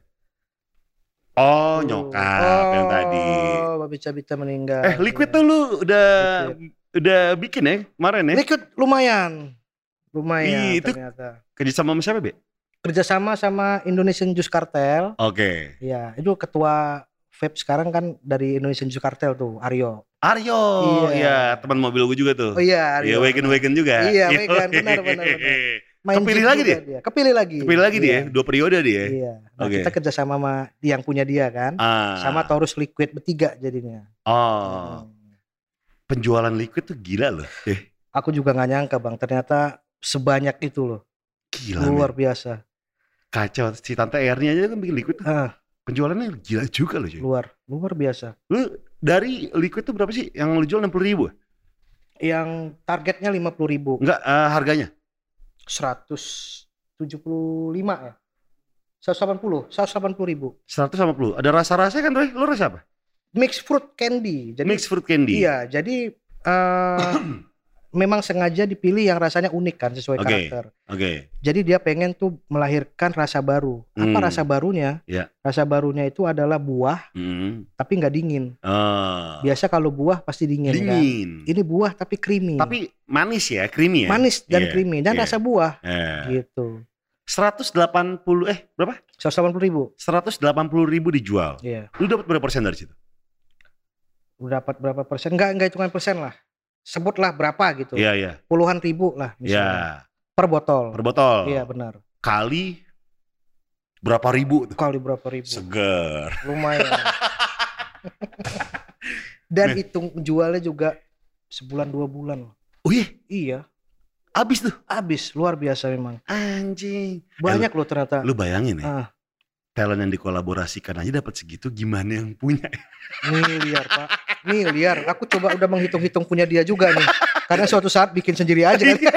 Oh, nyokap yang tadi. Oh, Babe Cabita meninggal. Eh, liquid ya. tuh lu udah Liquid. udah bikin ya kemarin ya? Liquid lumayan. Lumayan Ih, itu- ternyata. Kerja sama sama siapa, Be? Kerjasama sama Indonesian Juice Cartel. Oke. Ya, itu ketua vape sekarang kan dari Indonesian Juice Cartel tuh, Aryo. Aryo, Iya. iya teman mobil gue juga tuh. Oh iya, Iya, Aryo. Wagon-Wagon juga. Iya, Wagon, benar, benar, benar. Main Kepilih gym lagi juga dia? Kepilih lagi. Kepilih lagi dia, Iya. dua periode dia. Iya. Nah, Oke. kita kerjasama sama yang punya dia kan. Ah. Sama Taurus Liquid bertiga jadinya. Oh, Hmm. penjualan liquid tuh gila loh. Eh, Aku juga nggak nyangka bang, ternyata sebanyak itu loh. gila. Luar men. biasa. Kacau. Si Tante Erni aja kan bikin liquid tuh. Ah, Penjualannya gila juga loh, cuy. luar, luar biasa. Lu dari liquid tuh berapa sih? Yang lu jual enam puluh ribu? Yang targetnya lima puluh ribu, Enggak, eh, harganya? seratus tujuh puluh lima ya, seratus delapan puluh, seratus delapan puluh ribu. seratus lima puluh. Ada rasa-rasanya kan, Roy? Lu rasa apa? Mixed fruit candy. Jadi Mixed fruit candy. iya, jadi eh, memang sengaja dipilih yang rasanya unik kan sesuai Oke. karakter. Oke. Jadi dia pengen tuh melahirkan rasa baru. Apa Hmm. rasa barunya? Ya. Rasa barunya itu adalah buah Hmm. tapi nggak dingin. Oh. Biasa kalau buah pasti dingin, kan. Dingin. Ini buah tapi creamy. Tapi manis ya, creamy ya. manis dan Iya, creamy dan iya. rasa buah Eh. gitu. seratus delapan puluh eh berapa? seratus delapan puluh ribu. seratus delapan puluh ribu dijual. Iya. Lu dapat berapa persen dari situ? Udah dapat berapa persen? Enggak, enggak hitungan persen lah. Sebutlah berapa gitu. Iya, iya. Puluhan ribu lah Iya. misalnya. Per botol. Per botol. Iya benar. Kali berapa ribu tuh? Kali berapa ribu? Seger. Lumayan. Dan hitung jualnya juga sebulan dua bulan. Oh iya, Iya, abis tuh. habis luar biasa memang. Anjing. Banyak loh ternyata. Lu bayangin ya, Ah, talent yang dikolaborasikan aja dapat segitu, gimana yang punya? miliar pak, miliar. Aku coba udah menghitung-hitung punya dia juga nih. Karena suatu saat bikin sendiri aja kan.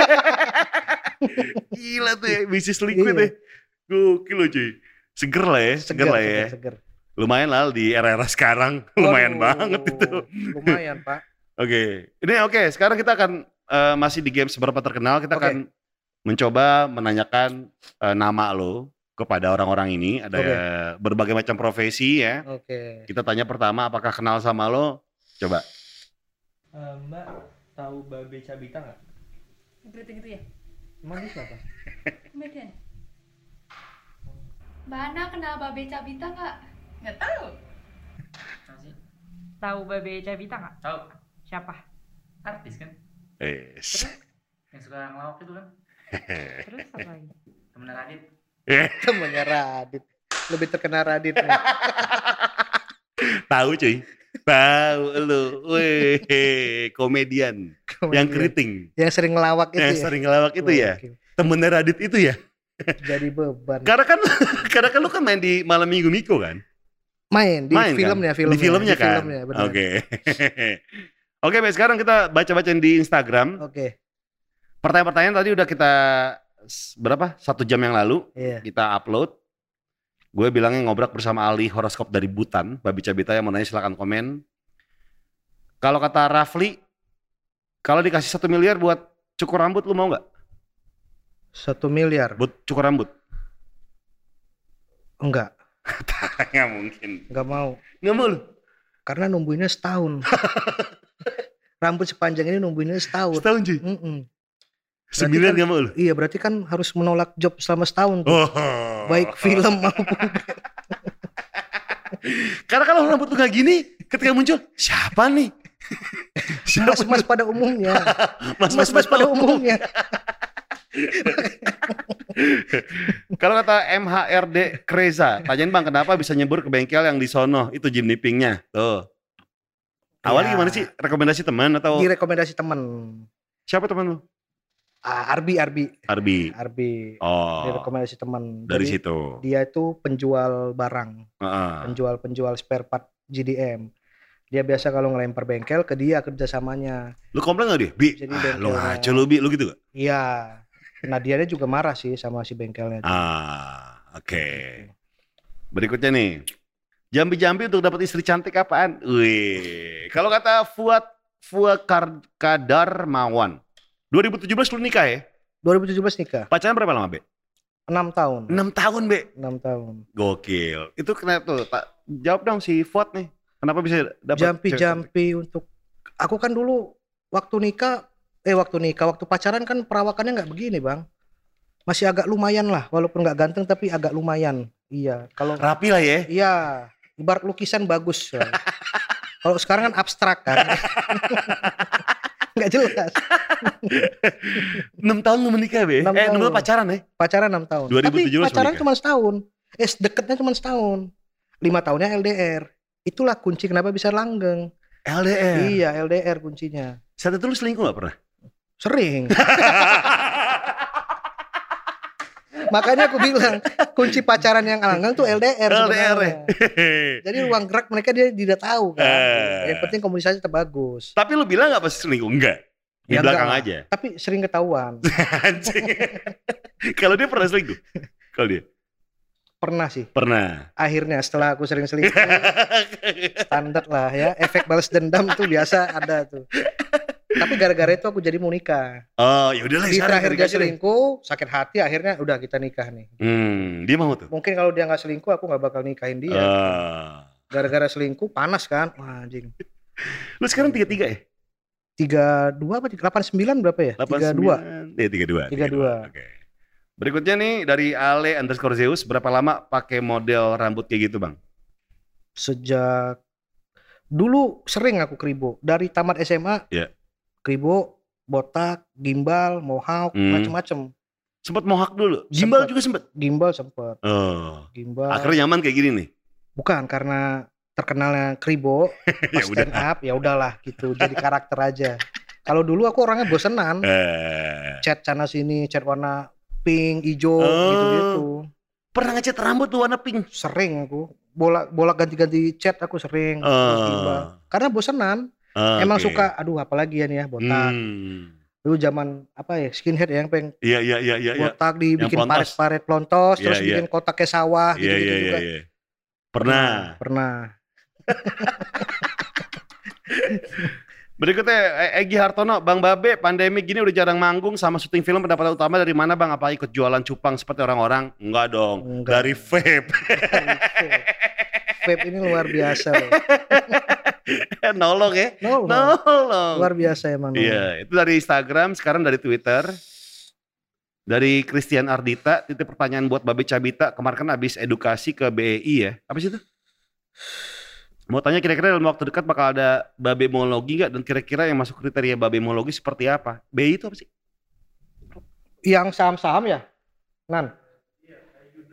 Gila tuh ya, bisnis liquid Iya. ya. Gokil loh cuy. Seger lah ya, seger, lah ya. seger, seger. Lumayan lah di era-era sekarang, lumayan Waduh, banget itu. Lumayan pak. Oke, ini oke. Sekarang kita akan eh, masih di game seberapa terkenal. Kita Oke. akan mencoba menanyakan eh, nama lo kepada orang-orang ini. Ada Oke. berbagai macam profesi ya. Oke. Kita tanya pertama, apakah kenal sama lo? Coba. Eh, Mbak tahu Babe Cabita nggak? Gitu-gitu ya? Emang dia siapa? Medan. Mbak Ana kenal Babe Cabita nggak? Nggak tahu. Tahu Babe Cabita nggak? Tahu, Siapa? artis kan? Yes. Yang suka ngelawak itu kan? Terus Temennya Radit. Lebih terkenal Radit nih. Tahu cuy. Tahu lu. Weh, komedian. Yang keriting. Yang sering ngelawak itu Yang ya. sering ngelawak itu ya. Oke. Temennya Radit itu ya. Jadi beban. Karena kan karena kan lu kan main di Malam Minggu Miko kan? Main di Main filmnya, kan? filmnya. Di filmnya Di kan? filmnya, benar. Oke. Oke, baik, sekarang kita baca-bacain di Instagram. Oke. Pertanyaan-pertanyaan tadi udah kita s- berapa? Satu jam yang lalu Iya. kita upload. Gue bilangnya ngobrak bersama ahli horoskop dari Butan. Babi Cabita yang mau nanya silakan komen. Kalau kata Rafli, kalau dikasih satu miliar buat cukur rambut lu mau nggak? Satu miliar. Buat cukur rambut? Enggak. Nggak mungkin. Enggak mau. Nggak mau lu? Karena nungguinnya setahun. Rambut sepanjang ini nungguinnya setahun. Setahun cuy? Mm-mm. Sembilan kan- nggak mau lu? Iya, berarti kan harus menolak job selama setahun tuh. Oh. Baik film maupun Karena kalau rambut lu nggak gini, ketika muncul, siapa nih? Siapa mas-mas pada umumnya. Mas-mas Mas-mas pada umumnya. Kalau kata M H R D Kreza, tanyain bang kenapa bisa nyebur ke bengkel yang di sono, itu Jim Nipingnya. Tuh. Awalnya Ya. gimana sih? Rekomendasi teman atau Direkomendasi teman. siapa teman lu? Ah, Arbi, Arbi, Arbi. Arbi. Oh. Direkomendasi teman. Dari Jadi, situ. dia itu penjual barang, Heeh. penjual-penjual spare part G D M. Dia biasa kalau ngelempar bengkel ke dia kerjasamanya. Lu komplain gak dia? Bi, Jadi ah, lu bengkelnya- ngaco lu Bi, lu gitu gak? Iya. Nah, dia juga marah sih sama si bengkelnya. Ah, oke. Berikutnya nih. Jambi-jambi untuk dapat istri cantik apaan? Wih. Kalau kata Fuad Fuad Kar- Kadar Mawan. dua ribu tujuh belas lu nikah ya? dua ribu tujuh belas nikah, Pacaran berapa lama, Be? enam tahun. enam tahun, Be. enam tahun. Gokil. Itu kenapa tuh? Tak, jawab dong si Fuad nih. Kenapa bisa dapat cewek cantik? Jampi-jampi untuk aku kan dulu waktu nikah eh waktu nikah waktu pacaran kan perawakannya nggak begini, Bang. Masih agak lumayan lah, walaupun nggak ganteng tapi agak lumayan. Iya, kalau Rapi lah ya. iya, ibarat lukisan bagus. Ya. Kalau sekarang kan abstrak kan. Nggak jelas. enam tahun lu menikah, Be? enam eh, enam tahun. tahun pacaran ya? Pacaran enam tahun. dua ribu tujuh belas tapi pacaran menikah. cuma setahun. Eh, deketnya cuma setahun. lima tahunnya L D R. Itulah kunci kenapa bisa langgeng. L D R. Iya, L D R kuncinya. Saat itu lu selingkuh gak pernah? Sering. Makanya aku bilang kunci pacaran yang langgeng tuh L D R L D R ya? sebenarnya. Jadi ruang gerak mereka dia tidak tahu kan. Eh. Yang penting komunikasi tetap bagus. Tapi lu bilang gak pas selingkuh? Enggak. Di Ya belakang enggak aja. Tapi sering ketahuan. Anjing. Kalau dia pernah selingkuh? Kalau dia? Pernah sih. Pernah. Akhirnya setelah aku sering selingkuh, standar lah ya. Efek balas dendam tuh biasa ada tuh. Tapi gara-gara itu aku jadi mau nikah. Oh, ya udahlah Di sekarang terakhir nikah dia aja deh. selingkuh, sakit hati akhirnya udah kita nikah nih. Hmm, dia mau tuh. Mungkin kalau dia nggak selingkuh aku nggak bakal nikahin dia. Ah. Gara-gara selingkuh panas kan. Wah, anjing. Lu sekarang tiga tiga ya? tiga dua apa delapan sembilan berapa ya? delapan tiga dua. sembilan. Eh, tiga dua. tiga dua. Oke. Berikutnya nih dari Ale underscore Zeus, berapa lama pakai model rambut kayak gitu, Bang? Sejak dulu sering aku kribo. Dari tamat S M A. Iya. Kribo, botak, gimbal, mohawk, Hmm. macem-macem. Sempet mohak dulu. Gimbal Sempet. juga sempet. Gimbal sempet. Oh. Gimbal. Akhirnya nyaman kayak gini nih. Bukan karena terkenalnya kribo Ya pas udah. stand up ya udahlah gitu jadi karakter aja. Kalau dulu aku orangnya bosenan, Eh. cat sana sini, cat warna pink, hijau Oh. gitu-gitu. Pernah ngecat rambut tuh warna pink. Sering aku bolak bolak ganti-ganti cat aku sering. Terus gimbal. Oh. Karena bosenan, Ah, emang oke. suka aduh apalagi ya nih ya botak. Hmm. Dulu zaman apa ya skinhead ya, yang pengen Iya iya iya iya. iya. botak dibikin Yang plontos. paret-paret plontos, Iya, terus iya. bikin kotak kayak sawah Iya gitu-gitu iya iya. juga. iya. Pernah. Pernah. Berikutnya E- Egi Hartono, Bang Babe, pandemi gini udah jarang manggung sama syuting film, pendapatan utama dari mana Bang? Apa ikut jualan cupang seperti orang-orang? Enggak dong, Enggak. dari vape. Vape ini luar biasa loh. Nolong ya? No, no. Nolong. Luar biasa emang. no. Iya, itu dari Instagram, sekarang dari Twitter. Dari Christian Ardita, titip pertanyaan buat Babe Cabita, kemarin kan habis edukasi ke B E I ya. Apa sih itu? Mau tanya kira-kira dalam waktu dekat bakal ada babemologi nggak, dan kira-kira yang masuk kriteria babemologi seperti apa? B E I itu apa sih? Yang saham-saham ya? Nan?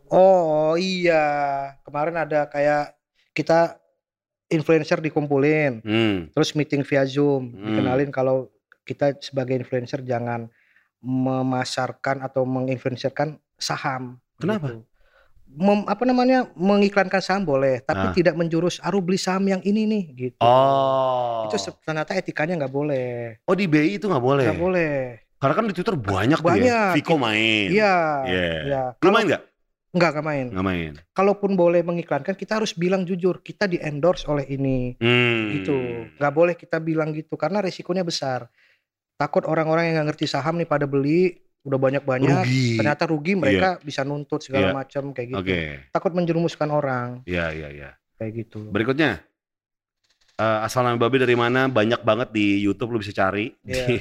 Oh iya, kemarin ada kayak kita influencer dikumpulin, Hmm. terus meeting via Zoom, Hmm. dikenalin kalau kita sebagai influencer jangan memasarkan atau menginfluencerkan saham. Kenapa? Gitu. Mem, apa namanya mengiklankan saham boleh, tapi Ah. tidak menjurus, aduh beli saham yang ini nih, gitu. Oh. Itu se- ternyata etikanya nggak boleh, Oh di B I itu nggak boleh. nggak boleh. Karena kan di Twitter banyak, tuh ya. Banyak. Viko main. Iya, Iya. iya. Lu Kalau- main nggak? Nggak, nggak main. Nggak main. Kalaupun boleh mengiklankan, kita harus bilang jujur, kita di endorse oleh ini. Hmm. Gitu, nggak boleh kita bilang gitu karena resikonya besar. Takut orang-orang yang nggak ngerti saham nih pada beli udah banyak-banyak, Rugi. ternyata rugi, mereka bisa nuntut segala Iya. macam kayak gitu. Oke. Takut menjerumuskan orang Iya iya iya. kayak gitu. Berikutnya. Eh, asal nama babi dari mana? Banyak banget di YouTube lu bisa cari. Iya.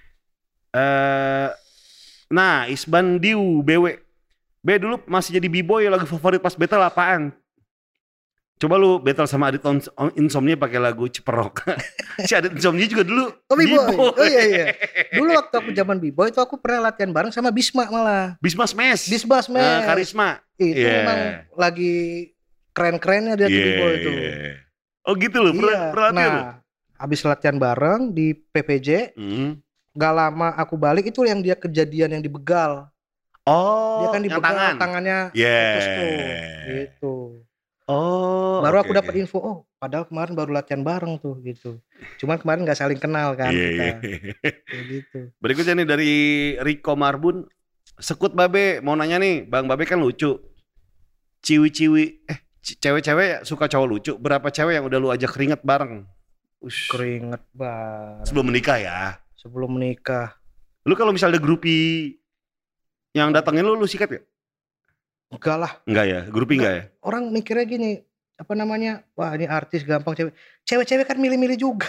Eh, nah, Isban Diu B W. B dulu masih jadi B-boy, lagu favorit pas battle apaan? Coba lu battle sama Adit On- On- Insomnia pakai lagu Ceperok. Si Adit Insomnia juga dulu Oh, B-boy. B-boy. Oh iya iya. Dulu waktu aku zaman B-boy itu aku pernah latihan bareng sama Bisma malah. Bisma Smash. Bisma Eh, Smash. Karisma. Itu Iya. memang lagi keren-kerennya dia tuh Iya, B-boy itu. iya. Oh gitu loh, pernah, Iya. pernah latihan lu? Nah, habis latihan bareng di P P J, Hmm. gak lama aku balik itu yang dia kejadian yang dibegal. Oh, Dia kan yang dibegal tangan. tangannya Yeah. putus tuh. Gitu. Oh, Baru oke, aku dapat oke. info, oh padahal kemarin baru latihan bareng tuh gitu. Cuman kemarin gak saling kenal kan Iya, kita. iya. Kayak gitu. Berikutnya nih dari Riko Marbun. Sekut Babe, mau nanya nih, Bang Babe kan lucu. Ciwi-ciwi, eh c- cewek-cewek suka cowok lucu. Berapa cewek yang udah lu ajak keringet bareng? Ush, Keringet bareng sebelum menikah ya. sebelum menikah. Lu kalau misalnya ada grupi yang datangin lu, lu sikat gak? Enggak lah. Enggak ya, grupi enggak ya? Orang mikirnya gini, apa namanya? Wah, ini artis gampang cewek. Cewek-cewek kan milih-milih juga.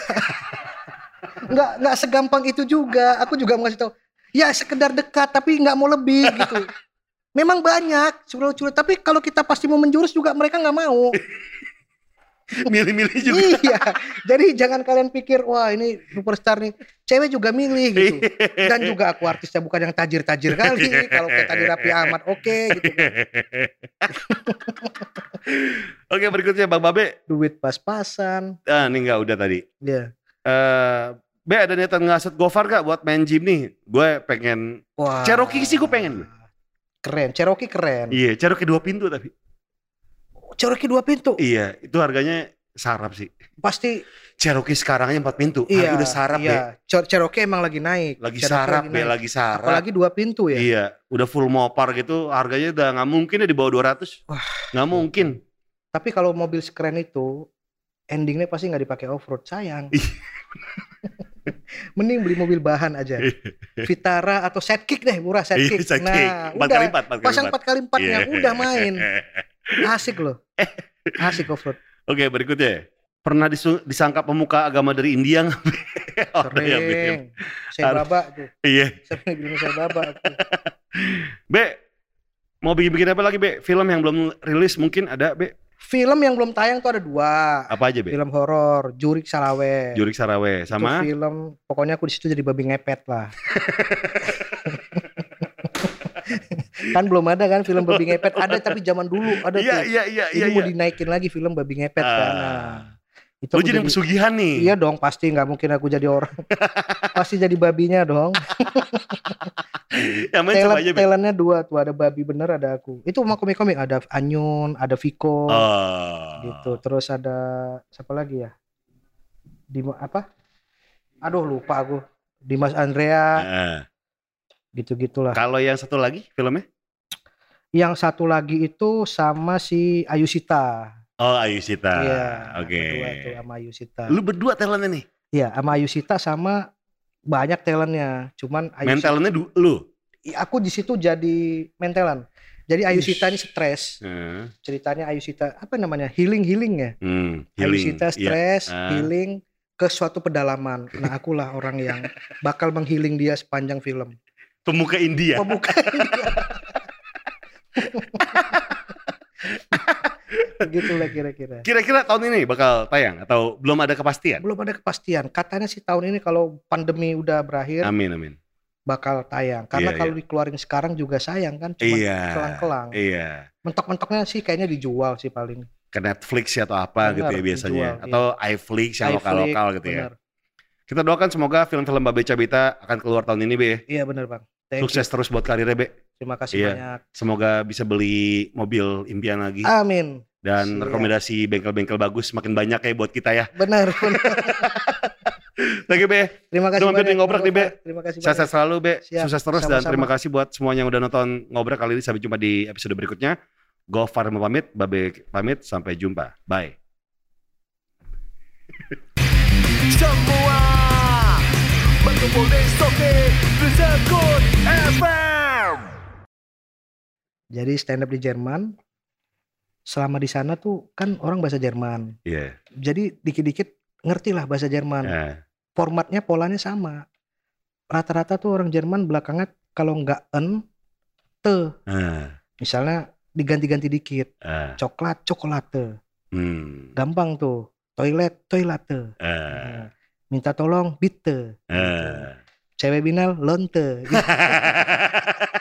Enggak enggak segampang itu juga. Aku juga mau kasih tahu. Ya sekedar dekat tapi nggak mau lebih gitu. Memang banyak culo-culo, tapi kalau kita pasti mau menjurus juga mereka nggak mau. Milih-milih juga. Iya. Jadi jangan kalian pikir wah ini superstar nih. Cewek juga milih gitu. Dan juga aku artisnya bukan yang tajir-tajir kali. Kalau kayak tadi Raffi Ahmad oke gitu. Oke, berikutnya Bang Babe. Duit pas-pasan. Ah, ini enggak udah tadi. Ya. Eh, Be ada niatan ngasut Gofar gak buat main gym nih? Gue pengen Wah. Cherokee sih gue pengen. Keren, Cherokee keren. Iya, Cherokee dua pintu tapi. Cherokee dua pintu. Iya, itu harganya sarap sih. Pasti Cherokee sekarang aja empat pintu. iya. Harga udah sarap, Be. Iya. Cher- Cherokee emang lagi naik. Lagi Cherokee sarap, lagi Be, naik. lagi sarap. Apalagi dua pintu ya. Iya, udah full mopar gitu, harganya udah nggak mungkin ya di bawah dua ratus. Wah. Nggak mungkin. Tapi kalau mobil sekeren itu endingnya pasti nggak dipakai off road, sayang. Mending beli mobil bahan aja. Vitara atau Sidekick deh, murah Sidekick. Iya, Sidekick. Nah, empat udah kali empat, empat kali pasang empat. empat kali empat Iya. yang udah main. Asik loh. Asik off road. Oke, berikutnya. Pernah disu- disangka pemuka agama dari India nggak? Be? Oh, udah ya, Be. Sering. Saya Harus- baba tuh. Iya. Sering bilang saya baba tuh. Be, mau bikin-bikin apa lagi, Be? Film yang belum rilis mungkin ada, Be? Film yang belum tayang tuh ada dua. Apa aja, Be? Film horor, Jurik Salawe. Jurik Sarawe sama Itu film, pokoknya aku di situ jadi babi ngepet lah. Kan belum ada kan film babi ngepet, ada tapi zaman dulu ada Iya, tuh. iya, iya, Ini iya. mau iya. dinaikin lagi film babi ngepet kan. Ah. Nah, itu Lu aku jadi pesugihan nih. Iya dong, pasti nggak mungkin aku jadi orang. Pasti jadi babinya dong. Yang main Talent, siapa aja, Be? talentnya dua tuh, ada babi bener, ada aku. Itu sama komik-komik, ada Anyun, ada Viko, Oh. gitu. Terus ada siapa lagi ya? Di apa? Aduh lupa aku. Dimas Andrea, Nah, gitu-gitulah. kalau yang satu lagi filmnya? Yang satu lagi itu sama si Ayusita. Oh, Ayusita. Iya. Oke. Berdua tuh sama Ayusita. Lu berdua talentnya nih. Iya, sama Ayusita sama banyak talentnya. Cuman Main Ayusita, talentnya du- lu. aku di situ jadi main talent. Jadi Ayusita ini stres. Hmm. Ceritanya Ayusita apa namanya? Healing healing ya. Hmm, healing. Ayusita Iya. stres, Ah. healing ke suatu pedalaman. Nah, akulah orang yang bakal menghealing dia sepanjang film. Pemuka India. Pembuka Begitulah kira-kira. Kira-kira tahun ini bakal tayang atau belum ada kepastian? Belum ada kepastian. Katanya sih tahun ini kalau pandemi udah berakhir, Amin, amin. bakal tayang. Karena Iya, kalau iya. dikeluarin sekarang juga sayang kan, cuma Iya. kelang-kelang. Iya. Mentok-mentoknya sih kayaknya dijual sih paling. Ke Netflix ya atau apa gitu Benar, ya biasanya. dijual, iya. Atau iFlix yang iFlix, lokal-lokal gitu ya. bener. Kita doakan semoga film-film Babe Cabita akan keluar tahun ini, Be. Iya bener Bang. Thank Sukses you. terus buat karirnya, Be. Terima kasih Iya. banyak. Semoga bisa beli mobil impian lagi. Amin. Dan Siap. rekomendasi bengkel-bengkel bagus makin banyak ya buat kita ya. Benar, benar. Thank you, Be. Terima kasih Udah mampir banyak. di Ngobrak nih, Be. Terima kasih Sehat-sehat banyak. selalu, Be. Siap. Sukses terus dan Sama-sama. terima kasih buat semuanya yang udah nonton Ngobrak kali ini. Sampai jumpa di episode berikutnya. Gofar pamit, Babe pamit. Sampai jumpa. Bye. Semua berkumpul di Soke Rizakun F M. Jadi stand up di Jerman. Selama di sana tuh kan orang bahasa Jerman. Iya. Jadi dikit-dikit ngerti lah bahasa Jerman. Yeah. Formatnya polanya sama. Rata-rata tuh orang Jerman belakangan kalau nggak en, te. Ah, Misalnya diganti-ganti dikit. ah, Coklat, cokolate. hmm, Gampang tuh. Toilet, toilate. ah, Minta tolong, bitte. ah. Cewek binal, lonte.